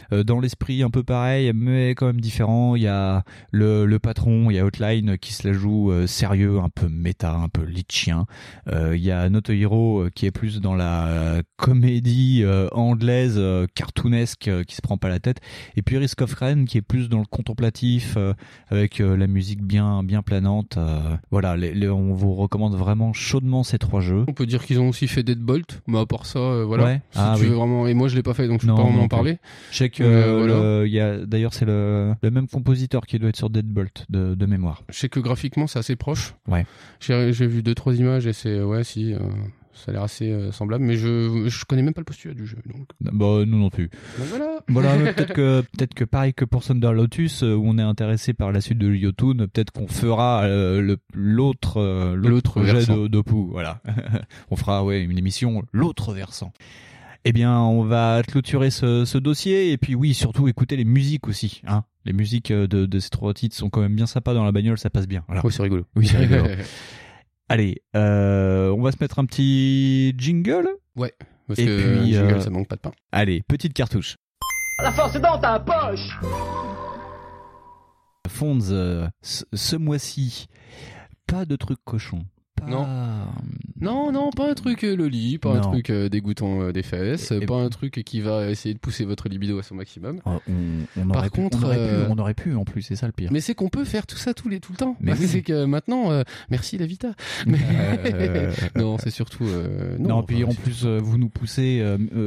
dans l'esprit un peu pareil, mais quand même différent. Il y a le patron, il y a Outline qui se la joue sérieux, un peu méta, un peu litchien. Il y a Not a Hero qui est plus dans la comédie anglaise cartoonesque qui se prend pas la tête. Et puis Risk of Rain qui est plus dans le contemplatif avec la musique bien planante. Voilà, on vous recommande vraiment chaudement ces 3 jeux. On peut dire qu'ils ont aussi fait Deadbolt, mais à part ça, voilà. Ouais. Si tu veux vraiment, et moi je l'ai pas fait, donc je peux pas vraiment en parler. Je sais que voilà. Y a, d'ailleurs c'est le même compositeur qui doit être sur Deadbolt de mémoire. Je sais que graphiquement c'est assez proche. Ouais. J'ai vu 2-3 images et c'est ça a l'air assez semblable, mais je connais même pas le postulat du jeu. Donc. Bah nous non plus. Donc voilà. Voilà, peut-être que pareil que pour Thunder Lotus où on est intéressé par la suite de Yotun, peut-être qu'on fera l'autre jet de Pou. Voilà. On fera une émission l'autre versant. Eh bien, on va clôturer ce dossier et puis oui, surtout écouter les musiques aussi. Hein. Les musiques de ces 3 titres sont quand même bien sympas dans la bagnole, ça passe bien. Voilà. Oui, c'est rigolo. Oui, c'est rigolo. Allez, on va se mettre un petit jingle. Ouais, parce que puis, jingle, ça manque pas de pain. Allez, petite cartouche. La force est dans ta poche. Fonds, ce mois-ci, pas de trucs cochons. Non, pas un truc loli, pas un truc dégoûtant des fesses, pas un truc qui va essayer de pousser votre libido à son maximum. On aurait pu en plus, c'est ça le pire. Mais c'est qu'on peut faire tout ça tout le temps. Mais c'est que maintenant, merci la Vita. Non, c'est surtout. Non, puis en plus, vous nous poussez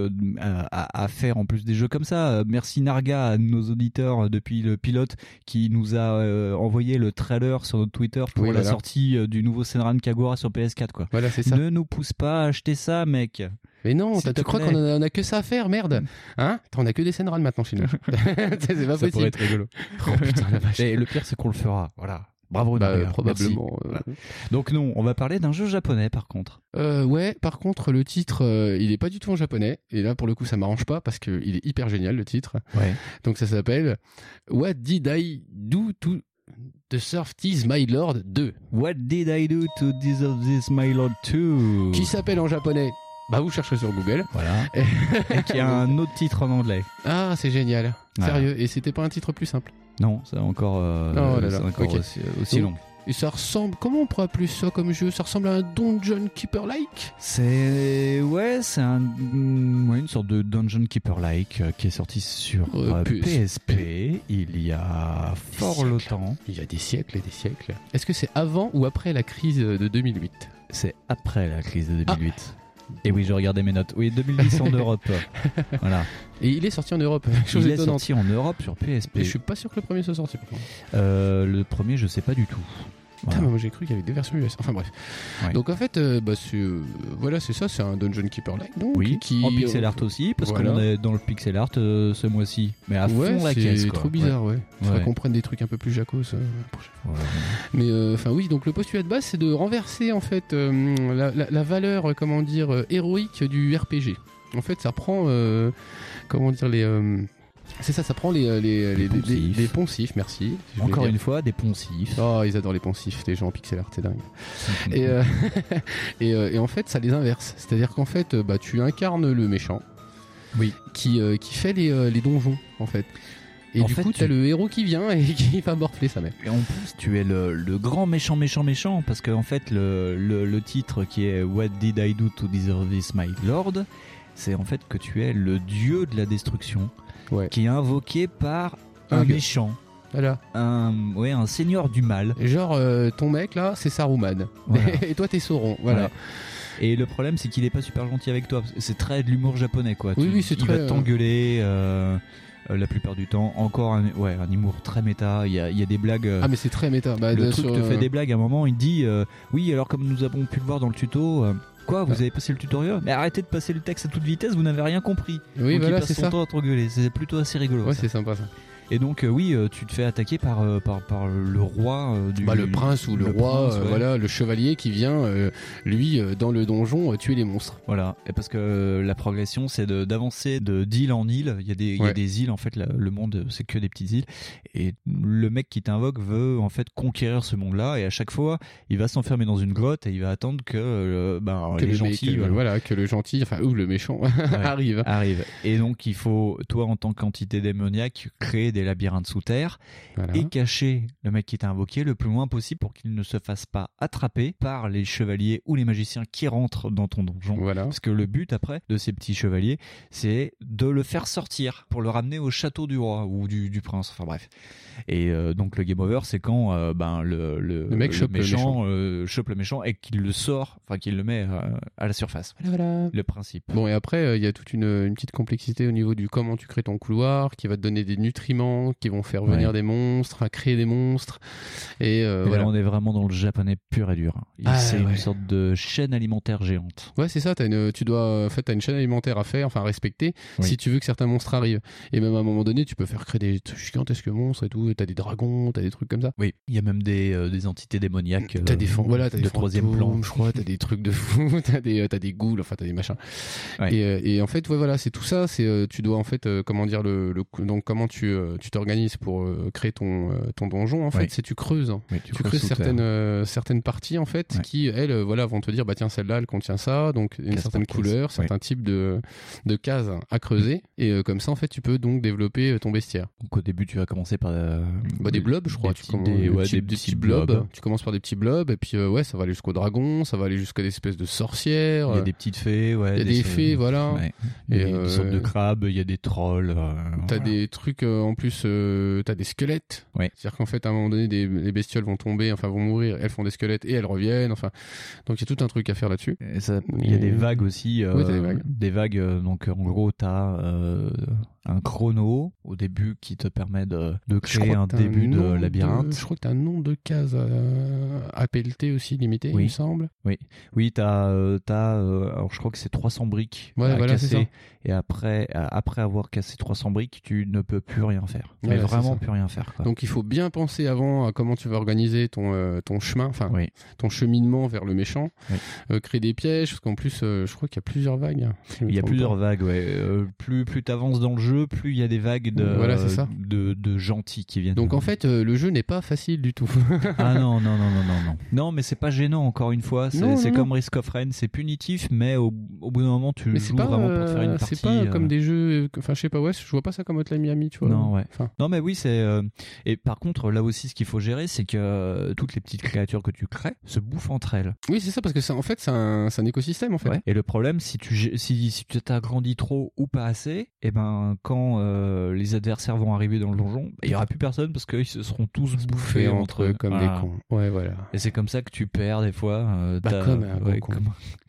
à faire en plus des jeux comme ça. Merci Narga, à nos auditeurs depuis le pilote qui nous a envoyé le trailer sur notre Twitter pour la sortie du nouveau Senran Kagura sur PS4 quoi. Voilà, c'est ça. Ne nous pousse pas à acheter ça, mec. Mais non, tu crois qu'on a que ça à faire, merde. Hein? On a que des Senran maintenant chez nous. C'est pas possible. Ça pourrait être rigolo. Oh putain la vache. Et le pire c'est qu'on le fera. Voilà. Bravo. Probablement. Voilà. Donc non, on va parler d'un jeu japonais par contre. Ouais, par contre le titre, il est pas du tout en japonais. Et là pour le coup ça m'arrange pas parce que il est hyper génial le titre. Ouais. Donc ça s'appelle What Did I Do to Deserve This My Lord 2. What did I do to deserve this my lord 2? Qui s'appelle en japonais, bah vous chercherez sur Google. Voilà. Et qui a un autre titre en anglais. Ah c'est génial. Voilà. Sérieux. Et c'était pas un titre plus simple? Non, c'est encore, aussi long. Et ça ressemble, comment on pourrait appeler ça comme jeu? Ça ressemble à un Dungeon Keeper-like? C'est une sorte de Dungeon Keeper-like qui est sorti sur PSP il y a fort longtemps. Il y a des siècles et des siècles. Est-ce que c'est avant ou après la crise de 2008? C'est après la crise de 2008. Et oui, je regardais mes notes. Oui, 2010 en Europe. Voilà. Et il est sorti en Europe. Il est sorti en Europe sur PSP. Et je suis pas sûr que le premier soit sorti. Le premier, je sais pas du tout. Voilà. Putain, moi j'ai cru qu'il y avait des versions US. Enfin bref. Ouais. Donc en fait, voilà, c'est ça, c'est un Dungeon Keeper-like. Donc, oui, en pixel art aussi, parce qu'on est dans le pixel art ce mois-ci. Mais à fond la caisse. C'est trop bizarre, ouais. Faudrait qu'on prenne des trucs un peu plus jacos Mais enfin oui, donc le postulat de base, c'est de renverser en fait la valeur, comment dire, héroïque du RPG. En fait, ça prend, comment dire, c'est ça, ça prend les poncifs, merci. Encore une fois, des poncifs. Oh, ils adorent les poncifs, les gens en pixel art, c'est dingue. et en fait, ça les inverse. C'est-à-dire qu'en fait, tu incarnes le méchant, qui fait les donjons, en fait. Et du coup, t'as le héros qui vient et qui va morfler sa mère. Et en plus, tu es le grand méchant, parce qu'en fait, le titre qui est What Did I Do to Deserve This My Lord, c'est en fait que tu es le dieu de la destruction, qui est invoqué par un méchant. Voilà. Un seigneur du mal. Genre, ton mec là, c'est Saruman. Voilà. Et toi, t'es Sauron. Voilà. Ouais. Et le problème, c'est qu'il est pas super gentil avec toi. C'est très de l'humour japonais, quoi. Oui, c'est très. Il va t'engueuler. La plupart du temps, encore un humour très méta. Il y a des blagues. Ah mais c'est très méta. Le truc te fait des blagues. À un moment, il dit oui, alors comme nous avons pu le voir dans le tuto. Quoi, vous avez passé le tutoriel? Mais arrêtez de passer le texte à toute vitesse, vous n'avez rien compris. Oui, donc voilà, il passe c'est son ça. temps à t'engueuler. C'est plutôt assez rigolo. Ouais, c'est sympa ça. Et donc tu te fais attaquer par le roi le prince ou le roi, prince, voilà, le chevalier qui vient lui dans le donjon tuer les monstres. Voilà, et parce que la progression c'est d'avancer d'île en île. Il y a des îles en fait, le monde c'est que des petites îles, et le mec qui t'invoque veut en fait conquérir ce monde-là, et à chaque fois il va s'enfermer dans une grotte et il va attendre que les gentils, que le gentil, enfin ou le méchant arrive. Et donc il faut, toi en tant qu'entité démoniaque, créer des labyrinthes sous terre et cacher le mec qui t'a invoqué le plus loin possible pour qu'il ne se fasse pas attraper par les chevaliers ou les magiciens qui rentrent dans ton donjon. Parce que le but après de ces petits chevaliers, c'est de le faire sortir pour le ramener au château du roi ou du prince. Enfin bref. Et donc le game over, c'est quand le mec chope le méchant et qu'il le sort, enfin qu'il le met à la surface. Voilà. Le principe. Bon, et après il y a toute une petite complexité au niveau du comment tu crées ton couloir, qui va te donner des nutriments qui vont faire venir des monstres, à créer des monstres. Et là, on est vraiment dans le japonais pur et dur. C'est une sorte de chaîne alimentaire géante. Ouais, c'est ça. T'as une chaîne alimentaire à faire, enfin à respecter, si tu veux que certains monstres arrivent. Et même à un moment donné, tu peux faire créer des gigantesques monstres et tout. T'as des dragons, t'as des trucs comme ça. Oui, il y a même des entités démoniaques. T'as des troisième plan, je crois. T'as des trucs de fou. t'as des ghouls. Enfin, t'as des machins. Ouais. Et en fait, voilà, c'est tout ça. C'est tu dois en fait comment dire donc comment tu t'organises pour créer ton donjon. En fait, c'est tu creuses. Oui, tu creuses certaines parties en fait qui elles vont te dire tiens, celle-là elle contient ça, donc une certaine couleur, certains types de cases à creuser, et comme ça en fait tu peux donc développer ton bestiaire. Donc au début tu vas commencer par des blobs, je crois. Des petits blobs. Tu commences par des petits blobs et puis ça va aller jusqu'au dragon, ça va aller jusqu'à des espèces de sorcières. Il y a des petites fées, il y a des fées, voilà. Ouais. Et des sortes de crabes, il y a des trolls. T'as des trucs en plus, t'as des squelettes. Ouais. C'est-à-dire qu'en fait à un moment donné les bestioles vont tomber, enfin vont mourir, elles font des squelettes et elles reviennent. Enfin, donc il y a tout un truc à faire là-dessus. Il y a des vagues aussi. Des vagues. Donc en gros t'as un chrono au début qui te permet de créer un début de labyrinthe. Je crois que t'as un nombre de cases à pelleter aussi limité, il me semble. Oui, t'as alors je crois que c'est 300 briques à casser, et après avoir cassé 300 briques, tu ne peux plus rien faire. Mais vraiment plus rien faire, quoi. Donc il faut bien penser avant à comment tu vas organiser ton chemin, enfin ton cheminement vers le méchant, créer des pièges, parce qu'en plus je crois qu'il y a plusieurs vagues. Il y a plusieurs vagues, plus t'avances dans le jeu, plus il y a des vagues de gentils qui viennent. Donc en fait le jeu n'est pas facile du tout. Ah non. Non, mais c'est pas gênant, encore une fois, c'est comme Risk of Rain, c'est punitif, mais au bout d'un moment tu joues vraiment pour faire une partie. C'est pas comme des jeux, enfin je sais pas, je vois pas ça comme Hotline Miami, tu vois. Non mais oui, c'est et par contre là aussi ce qu'il faut gérer, c'est que toutes les petites créatures que tu crées se bouffent entre elles. Oui, c'est ça, parce que c'est un écosystème en fait. Ouais. Et le problème, si tu t'agrandis trop ou pas assez, et quand les adversaires vont arriver dans le donjon, il y aura plus personne parce qu'ils se seront tous bouffés entre eux comme des cons. Ouais, voilà. Et c'est comme ça que tu perds des fois. Comme un gros con.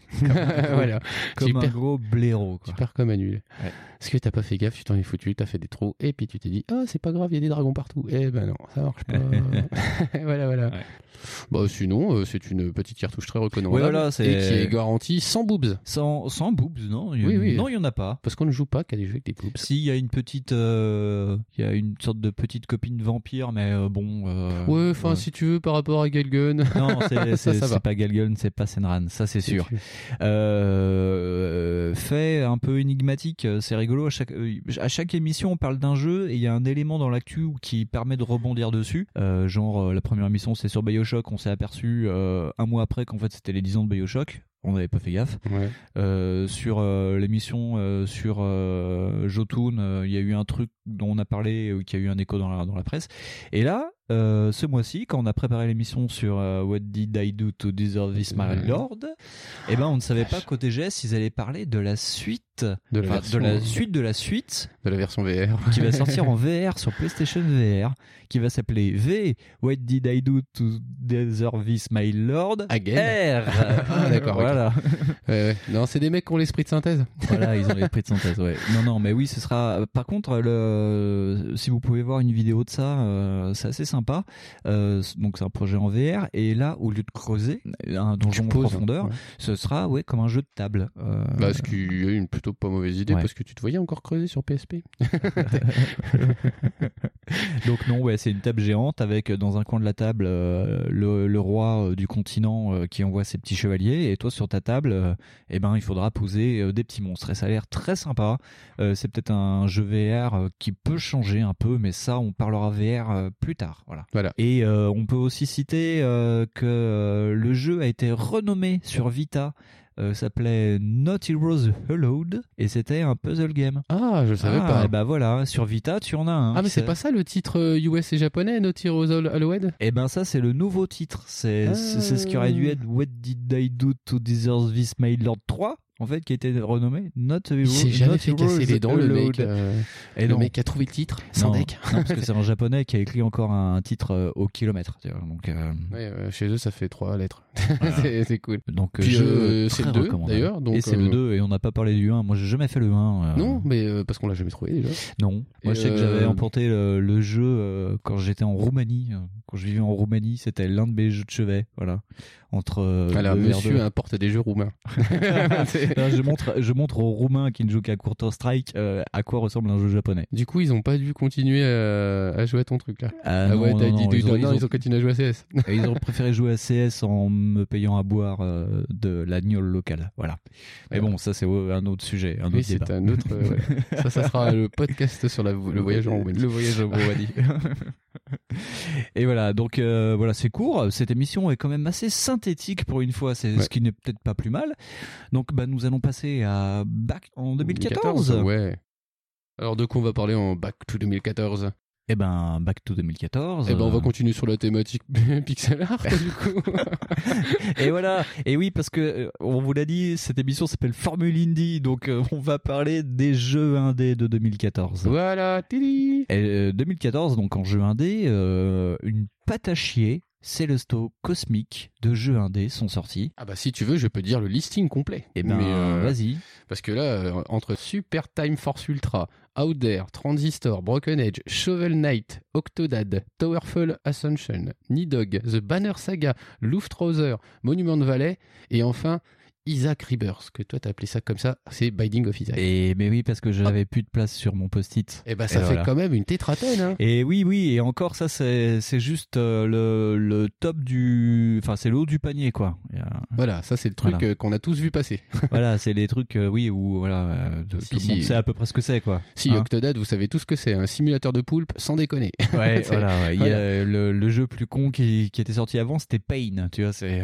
Comme un gros blaireau, quoi. Tu perds comme un nul. Ouais. Parce que t'as pas fait gaffe, tu t'en es foutu, t'as fait des trous, et puis tu t'es dit, c'est pas grave, il y a des dragons partout. Eh ben non, ça marche pas. voilà. Ouais. Sinon, c'est une petite cartouche très recommandable, et qui est garantie sans boobs. Sans boobs, non. Non, il y en a pas. Parce qu'on ne joue pas qu'à des jeux avec des boobs. Si, il y a une petite, il y a une sorte de petite copine vampire, mais si tu veux, par rapport à Galgun. Non, c'est pas Galgun, c'est pas Senran, ça c'est sûr. Fait un peu énigmatique, c'est rigolo. À chaque émission, on parle d'un jeu et il y a un élément dans l'actu qui permet de rebondir dessus. La première émission, c'est sur BioShock. On s'est aperçu un mois après qu'en fait c'était les 10 ans de BioShock. On n'avait pas fait gaffe. Ouais. Sur l'émission sur Jotun, il y a eu un truc dont on a parlé, qui a eu un écho dans la presse. Et là, ce mois-ci, quand on a préparé l'émission sur What Did I Do to Deserve This, My Lord, on ne savait pas qu'au TGS ils allaient parler de la suite de la suite de la version VR qui va sortir en VR sur PlayStation VR, qui va s'appeler What Did I Do to Deserve This, My Lord Again. R. Ah d'accord. Voilà. Non, c'est des mecs qui ont l'esprit de synthèse. Voilà, ils ont l'esprit de synthèse. Ouais. Non, mais oui, ce sera. Par contre, si vous pouvez voir une vidéo de ça, c'est assez sympa. Donc c'est un projet en VR, et là, au lieu de creuser un donjon en profondeur, ce sera comme un jeu de table. Ce qui est une plutôt pas mauvaise idée, parce que tu te voyais encore creuser sur PSP. Donc non, ouais, c'est une table géante avec dans un coin de la table le roi du continent qui envoie ses petits chevaliers, et toi sur ta table, il faudra poser des petits monstres. Et ça a l'air très sympa. C'est peut-être un jeu VR qui peut changer un peu, mais ça, on parlera VR plus tard. Voilà. Et on peut aussi citer que le jeu a été renommé sur Vita. S'appelait Not Heroes Allowed et c'était un puzzle game. Ah, je savais pas. Et voilà, sur Vita, tu en as un. Ah, mais c'est pas ça le titre US et japonais, Not Heroes Allowed? Ça, c'est le nouveau titre. C'est ce qui aurait dû être What Did I Do to Deserve This, My Lord 3, en fait, qui a été renommé Not Heroes. Il s'est jamais fait casser les dents, le mec. Le mec a trouvé le titre sans deck. Non, parce que c'est un japonais qui a écrit encore un titre au kilomètre. Tu vois, donc, chez eux, ça fait 3 lettres. c'est cool. Donc, puis, c'est le 2, d'ailleurs. Donc, et c'est le 2, et on n'a pas parlé du 1. Moi, j'ai jamais fait le 1. Non, mais parce qu'on l'a jamais trouvé, déjà. Non. Moi, je sais que j'avais emporté le jeu quand j'étais en Roumanie. Quand je vivais en Roumanie, c'était l'un de mes jeux de chevet. Voilà. Monsieur importe des jeux roumains. Là, je montre aux Roumains qui ne jouent qu'à Counter-Strike à quoi ressemble un jeu japonais. Du coup, ils ont pas dû continuer à jouer à ton truc là. Ils ont continué à jouer à CS. Et ils ont préféré jouer à CS en me payant à boire de la gnôle locale. Voilà. Mais bon, ça c'est un autre sujet, un autre débat. C'est un autre. Ça sera le podcast sur le voyage en Roumanie. Le voyage en Roumanie. Et voilà, donc c'est court. Cette émission est quand même assez synthétique pour une fois, ce qui n'est peut-être pas plus mal. Donc nous allons passer à Back en 2014. Ouais. Alors de quoi on va parler en Back to 2014? Back to 2014. On va continuer sur la thématique pixel art, du coup. Et voilà. Et oui, parce que, on vous l'a dit, cette émission s'appelle Formule Indie, donc on va parler des jeux indés de 2014. Voilà. Et 2014, donc en jeu indé, une pâte à chier. Célestos cosmiques de jeux indés sont sortis. Ah bah si tu veux, je peux dire le listing complet. Vas-y. Parce que là, entre Super Time Force Ultra, Out There, Transistor, Broken Age, Shovel Knight, Octodad, Towerfall Ascension, Nidhogg, The Banner Saga, Luftrauser, Monument Valley et enfin Isaac Rebirth, que toi t'as appelé ça comme ça, c'est Binding of Isaac. Mais oui, parce que je n'avais plus de place sur mon post-it. Ça fait quand même une tétratone, hein. Et oui, et encore ça c'est juste le top c'est le haut du panier, quoi. Voilà, ça c'est le truc qu'on a tous vu passer. Voilà, c'est les trucs où tout le monde sait à peu près ce que c'est, quoi. Si, Octodad, vous savez tout ce que c'est, un simulateur de poulpe, sans déconner. Ouais, voilà. Il y a le jeu plus con qui était sorti avant, c'était Pain, tu vois, c'est...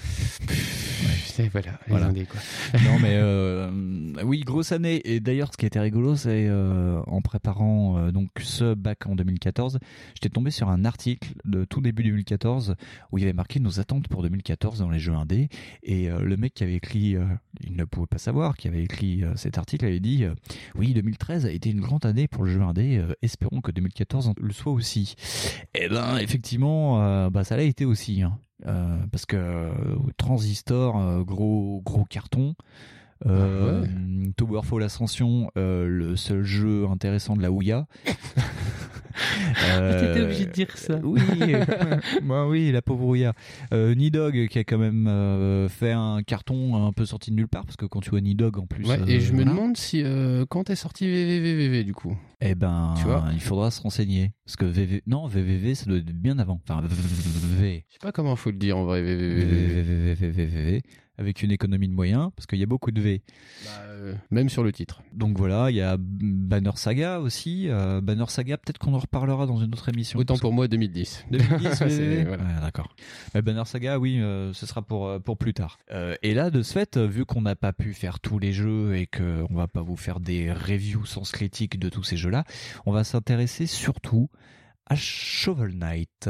Voilà. Indés, quoi. Non mais oui, grosse année. Et d'ailleurs, ce qui était rigolo, c'est en préparant donc ce bac en 2014, j'étais tombé sur un article de tout début 2014 où il y avait marqué nos attentes pour 2014 dans les jeux indés. Et le mec qui avait écrit, il ne pouvait pas savoir, qui avait écrit cet article, avait dit oui, 2013 a été une grande année pour le jeu indé. Espérons que 2014 le soit aussi. Et effectivement, ça l'a été aussi. Hein. Parce que Transistor, gros carton. Towerfall Ascension, le seul jeu intéressant de la Ouya. T'étais obligé de dire ça. Oui, oui, la pauvre Ouya. Nidhogg qui a quand même fait un carton un peu sorti de nulle part, parce que quand tu vois Nidhogg en plus. Et je me demande si quand est sorti VVVV du coup. Tu vois, il faudra se renseigner, parce que VVV ça doit être bien avant. Enfin VVV. Je sais pas comment faut le dire en vrai. VVV. Avec une économie de moyens, parce qu'il y a beaucoup de V. Même sur le titre. Donc voilà, il y a Banner Saga aussi. Banner Saga, peut-être qu'on en reparlera dans une autre émission. Autant pour moi 2010. 2010, voilà. Ouais, d'accord. Mais Banner Saga, oui, ce sera pour plus tard. Et là, de ce fait, vu qu'on n'a pas pu faire tous les jeux et qu'on va pas vous faire des reviews sans critique de tous ces jeux-là, on va s'intéresser surtout à Shovel Knight.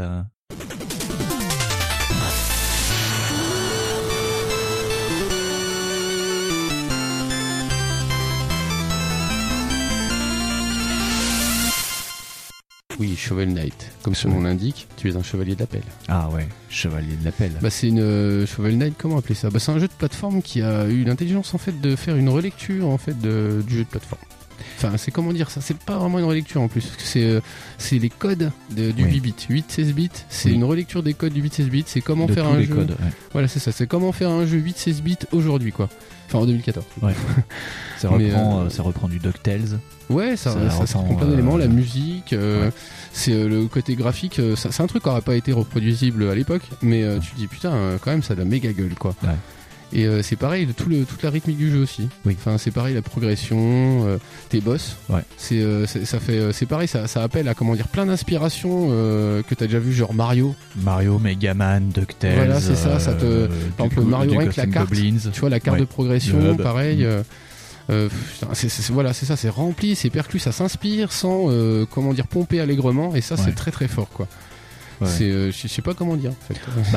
Oui, Shovel Knight. Comme son nom l'indique, tu es un chevalier de l'appel. Ah ouais, chevalier de l'appel. C'est une Shovel Knight, comment appeler ça ? C'est un jeu de plateforme qui a eu l'intelligence en fait de faire une relecture en fait du jeu de plateforme. Enfin, c'est comment dire ça, c'est pas vraiment une relecture en plus. C'est les codes du 8 bits. 8-16 bits, c'est une relecture des codes du 8-16 bits. C'est comment faire un jeu. Codes, voilà, c'est ça. C'est comment faire un jeu 8-16 bits aujourd'hui, quoi. Enfin, en 2014. Ouais. ça reprend du DuckTales. Ouais, ça reprend plein d'éléments, la musique, c'est le côté graphique, c'est un truc qui aurait pas été reproduisible à l'époque, mais tu te dis putain, quand même ça a de la méga gueule quoi. Ouais. Et c'est pareil, toute la rythmique du jeu aussi. Oui. Enfin, c'est pareil, la progression, tes boss. Ouais. C'est pareil, ça appelle à comment dire plein d'inspirations que t'as déjà vu, genre Mario, Megaman, DuckTales. Voilà, c'est ça. Par exemple, Mario avec la carte. Goblins. Tu vois la carte de progression, pareil. Voilà, c'est ça, c'est rempli, c'est perclus, ça s'inspire sans pomper allègrement, et ça c'est très très fort quoi. Ouais. Je sais pas comment dire en fait.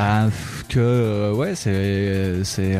C'est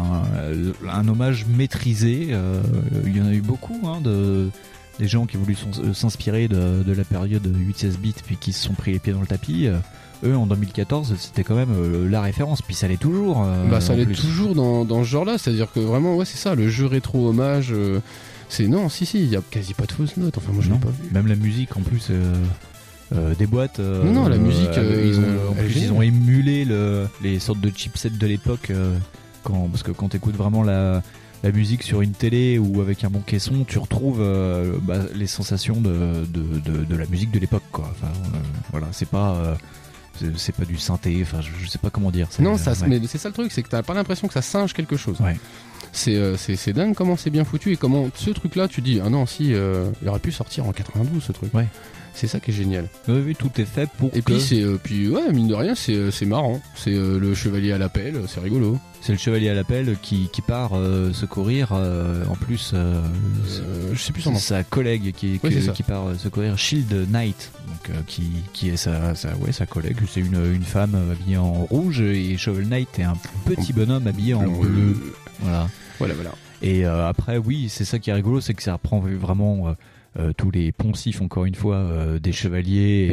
un hommage maîtrisé. Il y en a eu beaucoup des gens qui ont voulu s'inspirer de la période 8-16 bits puis qui se sont pris les pieds dans le tapis. Eux en 2014 c'était quand même la référence, puis ça l'est toujours. Ça l'est toujours dans ce genre là, c'est à dire que vraiment c'est ça, le jeu rétro hommage, il y a quasi pas de fausses notes, enfin moi je l'ai pas vu. Même la musique en plus des boîtes la musique ils ont émulé les sortes de chipsets de l'époque, parce que quand t'écoutes vraiment la musique sur une télé ou avec un bon caisson, tu retrouves les sensations de la musique de l'époque quoi. Enfin, voilà, c'est pas du synthé, enfin je sais pas comment dire. Mais c'est ça le truc, c'est que t'as pas l'impression que ça singe quelque chose. Ouais. C'est dingue comment c'est bien foutu et comment ce truc là tu dis il aurait pu sortir en 92 ce truc. Ouais. C'est ça qui est génial. Oui, tout est fait pour. Et puis mine de rien, c'est marrant. C'est le chevalier à l'appel, c'est rigolo. C'est le chevalier à l'appel qui part secourir. En plus, je sais plus son nom. Sa collègue qui part secourir, Shield Knight, donc qui est sa collègue. C'est une femme habillée en rouge et Shovel Knight est un petit bonhomme habillé en bleu. Voilà. Et après, oui, c'est ça qui est rigolo, c'est que ça reprend vraiment. Tous les poncifs encore une fois des chevaliers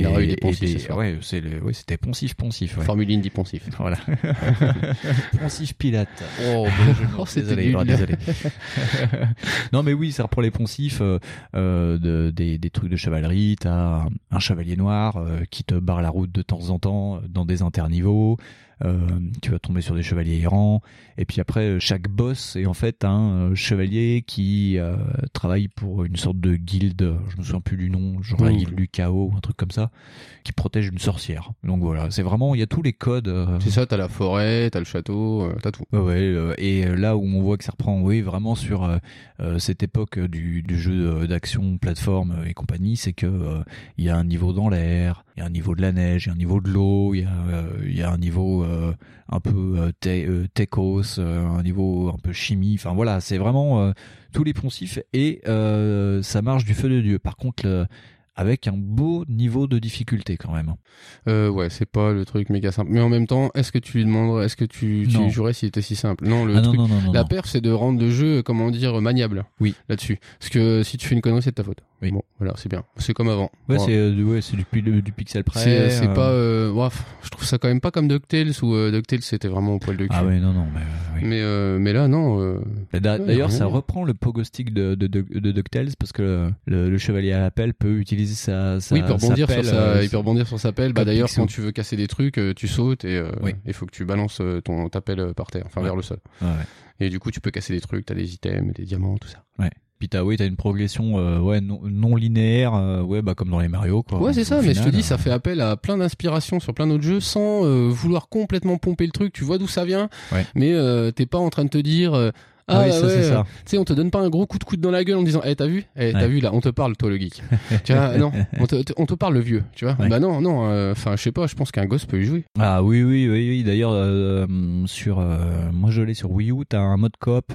c'était poncif ouais. Formule Indy poncif, voilà. Poncif Pilate, désolé. Non mais oui, ça reprend les poncifs des trucs de chevalerie. T'as un chevalier noir qui te barre la route de temps en temps dans des interniveaux. Tu vas tomber sur des chevaliers errants, et puis après chaque boss est en fait un chevalier qui travaille pour une sorte de guilde, je me souviens plus du nom, genre la guilde du chaos ou un truc comme ça, qui protège une sorcière. Donc voilà, c'est vraiment, il y a tous les codes. C'est ça, t'as la forêt, t'as le château, t'as tout. Et là où on voit que ça reprend, vraiment sur cette époque du jeu d'action, plateforme et compagnie, c'est que il y a un niveau dans l'air, il y a un niveau de la neige, il y a un niveau de l'eau, il y a un niveau un peu techos, un niveau un peu chimie. Enfin voilà, c'est vraiment tous les poncifs et ça marche du feu de Dieu. Par contre, avec un beau niveau de difficulté quand même. C'est pas le truc méga simple. Mais en même temps, est-ce que tu lui demanderais, est-ce que tu jouerais s'il était si simple? Non, la perf, c'est de rendre le jeu, maniable. Oui. Là-dessus. Parce que si tu fais une connerie, c'est de ta faute. Oui. Bon, voilà, c'est bien. C'est comme avant. Ouais, c'est du pixel près. C'est pas, je trouve ça quand même pas comme DuckTales où DuckTales c'était vraiment au poil de cul. Ah ouais, non, mais là, non. D'ailleurs, ça reprend le pogo stick de DuckTales parce que le chevalier à l'appel peut utiliser sa il peut rebondir sur sa pelle. D'ailleurs, quand tu veux casser des trucs, tu sautes et il faut que tu balances ta pelle par terre, vers le sol. Ouais. Et du coup, tu peux casser des trucs, t'as des items, des diamants, tout ça. Ouais. Puis t'as une progression non linéaire, comme dans les Mario quoi. Ouais, c'est ça, mais je te dis, ça fait appel à plein d'inspirations sur plein d'autres jeux sans vouloir complètement pomper le truc. Tu vois d'où ça vient, mais t'es pas en train de te dire c'est ça. Tu sais, on te donne pas un gros coup de coude dans la gueule en disant t'as vu là, on te parle toi le geek. Tu vois, non, on te parle le vieux, tu vois. Bah non, je sais pas, je pense qu'un gosse peut y jouer. Ah oui, d'ailleurs moi je l'ai sur Wii U, t'as un mode coop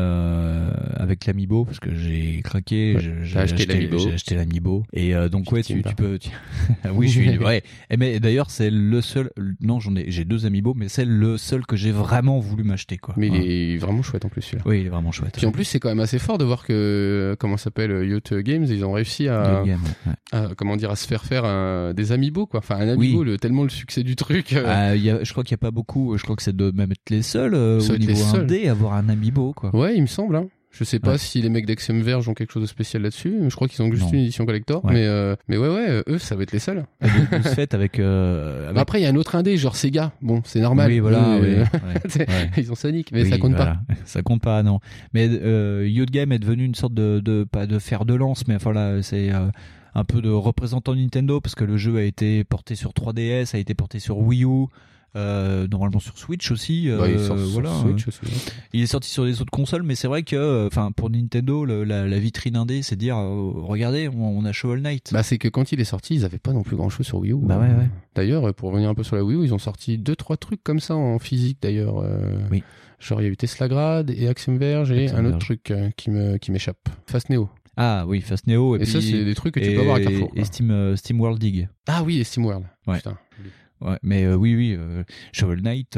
avec l'Amiibo parce que j'ai craqué, j'ai acheté l'Amiibo et donc tu peux oui, je suis mais d'ailleurs c'est le seul, non, j'ai deux Amiibo mais c'est le seul que j'ai vraiment voulu m'acheter quoi. Mais il est vraiment chouette en plus celui-là. Oui, il est vraiment chouette. Puis en plus c'est quand même assez fort de voir que comment ça s'appelle Youth Games, ils ont réussi à se faire des Amiibo quoi. Enfin un Amiibo, tellement le succès du truc. Je crois qu'il y a pas beaucoup, je crois que c'est de même être les seuls au niveau indé à avoir un Amiibo quoi. Ouais, il me semble Je sais pas si les mecs d'Axiom Verge ont quelque chose de spécial là-dessus. Je crois qu'ils ont juste une édition collector. Mais ouais, eux, ça va être les seuls. De ce fait, avec... Après, il y a un autre indé, genre Sega. Bon, c'est normal. Oui, voilà. Ils ont Sonic, mais ça compte pas. Ça compte pas, non. Mais Youth Game est devenu une sorte de pas de fer de lance, mais enfin là, c'est un peu de représentant Nintendo, parce que le jeu a été porté sur 3DS, a été porté sur Wii U, normalement sur Switch aussi. Il est sorti sur Switch aussi. Il est sorti sur les autres consoles, mais c'est vrai que, enfin, pour Nintendo, la vitrine indé, c'est dire, regardez, on a Shovel Knight. Bah, c'est que quand il est sorti, ils avaient pas non plus grand chose sur Wii U. Bah ouais. D'ailleurs, pour revenir un peu sur la Wii U, ils ont sorti 2-3 trucs comme ça en physique d'ailleurs. Oui. Genre, il y a eu Teslagrad et Axiom Verge et un autre truc qui m'échappe. Fast Neo. Ah oui, Fast Neo. Et puis, ça, c'est des trucs que tu peux avoir à Carrefour. Et Steam World Dig. Ah oui, et Steam World. Ouais. Putain. Ouais, mais Shovel Knight,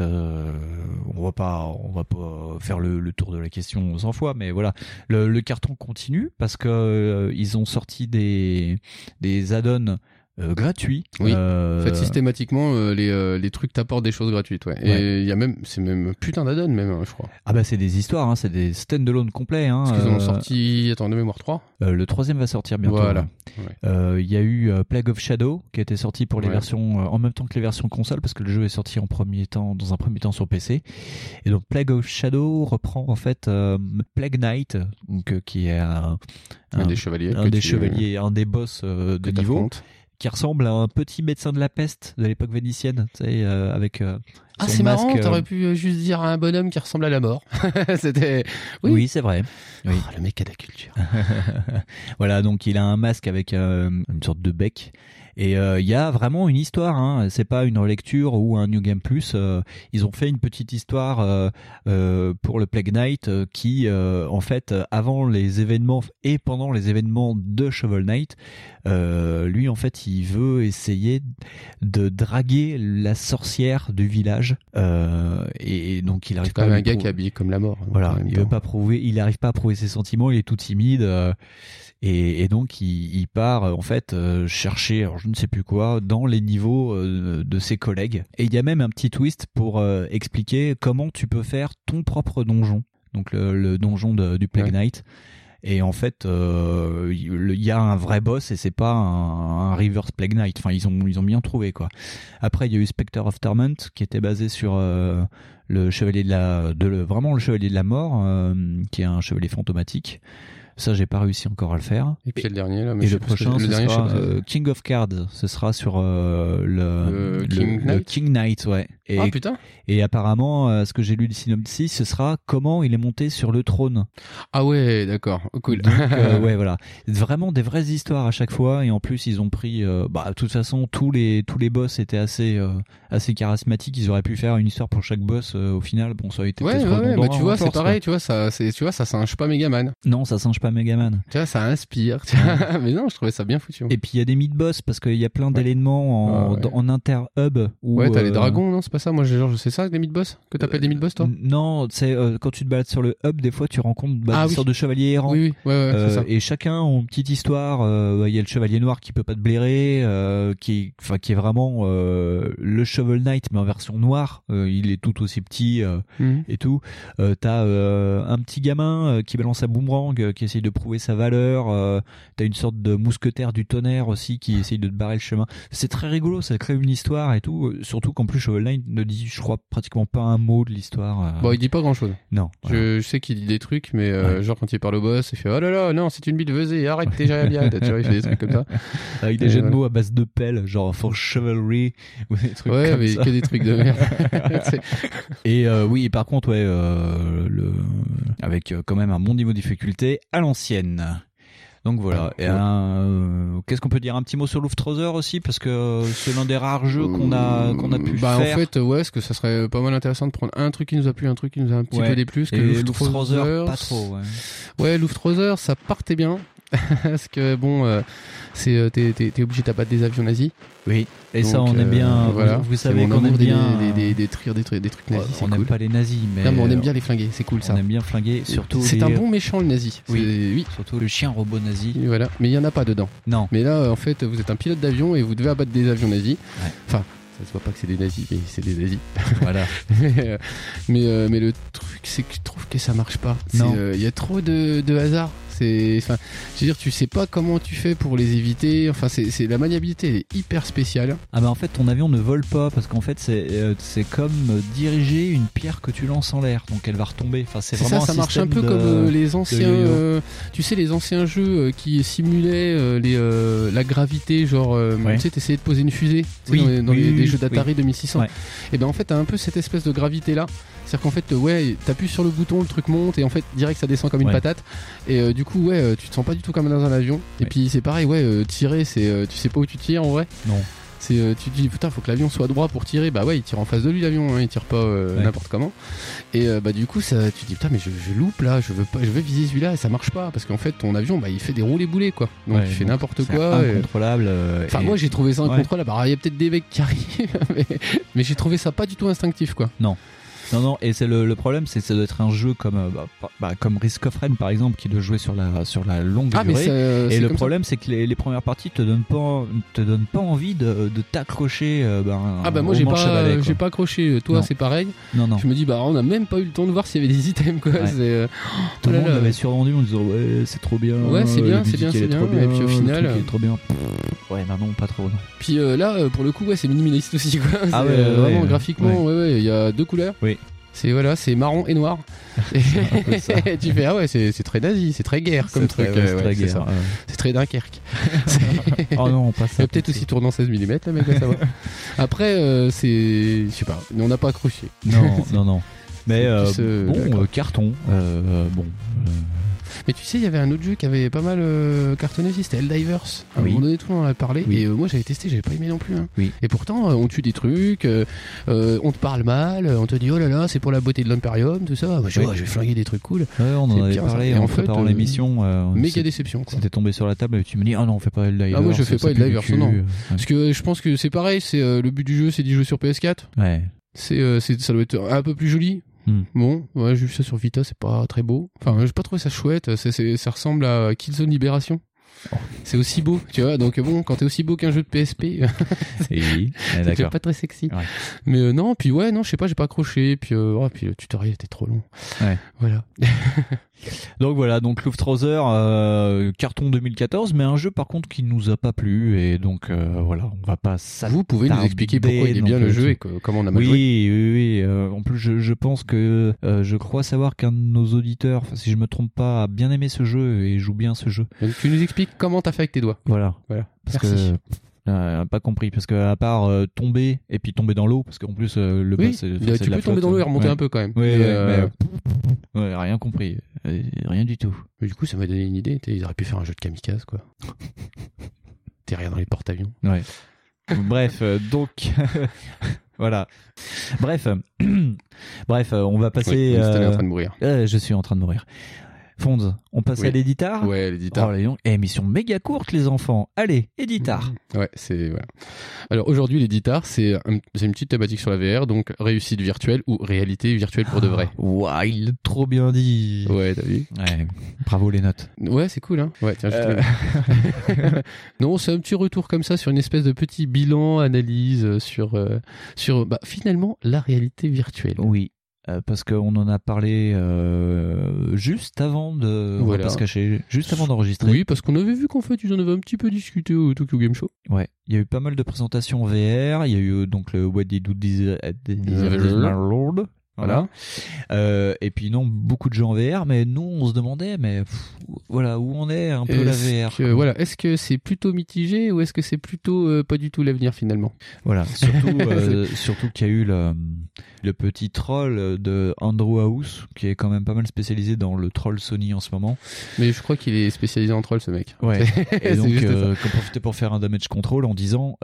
on va pas faire le tour de la question 100 fois, mais voilà, le carton continue parce que ils ont sorti des add-ons gratuits. Oui. En fait, systématiquement, les trucs t'apportent des choses gratuites, ouais. Et il y a c'est même putain d'add-on même, je crois. Ah bah c'est des histoires, hein, c'est des stand-alone complets. Hein, parce qu'ils ont sorti, attends, de mémoire 3. Le troisième va sortir bientôt. Voilà. Il y a eu Plague of Shadow qui a été sorti pour les versions en même temps que les versions console, parce que le jeu est sorti dans un premier temps sur PC. Et donc Plague of Shadow reprend en fait Plague Knight, donc qui est un des chevaliers, un des boss de niveau. Qui ressemble à un petit médecin de la peste de l'époque vénitienne, tu sais, avec son c'est masque. Marrant, t'aurais pu juste dire à un bonhomme qui ressemble à la mort. C'était... Oui, c'est vrai. Oui. Oh, le mec a de la culture. Voilà, donc il a un masque avec une sorte de bec. Et il y a vraiment une histoire, hein. C'est pas une relecture ou un New Game Plus. Ils ont fait une petite histoire pour le Plague Knight qui, en fait, avant les événements et pendant les événements de Shovel Knight, lui, en fait, il veut essayer de draguer la sorcière du village. Et donc, il arrive pas. C'est quand même un gars qui est habillé comme la mort. Voilà, il arrive pas à prouver ses sentiments. Il est tout timide. Et donc il part en fait chercher, alors je ne sais plus quoi, dans les niveaux de ses collègues. Et il y a même un petit twist pour expliquer comment tu peux faire ton propre donjon, donc le donjon du Plague Knight. Et en fait, il y a un vrai boss et c'est pas un reverse Plague Knight. Enfin, ils ont bien trouvé quoi. Après, il y a eu Spectre of Torment qui était basé sur le chevalier vraiment le chevalier de la mort, qui est un chevalier fantomatique. Ça, j'ai pas réussi encore à le faire. Et puis le dernier là. Mais et le prochain, ce sera King of Cards. Ce sera sur le King Knight, ouais. Et, ah putain. Et apparemment, ce que j'ai lu du synopsis, ce sera comment il est monté sur le trône. Ah ouais, d'accord, cool. Donc, ouais, voilà. Vraiment des vraies histoires à chaque fois. Et en plus, ils ont pris. De toute façon, tous les boss étaient assez charismatiques. Ils auraient pu faire une histoire pour chaque boss. Au final, bon, ça aurait été peut-être redondant. Bah, tu vois, c'est pareil. Tu vois, ça singe pas Megaman. Non, ça singe pas Megaman. Tu vois, ça inspire. Mais non, je trouvais ça bien foutu. Et puis il y a des mid-boss parce qu'il y a plein d'éléments en inter-hub. Ouais, t'as les dragons, non, c'est pas ça. Moi, je sais ça, des mid-boss que t'appelles des mid-boss, toi. Non, c'est quand tu te balades sur le hub, des fois tu rencontres des sortes de chevaliers errants. Oui, ouais, c'est ça. Et chacun a une petite histoire. Il y a le chevalier noir qui peut pas te blairer, qui est vraiment le Shovel Knight mais en version noire. Il est tout aussi petit et tout. T'as un petit gamin qui balance un boomerang, qui essaye de prouver sa valeur. T'as une sorte de mousquetaire du tonnerre aussi qui essaye de te barrer le chemin. C'est très rigolo, ça crée une histoire et tout. Surtout qu'en plus Shovel Knight ne dit, je crois, pratiquement pas un mot de l'histoire. Bon, il dit pas grand chose. Non. Je sais qu'il dit des trucs, mais genre quand il parle au boss, il fait oh là là, non, c'est une bite vesée, arrête tes jaliades. Tu vois, il fait des trucs comme ça. Avec des jeux de mots à base de pelle, genre for chivalry ou des trucs comme ça. Ouais, mais que des trucs de merde. Et oui, par contre, ouais, avec quand même un bon niveau de difficulté à l'ancienne. Donc voilà. Et qu'est-ce qu'on peut dire, un petit mot sur Luftrother aussi, parce que c'est l'un des rares jeux qu'on a pu faire. En fait, ouais, parce que ça serait pas mal intéressant de prendre un truc qui nous a plu, un truc qui nous a un petit peu déplu. Que Luftrother, pas trop. Ouais, Luftrother, ça partait bien. Parce que bon, t'es obligé d'abattre des avions nazis. Oui. Et donc, ça, on aime bien. Voilà. Vous savez qu'on aime bien détruire des trucs nazis. On n'aime pas les nazis, mais. Non, mais on aime bien les flinguer. C'est cool ça. On aime bien flinguer, surtout. C'est un bon méchant le nazi. Oui. Surtout le chien robot nazi. Voilà. Mais il y en a pas dedans. Non. Mais là, en fait, vous êtes un pilote d'avion et vous devez abattre des avions nazis. Ouais. Enfin. Ça se voit pas que c'est des nazis, mais c'est des nazis. Voilà. mais le truc, c'est que je trouve que ça marche pas. Il y a trop de hasard. Je veux dire, tu sais pas comment tu fais pour les éviter. Enfin, c'est la maniabilité, elle est hyper spéciale. Ah bah en fait, ton avion ne vole pas parce qu'en fait, c'est comme diriger une pierre que tu lances en l'air, donc elle va retomber. Enfin, c'est vraiment ça marche un peu comme les anciens, tu sais, les anciens jeux qui simulaient la gravité, genre, tu sais, t'essayais de poser une fusée dans les jeux d'Atari 2600. Ouais. Et ben en fait, t'as un peu cette espèce de gravité là. C'est-à-dire qu'en fait, t'appuies sur le bouton, le truc monte et en fait, direct ça descend comme une patate. Et du coup, tu te sens pas du tout comme dans un avion. Et puis c'est pareil, tirer, c'est tu sais pas où tu tires en vrai. Non. Tu te dis putain, faut que l'avion soit droit pour tirer. Bah ouais, il tire en face de lui l'avion, il tire pas n'importe comment. Et du coup, ça, tu te dis putain, mais je loupe là, je veux viser celui-là et ça marche pas parce qu'en fait ton avion, il fait des roulés-boulés quoi. Donc tu fais n'importe quoi. C'est incontrôlable. Enfin moi j'ai trouvé ça incontrôlable. Alors il y a peut-être des mecs qui arrivent, mais j'ai trouvé ça pas du tout instinctif quoi. Non, et c'est le problème, c'est que ça doit être un jeu comme Risk of Rain par exemple, qui doit jouer sur la longue durée. Et le problème, c'est que les premières parties te donnent pas envie de t'accrocher. Moi j'ai pas accroché. Toi c'est pareil. Non. Je me dis on a même pas eu le temps de voir s'il y avait des items quoi. Ouais. Tout le monde m'avait survendu en disant c'est trop bien. Ouais c'est bien. Trop bien. Et puis au final, est trop bien. Ouais non pas trop. Non. Puis là pour le coup c'est minimaliste aussi quoi. Vraiment graphiquement il y a 2 couleurs. Oui. C'est marron et noir. Et tu fais c'est très nazi, c'est très guerre comme truc. C'est très guerre. Ça. C'est très Dunkerque. Oh non, pas ça. Peut-être aussi tournant 16 mm là mec, ça va. Après je sais pas, on n'a pas accroché. Non. Mais carton. Mais tu sais, il y avait un autre jeu qui avait pas mal cartonné aussi, c'était Helldivers. À un moment donné, tout le monde en avait parlé. Et moi, j'avais testé, j'avais pas aimé non plus. Hein. Oui. Et pourtant, on tue des trucs, on te parle mal, on te dit oh là là, c'est pour la beauté de l'Imperium, tout ça. Je vais flinguer des trucs cool. Ouais, on en avait parlé en préparant l'émission. Méga déception. Quoi. C'était tombé sur la table et tu me dis oh non, on fait pas Helldivers. Ah, moi, je fais pas Helldivers, non. Parce que je pense que c'est pareil, le but du jeu, c'est d'y jouer sur PS4. Ouais. Ça doit être un peu plus joli. Bon, j'ai vu ça sur Vita, c'est pas très beau. Enfin, j'ai pas trouvé ça chouette. Ça ressemble à Killzone Libération. C'est aussi beau, tu vois. Donc bon, quand t'es aussi beau qu'un jeu de PSP, c'est pas très sexy. Ouais. Mais non, puis je sais pas, j'ai pas accroché. Puis le tutoriel était trop long. Ouais. Voilà. Donc Luftrauser, carton 2014, mais un jeu par contre qui nous a pas plu et donc on va pas s'attarder. Vous pouvez nous expliquer pourquoi il est bien le jeu et comment on a mal joué. Oui. En plus, je pense que je crois savoir qu'un de nos auditeurs, si je me trompe pas, a bien aimé ce jeu et joue bien ce jeu. Donc, tu nous expliques comment t'as fait avec tes doigts. Voilà. Parce que pas compris parce que à part tomber et puis tomber dans l'eau parce qu'en plus le bas c'est tu peux tomber dans l'eau et remonter un peu quand même. Mais rien compris, rien du tout. Mais du coup ça m'a donné une idée, ils auraient pu faire un jeu de kamikaze quoi. T'es rien dans les porte-avions. Ouais. Bref, donc voilà. Bref, on va passer. T'es en train de mourir. Je suis en train de mourir. Fonds, on passe à l'éditar. Ouais, l'éditar. Émission méga courte, les enfants. Allez, éditar. Ouais, voilà. Alors aujourd'hui, l'éditar, c'est une petite thématique sur la VR, donc réussite virtuelle ou réalité virtuelle pour de vrai. Ouah, il est trop bien dit. Ouais, t'as vu ? Ouais, bravo les notes. Ouais, c'est cool, hein. Ouais, tiens, non, c'est un petit retour comme ça sur une espèce de petit bilan, analyse sur finalement la réalité virtuelle. Oui. Parce qu'on en a parlé juste avant on va pas se cacher, juste avant d'enregistrer. Oui, parce qu'on avait vu qu'en fait ils en avaient un petit peu discuté au Tokyo Game Show. Ouais, il y a eu pas mal de présentations VR, il y a eu donc le What Did You Desire Lord. Voilà. Et puis beaucoup de jeux en VR, mais nous on se demandait, où on est un peu la VR. Est-ce que c'est plutôt mitigé ou est-ce que c'est plutôt pas du tout l'avenir finalement ? Voilà, surtout qu'il y a eu le petit troll de Andrew House qui est quand même pas mal spécialisé dans le troll Sony en ce moment. Mais je crois qu'il est spécialisé en troll ce mec. Ouais. Et donc qu'on profitait pour faire un damage control en disant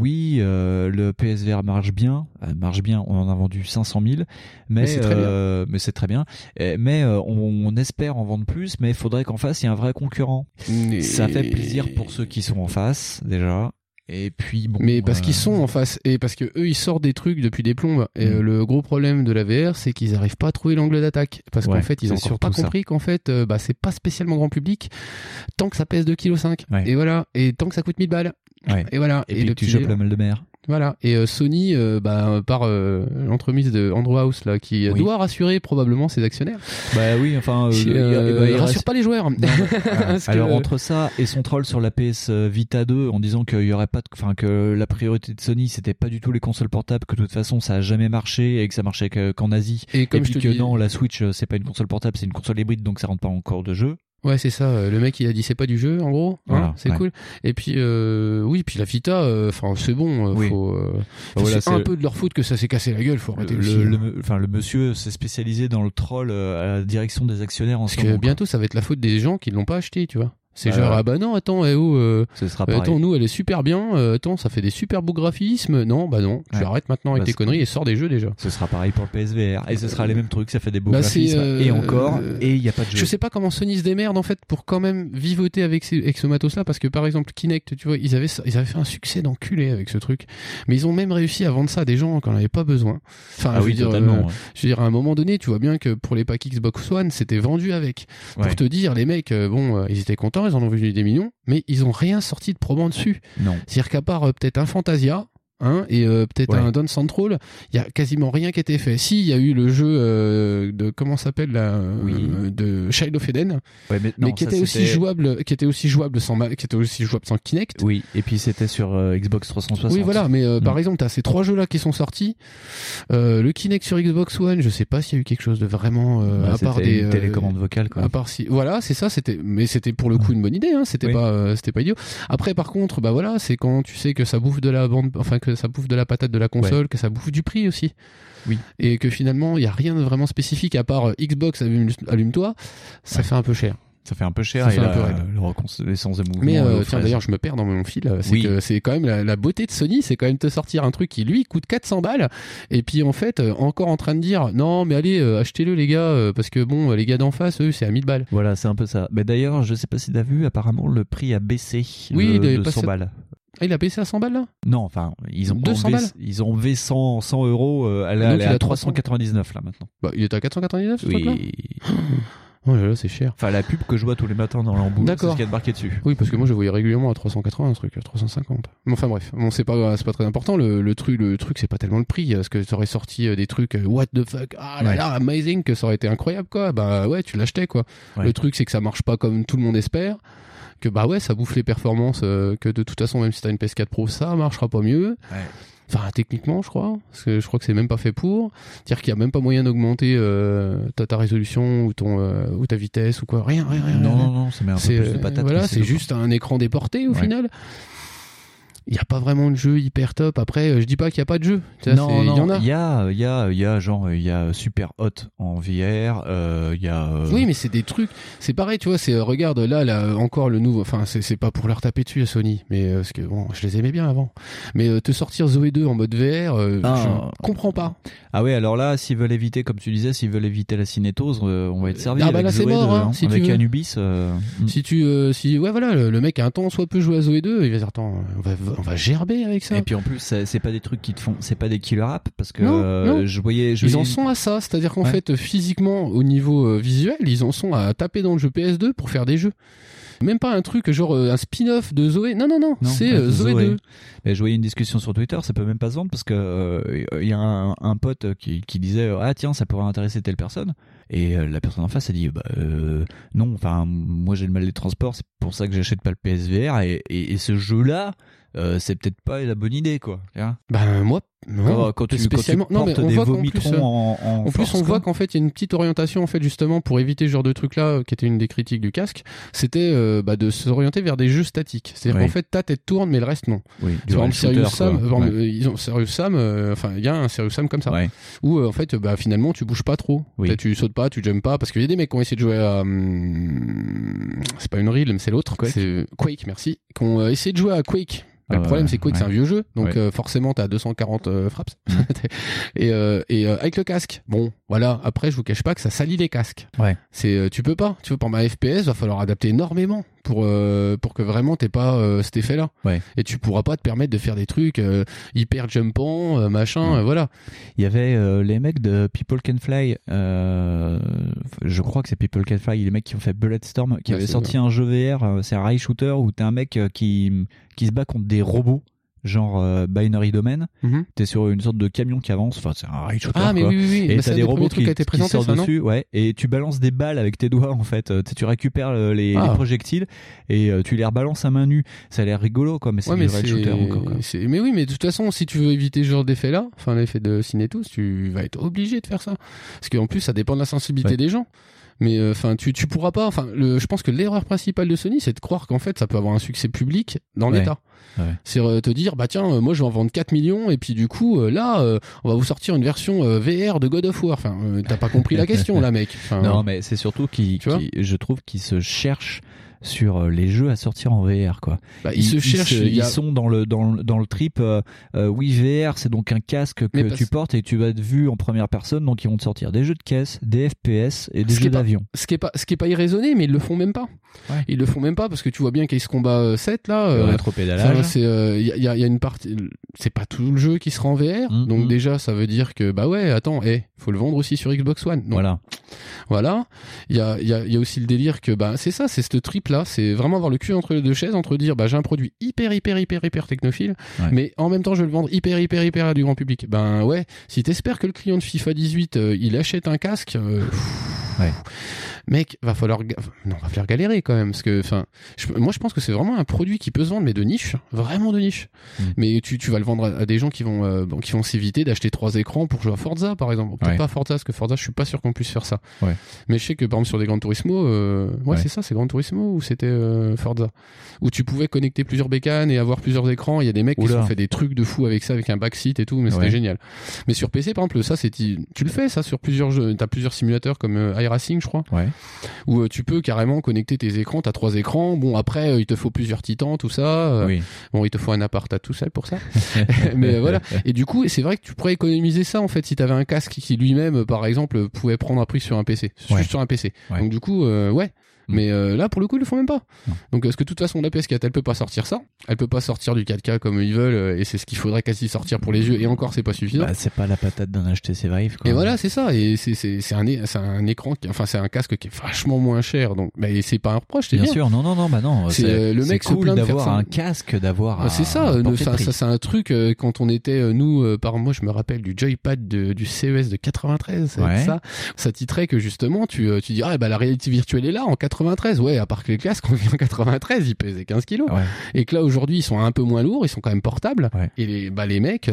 le PSVR marche bien, on en a vendu 500 000. Mais c'est très bien. Mais c'est très bien. Mais on espère en vendre plus, mais il faudrait qu'en face il y ait un vrai concurrent. Ça fait plaisir pour ceux qui sont en face déjà. Et puis parce qu'ils sont en face et parce que eux ils sortent des trucs depuis des plombes. Et le gros problème de la VR, c'est qu'ils n'arrivent pas à trouver l'angle d'attaque parce qu'en fait ils ont encore pas compris qu'en fait c'est pas spécialement grand public tant que ça pèse 2,5 kg. Ouais. Et voilà, et tant que ça coûte 1000 balles. Et voilà. Et puis tu chopes la mal de mer. Voilà. Et Sony, par l'entremise de Andrew House là, qui doit rassurer probablement ses actionnaires. Bah oui, enfin, il rassure pas les joueurs. Alors entre ça et son troll sur la PS Vita 2 en disant qu'il y aurait pas, que la priorité de Sony c'était pas du tout les consoles portables, que de toute façon ça a jamais marché et que ça marchait qu'en Asie. Et puis que non, la Switch c'est pas une console portable, c'est une console hybride, donc ça rentre pas encore de jeu. Ouais, c'est ça. Le mec, il a dit c'est pas du jeu, en gros. Voilà, c'est cool. Et puis, puis la Vita, c'est bon. C'est un peu de leur faute que ça s'est cassé la gueule. Faut arrêter le monsieur s'est spécialisé dans le troll à la direction des actionnaires en ce moment. Parce que bientôt, ça va être la faute des gens qui l'ont pas acheté, tu vois. C'est genre ah bah non attends ce sera pareil. Attends nous elle est super bien attends ça fait des super beaux graphismes non bah non tu arrêtes maintenant avec tes conneries et sors des jeux déjà. Ce sera pareil pour le PSVR et ce sera les mêmes trucs, ça fait des beaux graphismes et encore et il y a pas de jeu. Je sais pas comment Sony se démerde en fait pour quand même vivoter avec ce matos là, parce que par exemple Kinect tu vois ils avaient fait un succès d'enculé avec ce truc, mais ils ont même réussi à vendre ça à des gens qui en avaient pas besoin. Enfin je veux dire à un moment donné tu vois bien que pour les packs Xbox One c'était vendu avec pour te dire les mecs ils étaient contents, ils en ont vendu des millions, mais ils ont rien sorti de probant dessus. Non. C'est-à-dire qu'à part peut-être un Fantasia, et peut-être un Dance Central, il y a quasiment rien qui a été fait. Si, il y a eu le jeu de comment s'appelle de Child of Eden, mais qui était aussi jouable sans Kinect. Oui, et puis c'était sur Xbox 360. Oui, voilà, mais par exemple, t'as ces 3 jeux-là qui sont sortis. Le Kinect sur Xbox One, je sais pas s'il y a eu quelque chose de vraiment à part des télécommandes vocales quoi. À part voilà, c'est ça, c'était pour le coup une bonne idée, c'était pas idiot. Après par contre, c'est quand tu sais que ça bouffe de la bande, que ça bouffe de la patate de la console, que ça bouffe du prix aussi. Oui. Et que finalement, il y a rien de vraiment spécifique à part Xbox allume-toi, ça fait un peu cher. Ça fait un peu cher et le reconnaissance de mouvement. Mais tiens, d'ailleurs, je me perds dans mon fil. Que c'est quand même la beauté de Sony, c'est quand même te sortir un truc qui lui coûte 400 balles. Et puis en fait, encore en train de dire non, mais allez, achetez-le les gars, parce que bon, les gars d'en face, eux, c'est à 1000 balles. Voilà, c'est un peu ça. Mais d'ailleurs, je sais pas si t'as vu, apparemment le prix a baissé de 100 balles. Ah, il a baissé à 100 balles là ? Non, enfin, ils ont 200 balles. Ils ont enlevé 100 euros. Elle est à 399 là maintenant. Bah, il est à 499 ce truc-là ? Oh là là, c'est cher. Enfin, la pub que je vois tous les matins dans l'embout, c'est ce qu'il y a de marqué dessus. Oui, parce que moi je voyais régulièrement à 380 un truc, à 350. Mais enfin bref, bon, c'est pas très important. Le truc, c'est pas tellement le prix, parce que ça aurait sorti des trucs what the fuck, ah là là, amazing, que ça aurait été incroyable quoi. Bah ouais, tu l'achetais quoi. Ouais. Le truc c'est que ça marche pas comme tout le monde espère. Que ça bouffe les performances, que de toute façon même si t'as une PS4 Pro ça marchera pas mieux. Ouais. Enfin techniquement je crois, parce que je crois que c'est même pas fait pour. C'est-à-dire qu'il y a même pas moyen d'augmenter ta résolution ou ta vitesse ou quoi, rien. Non, ça met un peu plus de patate. Voilà, c'est juste un écran déporté au final. Il y a pas vraiment de jeu hyper top. Après, je dis pas qu'il y a pas de jeu. Non, il y en a. Il y a Super Hot en VR. Il y a. Oui, mais c'est des trucs. C'est pareil, tu vois. C'est regarde là encore le nouveau. Enfin, c'est pas pour leur taper dessus à Sony, mais parce que bon, je les aimais bien avant. Mais te sortir Zoé 2 en mode VR, je comprends pas. Ah ouais, alors là, s'ils veulent éviter, comme tu disais, s'ils veulent éviter la cinétose, on va être servi. Ah bah là c'est mort, hein, si avec Anubis. Si voilà, le mec a un temps soit peu joué à Zoé 2, il va dire attends, on va gerber avec ça. Et puis en plus, c'est pas des trucs qui te font, c'est pas des killer apps parce que non. ils en sont à ça, c'est-à-dire qu'en fait physiquement au niveau visuel, ils en sont à taper dans le jeu PS2 pour faire des jeux. Même pas un truc genre un spin-off de Zoé. Non, c'est Zoé 2. Mais je voyais une discussion sur Twitter, ça peut même pas se vendre parce que il y a un pote qui disait ah tiens ça pourrait intéresser telle personne et la personne en face a dit non, enfin moi j'ai le mal des transports, c'est pour ça que j'achète pas le PSVR et ce jeu là c'est peut-être pas la bonne idée quoi. Ben moi quand tu portes des vomitrons en plus force, on voit qu'en fait il y a une petite orientation en fait justement pour éviter ce genre de truc là qui était une des critiques du casque, c'était de s'orienter vers des jeux statiques, c'est-à-dire qu'en fait ta tête tourne mais le reste non. Oui, par exemple Serious Sam, ils ont Serious Sam, il y a un Serious Sam comme ça où en fait finalement tu bouges pas trop, tu sautes pas, tu jumps pas, parce qu'il y a des mecs qui ont essayé de jouer à c'est pas Unreal mais c'est l'autre, c'est Quake, merci, qui ont essayé de jouer à Quake. Le problème c'est Quake c'est un vieux jeu, donc forcément t'as 240 Fraps. et avec le casque. Bon, voilà. Après, je vous cache pas que ça salit les casques. Ouais. Tu peux pas pour ma FPS, va falloir adapter énormément pour que vraiment t'aies pas cet effet-là. Ouais. Et tu pourras pas te permettre de faire des trucs hyper jumpants, machin, voilà. Il y avait les mecs de People Can Fly, je crois que c'est People Can Fly, les mecs qui ont fait Bulletstorm, qui avaient sorti un jeu VR, c'est un rail shooter où t'es un mec qui se bat contre des robots. Genre Binary Domain, t'es sur une sorte de camion qui avance, enfin c'est un rail shooter mais oui. et t'as des robots qui sortent ça, dessus, ouais, et tu balances des balles avec tes doigts en fait, tu récupères les projectiles et tu les rebalances à main nue, ça a l'air rigolo quoi, mais c'est du rail shooter encore quoi. Mais oui, mais de toute façon si tu veux éviter ce genre d'effet là, enfin l'effet de Cinétous, tu vas être obligé de faire ça, parce qu'en plus ça dépend de la sensibilité des gens. Mais enfin tu pourras pas, enfin je pense que l'erreur principale de Sony c'est de croire qu'en fait ça peut avoir un succès public dans l'état. Ouais. C'est te dire bah tiens moi je vais en vendre 4 millions et puis du coup là on va vous sortir une version VR de God of War. Enfin t'as pas compris la question là mec. Enfin, non mais c'est surtout je trouve qu'ils se cherchent sur les jeux à sortir en VR quoi. Bah, ils sont dans le trip oui VR c'est donc un casque que tu portes et tu vas être vu en première personne, donc ils vont te sortir des jeux de caisse, des FPS et des jeux d'avion. Ce qui est pas irraisonné, mais ils le font même pas. Ouais. Ils le font même pas parce que tu vois bien qu'Ace Combat 7 là rétropédalage, c'est il y a une partie, c'est pas tout le jeu qui sera en VR, donc déjà ça veut dire que bah ouais attends, faut le vendre aussi sur Xbox One. Donc, voilà, il y a aussi le délire que bah c'est ça, c'est ce trip là, c'est vraiment avoir le cul entre les deux chaises, entre dire bah j'ai un produit hyper technophile, mais en même temps je vais le vendre hyper à du grand public. Ben ouais, si t'espères que le client de FIFA 18 il achète un casque, mec, va falloir galérer quand même, parce que enfin moi je pense que c'est vraiment un produit qui peut se vendre mais de niche, vraiment de niche. Mais tu vas le vendre à des gens qui vont s'éviter d'acheter 3 écrans pour jouer à Forza par exemple. Peut-être pas Forza, parce que Forza je suis pas sûr qu'on puisse faire ça. Mais je sais que par exemple sur des Gran Turismo c'est ça, c'est Gran Turismo ou c'était Forza, où tu pouvais connecter plusieurs bécanes et avoir plusieurs écrans. Il y a des mecs qui ont fait des trucs de fou avec ça, avec un backseat et tout, mais c'était génial. Mais sur PC par exemple ça tu le fais ça sur plusieurs jeux, t'as plusieurs simulateurs comme iRacing je crois, où tu peux carrément connecter tes écrans, t'as 3 écrans. Bon après il te faut plusieurs titans tout ça, bon il te faut un appart à tout seul pour ça. Mais voilà, et du coup c'est vrai que tu pourrais économiser ça en fait si t'avais un casque qui lui-même par exemple pouvait prendre un prix sur un PC, juste sur un PC. Donc du coup mais là pour le coup ils le font même pas. Donc parce que de toute façon la PS4 elle peut pas sortir ça, elle peut pas sortir du 4K comme ils veulent, et c'est ce qu'il faudrait quasi sortir pour les yeux, et encore c'est pas suffisant. Bah, c'est pas la patate d'un HTC Vive quoi. Et voilà c'est ça, et c'est un écran c'est un casque qui est vachement moins cher, donc bah, c'est pas un reproche, c'est bien sûr. Non bah non, c'est le mec cool se plaint de faire d'avoir ça. un casque, d'avoir c'est ça, ça c'est un truc quand on était nous par moi je me rappelle du joypad du CES de 93, ça titrait que justement tu dis bah la réalité virtuelle est là en 93, à part que les casques en 93 ils pesaient 15 kilos, et que là aujourd'hui ils sont un peu moins lourds, ils sont quand même portables, et les mecs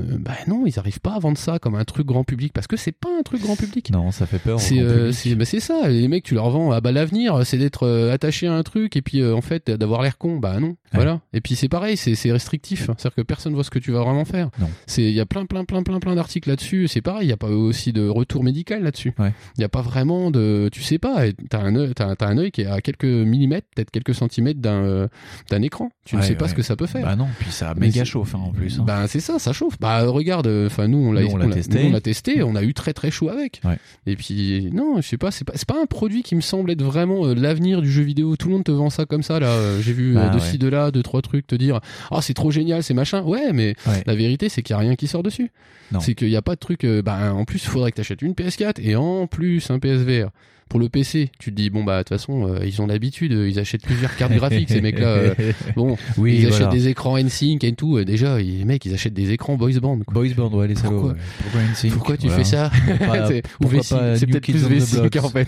non ils arrivent pas à vendre ça comme un truc grand public, parce que c'est pas un truc grand public. Non, ça fait peur. C'est ça, les mecs tu leur vends l'avenir c'est d'être attaché à un truc, et puis en fait d'avoir l'air con, non. Voilà, et puis c'est pareil, c'est restrictif, c'est-à-dire que personne voit ce que tu vas vraiment faire. Il y a plein d'articles là-dessus, c'est pareil, il y a pas aussi de retour médical là-dessus. Il y a pas vraiment de, tu sais pas, t'as un œil qui est à quelques millimètres, peut-être quelques centimètres d'un écran. Tu ne sais pas ce que ça peut faire. Bah non, puis ça méga chauffe en plus. C'est ça chauffe. Regarde, enfin nous on l'a testé, on a eu très très chaud avec. Et puis non, je sais pas, c'est pas un produit qui me semble être vraiment l'avenir du jeu vidéo. Tout le monde te vend ça comme ça là. J'ai vu de ci de là 2-3 trucs te dire c'est trop génial, c'est machin. Mais la vérité c'est qu'il y a rien qui sort dessus. C'est qu'il y a pas de truc. En plus il faudrait que t'achètes une PS4 et en plus un PSVR. Pour le PC, tu te dis de toute façon ils ont l'habitude, ils achètent plusieurs cartes graphiques ces mecs là. Ils achètent des écrans NSYNC et tout. Déjà les mecs ils achètent des écans Boys Band. Boys Band, les salauds. Pourquoi tu fais ça? C'est peut-être plus V5 en fait.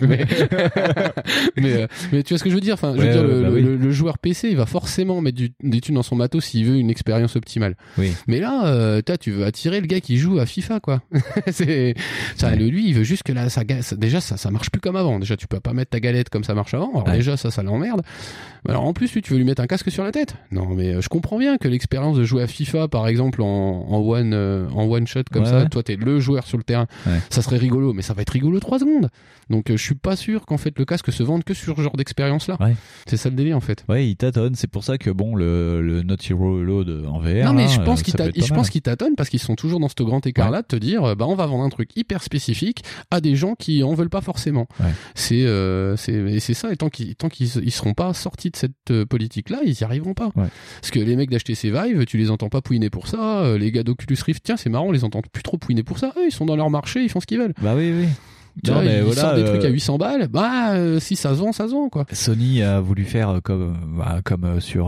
Mais tu vois ce que je veux dire. Enfin, le joueur PC il va forcément mettre des thunes dans son matos s'il veut une expérience optimale. Mais là tu veux attirer le gars qui joue à FIFA quoi. Lui il veut juste que là ça marche plus comme avant. avant. Déjà, tu peux pas mettre ta galette comme ça marche avant. Alors déjà, ça l'emmerde. Alors en plus, tu veux lui mettre un casque sur la tête. Non, mais je comprends bien que l'expérience de jouer à FIFA, par exemple, en one shot comme ça, toi t'es le joueur sur le terrain, ça serait rigolo, mais ça va être rigolo 3 secondes. Donc je suis pas sûr qu'en fait le casque se vende que sur ce genre d'expérience là. C'est ça le délire en fait. Ouais, il tâtonne. C'est pour ça que bon, le Not Hero Load en VR. Non mais je pense qu'ils tâtonnent parce qu'ils sont toujours dans ce grand écart là de te dire on va vendre un truc hyper spécifique à des gens qui en veulent pas forcément. C'est ça, et tant qu'ils seront pas sortis de cette politique là, ils y arriveront pas. Parce que les mecs d'HTC Vive, tu les entends pas pouiner pour ça. Les gars d'Oculus Rift, tiens, c'est marrant, on les entend plus trop pouiner pour ça. Eux, ils sont dans leur marché, ils font ce qu'ils veulent. Bah oui. Tu vois, ils sortent des trucs à 800 balles. Si ça se vend, ça se vend, quoi. Sony a voulu faire comme sur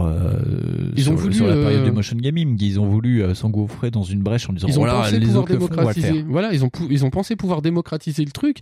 la période du motion gaming. Ils ont voulu s'engouffrer dans une brèche en disant ils ont pensé pouvoir démocratiser. Voilà, ils ont pensé pouvoir démocratiser le truc.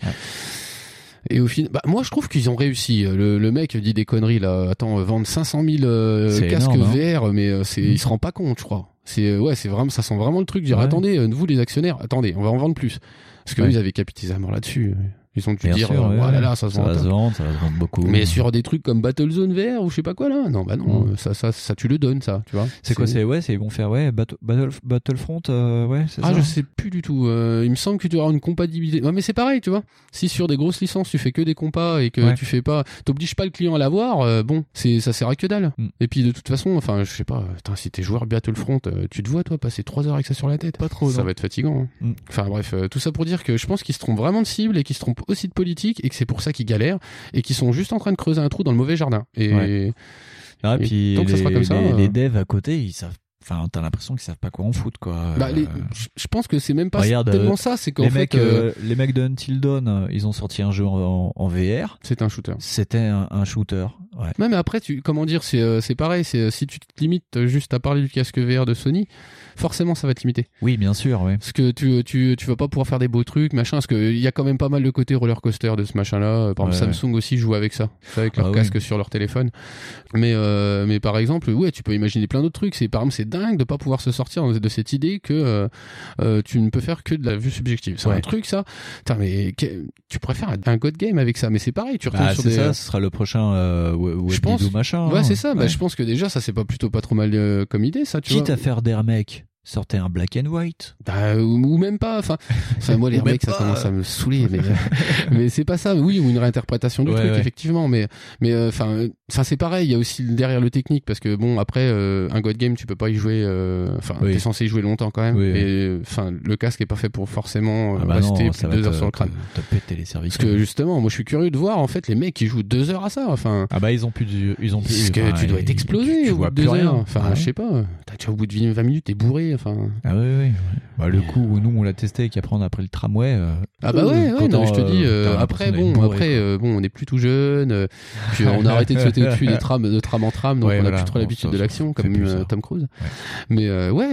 Et au final, moi je trouve qu'ils ont réussi. Le mec dit des conneries là. Attends, vendre 500 000 casques VR, mais il se rend pas compte, je crois. C'est vraiment, ça sent vraiment le truc. Dire attendez, vous les actionnaires, attendez, on va en vendre plus. Parce qu'eux, ils avaient capitalisé à mort là-dessus. Ils ont dû dire, là, ça se vend beaucoup. Mais sur des trucs comme Battlezone VR ou je sais pas quoi, là. Non, bah non, ça, tu le donnes, ça, tu vois. C'est quoi, ils vont faire, Battlefront, c'est ça. Je sais plus du tout. Il me semble que tu auras une compatibilité. Ouais, mais c'est pareil, tu vois. Si sur des grosses licences, tu fais que des compas et que tu fais pas, t'obliges pas le client à l'avoir, ça sert à que dalle. Et puis, de toute façon, enfin, je sais pas, si t'es joueur Battlefront, tu te vois, toi, passer 3 heures avec ça sur la tête. Pas trop, ça va être fatigant. Enfin, bref, tout ça pour dire que je pense qu'ils se trompent vraiment de cible et qu'ils se trompent aussi de politique et que c'est pour ça qu'ils galèrent et qu'ils sont juste en train de creuser un trou dans le mauvais jardin. Et puis donc ça sera comme ça. Les devs à côté, ils savent. Enfin, t'as l'impression qu'ils savent pas quoi en foutre, quoi. Je pense que c'est même pas tellement ça, c'est qu'en fait les mecs de Until Dawn, ils ont sorti un jeu en VR. C'était un shooter. C'était un shooter. Ouais. Mais après, comment dire, c'est pareil. Si tu te limites juste à parler du casque VR de Sony, forcément, ça va te limiter. Oui, bien sûr, oui. Parce que tu vas pas pouvoir faire des beaux trucs, machin. Parce que il y a quand même pas mal de côté roller coaster de ce machin-là. Par exemple, Samsung aussi joue avec ça, avec leur casque sur leur téléphone. Mais par exemple, tu peux imaginer plein d'autres trucs. Par exemple, c'est dingue de pas pouvoir se sortir de cette idée que tu ne peux faire que de la vue subjective. C'est un truc, ça. Putain, mais tu pourrais faire un God Game avec ça, mais c'est pareil. Tu retournes sur ça, ce sera le prochain Webidoo machin. Ouais, c'est ça. Je pense que déjà, ça c'est plutôt pas trop mal comme idée, ça. Quitte à faire des remakes. Sortez un black and white. Ou même pas. Enfin moi, les remakes, ça commence à me saouler. Mais c'est pas ça. Oui, ou une réinterprétation du truc, effectivement. Mais c'est pareil. Il y a aussi derrière le technique, parce que bon, après, un God Game, tu peux pas y jouer. T'es censé y jouer longtemps quand même. Et le casque est pas fait pour forcément rester plus de 2 heures sur le crâne. T'as pété les services. Parce que justement, moi, je suis curieux de voir en fait les mecs qui jouent 2 heures à ça. Enfin. Ils ont plus. Parce que tu dois être explosé au bout de 2 heures. Enfin, je sais pas. T'as déjà au bout de 20 minutes, t'es bourré. Oui. Le coup où nous on l'a testé et qu'après on a pris le tramway. Non, mais je te dis, après, on est plus tout jeune, puis on a arrêté de sauter au-dessus de tram en tram, donc on a plus trop l'habitude de l'action, comme Tom Cruise. Mais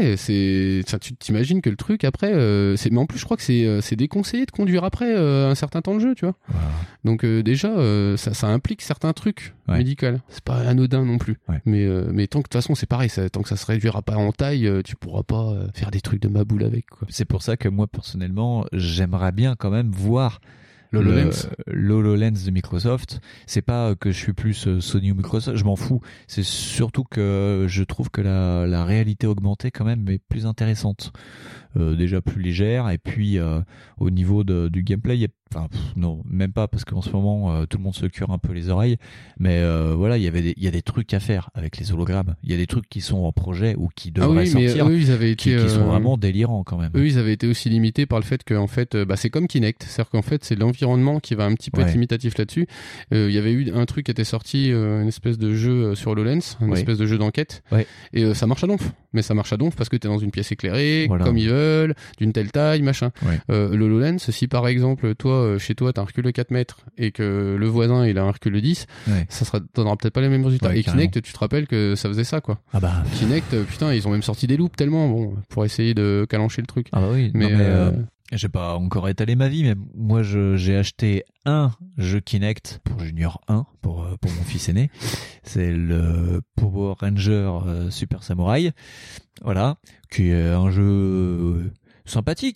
tu t'imagines que le truc après, mais en plus je crois que c'est déconseillé de conduire après un certain temps de jeu, tu vois. Donc déjà, ça implique certains trucs médicaux. C'est pas anodin non plus. Mais tant que de toute façon c'est pareil, tant que ça se réduira pas en taille, tu pourras pas faire des trucs de ma boule avec, quoi. C'est pour ça que moi personnellement j'aimerais bien quand même voir l'HoloLens de Microsoft. C'est pas que je suis plus Sony ou Microsoft, je m'en fous. C'est surtout que je trouve que la réalité augmentée quand même est plus intéressante. Déjà plus légère, et puis au niveau du gameplay, non, même pas, parce qu'en ce moment tout le monde se cure un peu les oreilles, mais il y a des trucs à faire avec les hologrammes. Il y a des trucs qui sont en projet ou qui devraient sortir, mais eux, ils avaient été, qui sont vraiment délirants quand même. Eux, ils avaient été aussi limités par le fait que en fait, c'est comme Kinect, c'est-à-dire qu'en fait c'est l'environnement qui va un petit peu être limitatif là-dessus. Il y avait eu un truc qui était sorti, une espèce de jeu sur HoloLens, une espèce de jeu d'enquête, et ça marche à donf. Mais ça marche à donf parce que t'es dans une pièce éclairée, comme ils veulent, d'une telle taille, machin. L'HoloLens, si par exemple toi chez toi t'as un recul de 4 mètres et que le voisin il a un recul de 10, ça t'aura peut-être pas les mêmes résultats. Et Kinect, tu te rappelles que ça faisait ça, quoi. Kinect, putain, ils ont même sorti des loops tellement pour essayer de calancher le truc. J'ai pas encore étalé ma vie, mais moi j'ai acheté un jeu Kinect pour Junior 1, pour mon fils aîné. C'est le Power Ranger Super Samurai, voilà, qui est un jeu sympathique.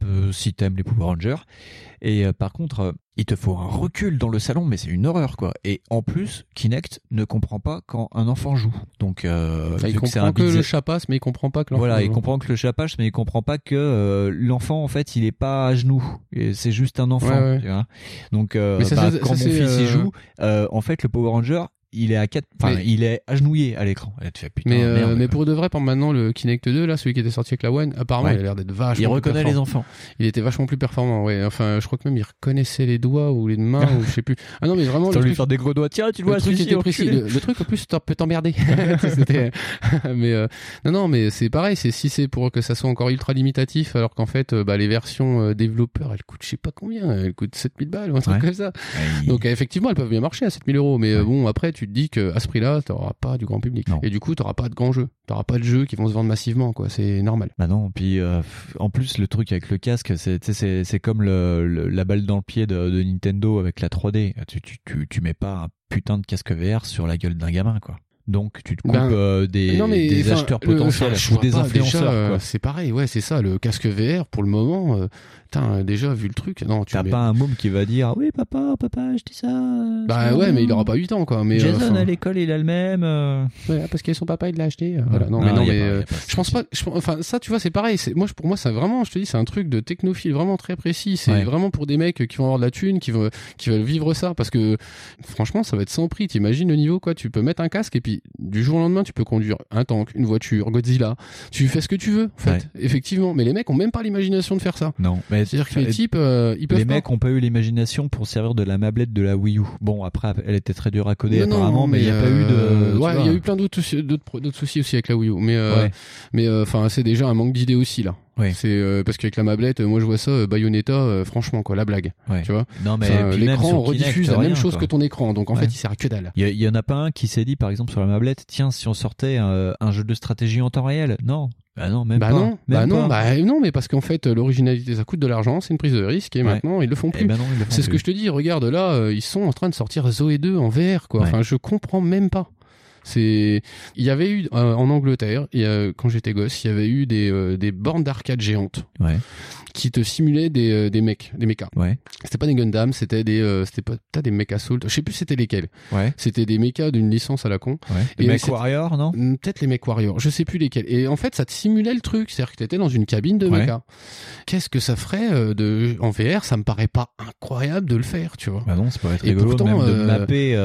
si t'aimes les Power Rangers. Et par contre, il te faut un recul dans le salon, mais c'est une horreur, quoi. Et en plus, Kinect ne comprend pas quand un enfant joue. Donc, il comprend que le chat passe, mais il comprend pas que l'enfant Voilà, joue. il comprend que le chat passe, mais il comprend pas que l'enfant, en fait, il est pas à genoux. Et c'est juste un enfant. Ouais. Tu vois. Donc, quand mon ça, fils y joue, en fait, le Power Ranger, il est il est agenouillé à l'écran. Et tu fais, putain, merde, mais pour de vrai, pour maintenant, le Kinect 2, là, celui qui était sorti avec la One, apparemment, il a l'air d'être vachement. Il reconnaît les enfants. Il était vachement plus performant, ouais. Enfin, je crois que même il reconnaissait les doigts ou les mains, ou je sais plus. Ah non, mais vraiment. Tu lui faire des gros doigts. Tiens, tu le vois, le truc était précis. Le truc, en plus, peut t'emmerder. Mais, non, mais c'est pareil, si c'est pour que ça soit encore ultra limitatif, alors qu'en fait, les versions développeurs, elles coûtent je sais pas combien, elles coûtent 7000 balles ou un truc comme ça. Donc, effectivement, elles peuvent bien marcher à 7000 €. Mais bon, après, tu te dis qu'à ce prix-là, t'auras pas du grand public. Non. Et du coup, t'auras pas de grands jeux. T'auras pas de jeux qui vont se vendre massivement, quoi. C'est normal. Bah non, puis en plus, le truc avec le casque, c'est comme la balle dans le pied de Nintendo avec la 3D. Tu mets pas un putain de casque VR sur la gueule d'un gamin, quoi. Donc tu te coupes des acheteurs potentiels ou des influenceurs, quoi. C'est pareil, ouais, c'est ça. Le casque VR, pour le moment, t'as déjà vu le truc. Non, t'as pas un môme qui va dire oui papa, je dis ça. Bah ouais, mais il aura pas 8 ans, quoi. Mais Jason à l'école, il a le même. Ouais, parce que son papa il l'a acheté. Voilà. Non, mais je pense pas. Enfin, ça, tu vois, c'est pareil. Pour moi, c'est vraiment, je te dis, c'est un truc de technophile vraiment très précis. C'est vraiment pour des mecs qui vont avoir de la thune, qui veulent vivre ça, parce que franchement, ça va être sans prix. T'imagines le niveau, quoi. Tu peux mettre un casque et puis du jour au lendemain, tu peux conduire un tank, une voiture, Godzilla. Tu fais ce que tu veux, en fait. Effectivement. Mais les mecs ont même pas l'imagination de faire ça. Non. Mais c'est-à-dire que les types, ils peuvent. Les mecs ont pas eu l'imagination pour servir de la mablette de la Wii U. Bon, après, elle était très dure à coder apparemment, mais il y a pas eu de. Ouais, il y a eu plein d'autres soucis aussi avec la Wii U. Mais enfin, c'est déjà un manque d'idées aussi là. Ouais. C'est parce qu'avec la mablette, moi je vois ça, Bayonetta, franchement quoi, la blague. Tu vois. Non mais l'écran rediffuse la même chose que ton écran, donc en fait il sert à que dalle. Il y en a pas un qui s'est dit par exemple sur la mablette, tiens si on sortait un jeu de stratégie en temps réel, non. Bah non, même pas. Non, mais parce qu'en fait l'originalité ça coûte de l'argent, c'est une prise de risque et maintenant ils le font plus. C'est ce que je te dis, regarde là, ils sont en train de sortir Zoé 2 en VR quoi. Enfin je comprends même pas. Il y avait eu en Angleterre, quand j'étais gosse, il y avait eu des bornes d'arcade géantes qui te simulaient des mechas. C'était pas des Gundam, c'était pas des Mecha Assault, je sais plus c'était lesquels. C'était des mechas d'une licence à la con. Les Mech Warrior, non? Peut-être les Mech Warrior, je sais plus lesquels. Et en fait, ça te simulait le truc, c'est-à-dire que t'étais dans une cabine de mecha. Qu'est-ce que ça ferait en VR? Ça me paraît pas incroyable de le faire, tu vois. Bah non, c'est pas être rigolo pourtant, même de mapper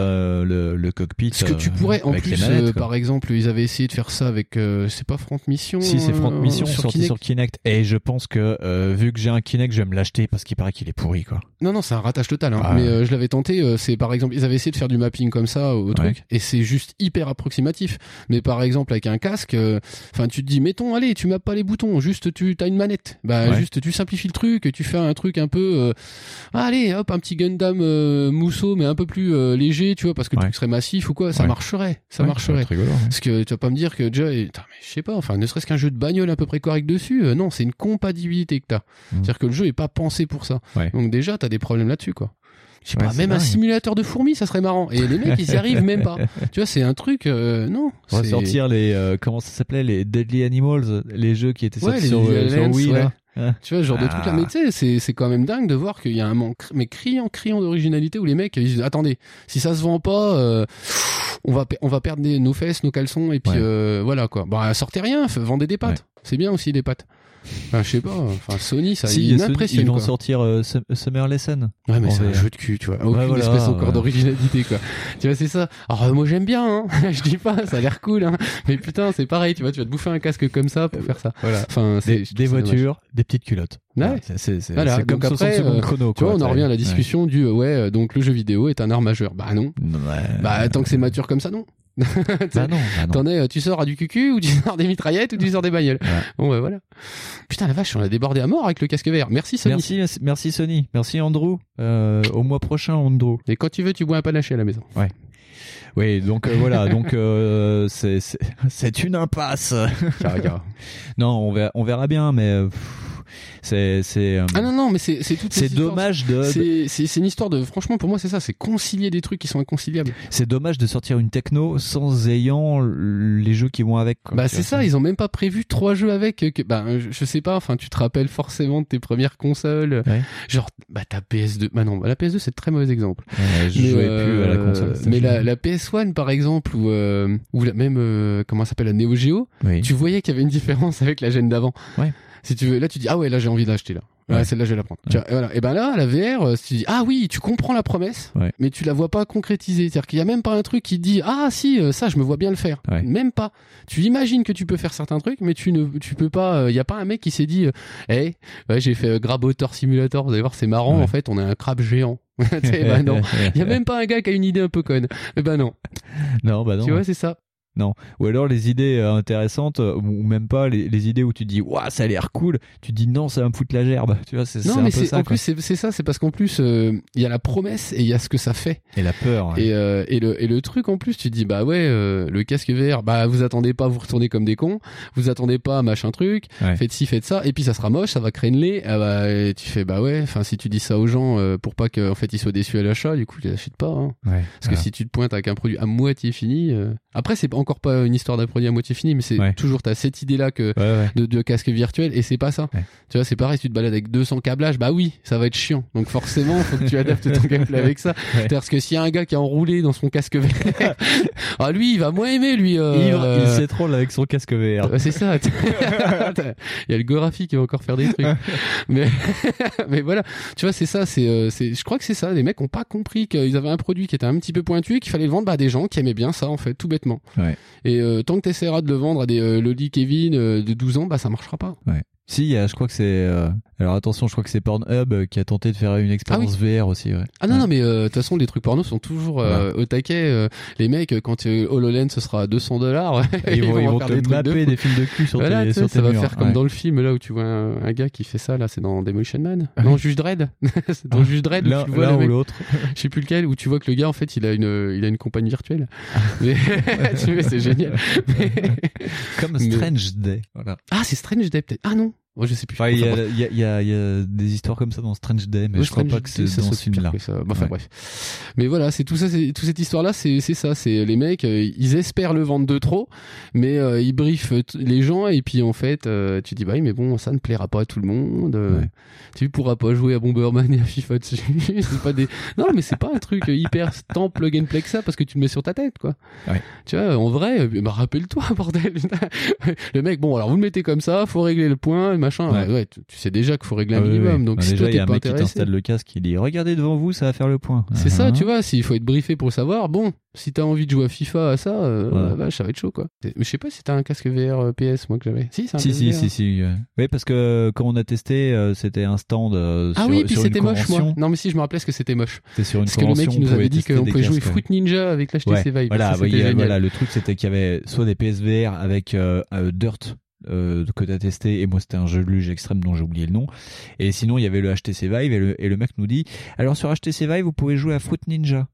le cockpit. Ce que tu pourrais en plus manettes, par exemple, ils avaient essayé de faire ça avec c'est pas Front Mission. Si, c'est Front Mission sorti sur Kinect. Et je pense que vu que j'ai un Kinect, je vais me l'acheter parce qu'il paraît qu'il est pourri, quoi. Non, c'est un ratage total. Mais je l'avais tenté. C'est par exemple, ils avaient essayé de faire du mapping comme ça au truc, et c'est juste hyper approximatif. Mais par exemple, avec un casque, enfin, tu te dis, mettons, allez, tu mappes pas les boutons, juste t'as une manette. Juste tu simplifies le truc, tu fais un truc un peu, allez, hop, un petit Gundam mousseau, mais un peu plus léger, tu vois, parce que le truc serait massif ou quoi, ça marcherait. Ça marcherait. Rigolo, parce que tu vas pas me dire que déjà, mais je sais pas, enfin, ne serait-ce qu'un jeu de bagnole à peu près correct dessus, non, c'est une compatibilité que t'as. C'est-à-dire que le jeu est pas pensé pour ça. Donc déjà, t'as des problèmes là-dessus, quoi. Je sais pas, même un simulateur de fourmis, ça serait marrant. Et les mecs, ils y arrivent même pas. Tu vois, c'est un truc, non. On va sortir comment ça s'appelait, les Deadly Animals, les jeux qui étaient sortis sur Wii, là. Tu vois, ce genre de truc là. Mais tu sais, c'est quand même dingue de voir qu'il y a un manque, mais criant d'originalité où les mecs, ils disent, attendez, si ça se vend pas, on va perdre nos fesses, nos caleçons, et puis voilà, quoi. Bah, sortez rien, vendez des pâtes. C'est bien aussi, des pâtes. Enfin, je sais pas, Sony, ça m'impressionne. Ils vont sortir Summer Lesson. Ouais, mais c'est un jeu de cul, tu vois. Aucune espèce encore d'originalité, quoi. Tu vois, c'est ça. Alors, moi, j'aime bien, hein. Je dis pas, ça a l'air cool, hein. Mais putain, c'est pareil, tu vois, tu vas te bouffer un casque comme ça pour faire ça. Voilà. Enfin, des voitures, des petites culottes. Ouais. C'est comme 60 secondes chrono, quoi. Tu vois, on en revient à la discussion du, donc le jeu vidéo est un art majeur. Bah non. Bah, tant que c'est mature comme ça, non. T'en es, tu sors à du cucu ou tu sors des mitraillettes ou tu sors des bagnoles. Bon, bah voilà. Putain, la vache, on a débordé à mort avec le casque vert. Merci Sony. Merci Sony. Merci Andrew. Au mois prochain, Andrew. Et quand tu veux, tu bois un panaché à la maison. Ouais. Oui, donc voilà, donc c'est une impasse. Carrément. Non, on verra bien, mais Ah non, mais c'est toute c'est dommage de. C'est une histoire de. Franchement, pour moi, c'est ça. C'est concilier des trucs qui sont inconciliables. C'est dommage de sortir une techno sans ayant les jeux qui vont avec. Quoi. Bah c'est ça. Ils ont même pas prévu 3 jeux avec. Je sais pas. Enfin, tu te rappelles forcément de tes premières consoles. Ouais. Genre, ta PS2. Bah non, la PS2 c'est un très mauvais exemple. Je jouais plus à la console. Mais la PS1 par exemple ou même comment ça s'appelle, la Neo Geo. Oui. Tu voyais qu'il y avait une différence avec la gêne d'avant. Ouais. Si tu veux, là tu dis ah ouais, là j'ai envie de l'acheter là. Ouais, celle-là je vais la prendre. Ouais. Voilà. Et ben là, la VR, tu dis ah oui, tu comprends la promesse, mais tu la vois pas concrétisée. C'est-à-dire qu'il y a même pas un truc qui dit ah si, ça je me vois bien le faire. Ouais. Même pas. Tu imagines que tu peux faire certains trucs, mais tu peux pas. Il y a pas un mec qui s'est dit j'ai fait Graboteur Simulator. Vous allez voir, c'est marrant. En fait, on a un crabe géant. Bah non. Il y a même pas un gars qui a une idée un peu conne. Ben non. Non, bah non. Tu vois, c'est ça. Non. Ou alors les idées intéressantes, ou même pas les idées où tu dis waouh ça a l'air cool, tu dis non ça va me foutre la gerbe, tu vois, c'est un peu ça. En plus c'est ça, c'est parce qu'en plus il y a la promesse et il y a ce que ça fait. Et la peur. Ouais. Et le truc en plus tu te dis bah ouais le casque VR, bah vous attendez pas, vous retournez comme des cons, vous attendez pas machin truc, faites ci faites ça et puis ça sera moche, ça va créneler, et tu fais bah ouais, enfin si tu dis ça aux gens pour pas que en fait ils soient déçus à l'achat, du coup ils l'achètent pas. Hein. Ouais, parce que si tu te pointes avec un produit à moitié fini, après c'est encore pas une histoire d'un produit à moitié fini, mais c'est toujours t'as cette idée là que de casque virtuel et c'est pas ça. Tu vois, c'est pareil, tu te balades avec 200 câblages, bah oui, ça va être chiant. Donc forcément, faut que tu adaptes ton gameplay avec ça. Parce que s'il y a un gars qui a enroulé dans son casque VR, lui, il va moins aimer lui. Il s'étrole avec son casque VR. C'est ça. Il y a le Gorafi qui va encore faire des trucs. mais voilà, tu vois, c'est ça. Je crois que c'est ça. Les mecs ont pas compris qu'ils avaient un produit qui était un petit peu pointu et qu'il fallait le vendre à des gens qui aimaient bien ça en fait, tout bêtement. Ouais. Et tant que t'essaieras de le vendre à des Loli Kevin de 12 ans, bah ça marchera pas. Ouais. Si, je crois que c'est... Alors attention, je crois que c'est Pornhub qui a tenté de faire une expérience VR aussi. Ouais. Ah non, mais de toute façon, les trucs porno sont toujours au taquet. Les mecs, quand HoloLens ce sera à $200, ils vont te mapper des films de cul sur tes murs. Ça va faire comme dans le film là où tu vois un gars qui fait ça, là c'est dans Demolition Man. Non, Juge Dredd. C'est dans Juge Dredd. L'un ou l'autre. Je sais plus lequel, où tu vois que le gars en fait il a une compagne virtuelle. Mais tu vois, c'est génial. Comme Strange Day. Voilà. Ah, c'est Strange Day peut-être. Ah non. Moi, je sais plus. Il y a des histoires comme ça dans Strange Day, mais je crois pas que c'est dans ce film-là. Enfin bref. Mais voilà, c'est tout ça, toute cette histoire-là, c'est ça. C'est les mecs, ils espèrent le vendre de trop, mais ils briefent les gens et puis en fait, tu dis bah oui, mais bon, ça ne plaira pas à tout le monde. Tu pourras pas jouer à Bomberman et à FIFA dessus. C'est pas des. Non, mais c'est pas un truc hyper stamp plug and play que ça parce que tu le mets sur ta tête, quoi. Ouais. Tu vois, en vrai, bah rappelle-toi, bordel. Le mec, bon, alors vous le mettez comme ça, faut régler le point. Machin, tu sais déjà qu'il faut régler un minimum. Donc si toi t'es pas intéressé, il y a un mec qui t'installe le casque, il dit regardez devant vous, ça va faire le point. C'est ça, tu vois. S'il faut être briefé pour savoir, bon, si t'as envie de jouer à FIFA à ça, ça va être chaud quoi. Mais je sais pas si t'as un casque VR PS moi que j'avais. Si. Oui, parce que quand on a testé, c'était un stand. Puis c'était moche moi. Non mais si, je me rappelais que c'était moche. C'était sur une parce que le mec il nous avait dit qu'on pouvait jouer Fruit Ninja avec l'HTC Vive. Voilà, le truc c'était qu'il y avait soit des PSVR avec Dirt. Que t'as testé, et moi c'était un jeu de luge extrême dont j'ai oublié le nom, et sinon il y avait le HTC Vive et le mec nous dit alors sur HTC Vive vous pouvez jouer à Fruit Ninja.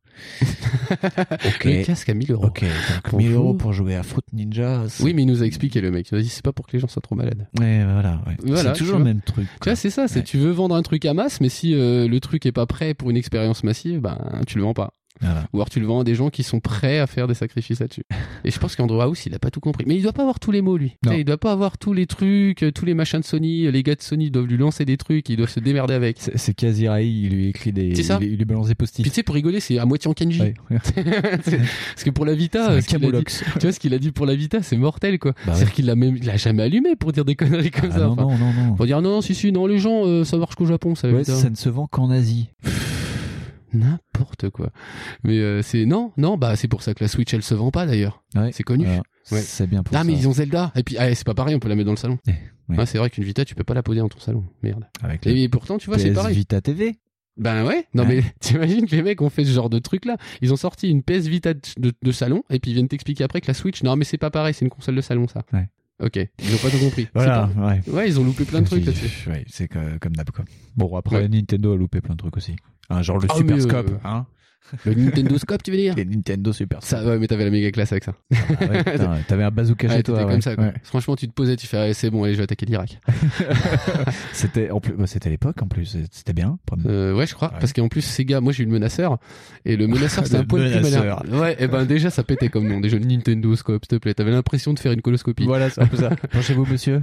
Le casque à 1 000 €. Ok, donc 1 000 € pour jouer à Fruit Ninja. Oui, mais il nous a expliqué le mec. Il nous a dit c'est pas pour que les gens soient trop malades. Voilà. C'est toujours le même truc. Tu vois, c'est ça. Tu veux vendre un truc à masse, mais si le truc est pas prêt pour une expérience massive, tu le vends pas. Voilà. Ou alors tu le vends à des gens qui sont prêts à faire des sacrifices là-dessus. Et je pense qu'Andrew House il a pas tout compris. Mais il doit pas avoir tous les mots lui. Il doit pas avoir tous les trucs, tous les machins de Sony. Les gars de Sony doivent lui lancer des trucs, il doit se démerder avec. C'est Kazirai, il lui écrit il lui balance des post-it. Puis tu sais, pour rigoler, c'est à moitié en kanji. Parce que pour la Vita, tu vois ce qu'il a dit pour la Vita, c'est mortel quoi. C'est-à-dire qu'il l'a jamais allumé pour dire des conneries comme ça. Non. Pour dire non, les gens ça marche qu'au Japon ça. Ça ne se vend qu'en Asie. N'importe quoi. Mais c'est c'est pour ça que la Switch elle se vend pas d'ailleurs. C'est connu. C'est bien pour ça. Mais ils ont Zelda et puis c'est pas pareil, on peut la mettre dans le salon. C'est vrai qu'une Vita tu peux pas la poser dans ton salon. Merde. Et pourtant tu vois c'est pareil. Vita TV. Mais t'imagines que les mecs ont fait ce genre de truc là. Ils ont sorti une PS Vita de salon et puis ils viennent t'expliquer après que la Switch non mais c'est pas pareil, c'est une console de salon ça. Ok, ils ont pas tout compris. Voilà, ils ont loupé plein de trucs là-dessus. C'est comme d'hab quoi. Bon, après Nintendo a loupé plein de trucs aussi. Genre le Super Scope, hein. Le Nintendo Scope, tu veux dire? Les Nintendo Super Scope. Ça, ouais, mais t'avais la méga classe avec ça. Ah ouais, putain, t'avais un bazooka chez toi. Comme ça, quoi. Franchement, tu te posais, tu fais, c'est bon, allez, je vais attaquer l'Irak. C'était l'époque en plus, c'était bien. Ouais, je crois, parce qu'en plus, Sega, moi j'ai eu le menaceur, et le menaceur c'était un poil plus malin. Ouais, et ben déjà ça pétait comme nom, déjà le Nintendo Scope, s'il te plaît, t'avais l'impression de faire une coloscopie. Voilà, c'est un peu ça. Penchez-vous, monsieur.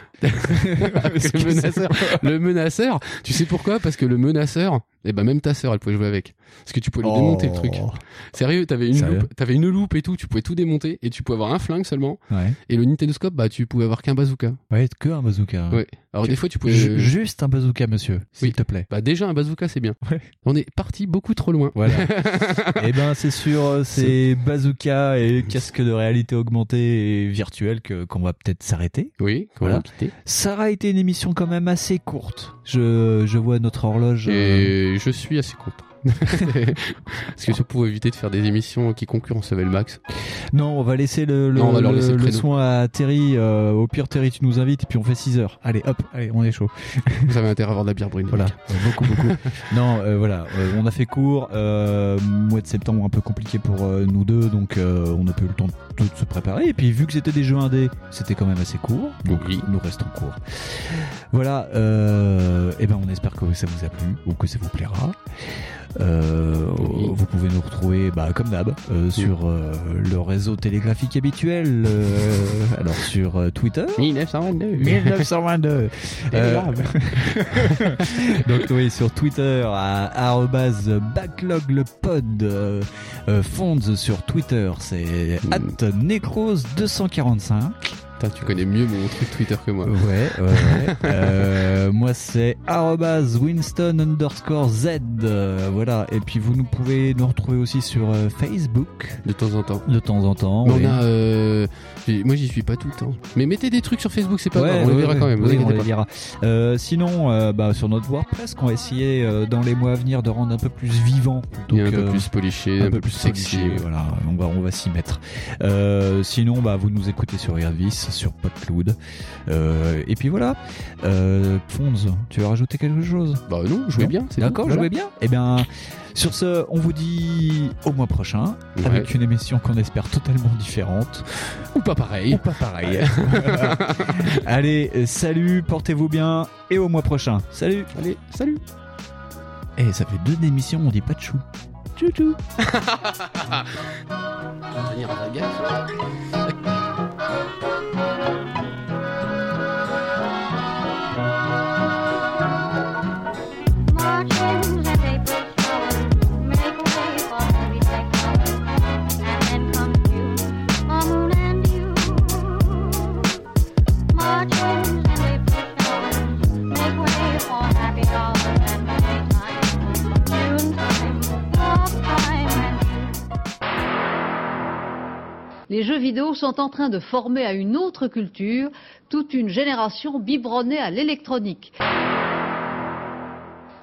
Le menaceur, tu sais pourquoi? Parce que le menaceur, même ta sœur elle pouvait jouer avec, parce que tu pouvais lui démonter le truc. Sérieux, t'avais une loupe et tout, tu pouvais tout démonter et tu pouvais avoir un flingue seulement. Ouais. Et le Nintendo Scope, tu pouvais avoir qu'un bazooka. Ouais, que un bazooka. Ouais. Alors des fois tu pouvais juste un bazooka, monsieur, s'il te plaît. Déjà un bazooka c'est bien. Ouais. On est parti beaucoup trop loin. Voilà. Et c'est sur ces bazookas et casques de réalité augmentée et virtuelle qu'on va peut-être s'arrêter. Oui, qu'on va quitter. Ça aura été une émission quand même assez courte. Je vois notre horloge. Et je suis assez content. Parce que c'est pour éviter de faire des émissions qui concurrencevaient le max. Non, on va laisser le soin à Terry. Au pire, Terry, tu nous invites et puis on fait 6 heures. Allez, hop, on est chaud. Vous avez intérêt à avoir de la bière brune. Voilà, beaucoup. Non, on a fait court. Mois de septembre un peu compliqué pour nous deux, donc on n'a pas eu le temps de se préparer. Et puis vu que c'était des jeux indés, c'était quand même assez court. Donc nous restons court. Voilà. On espère que ça vous a plu ou que ça vous plaira. Vous pouvez nous retrouver comme d'hab sur le réseau télégraphique habituel, alors sur Twitter 1922 donc oui, sur Twitter à @backloglepod, Fonds sur Twitter c'est @necros245. Tu connais mieux mon truc Twitter que moi. Ouais. Moi c'est @Winston_Z. Voilà. Et puis vous pouvez nous retrouver aussi sur Facebook. De temps en temps. Mais on a. Moi j'y suis pas tout le temps. Mais mettez des trucs sur Facebook, c'est pas grave. On les verra quand même. On les lira. Sinon, sur notre WordPress, qu'on va essayer dans les mois à venir de rendre un peu plus vivant. Donc, un peu plus poliché, un peu plus sexy. Voilà. On va s'y mettre. Sinon, vous nous écoutez sur Airvis, sur PodCloud. Et puis voilà. Fonz, tu veux rajouter quelque chose? Non, jouez bien. D'accord, jouez bien. Eh bien, sur ce, on vous dit au mois prochain avec une émission qu'on espère totalement différente. Ou pas pareil. Allez, salut, portez-vous bien et au mois prochain. Salut. Allez, salut. Ça fait 2 émissions, on dit pas de chou. Tchou. Les jeux vidéo sont en train de former à une autre culture toute une génération biberonnée à l'électronique.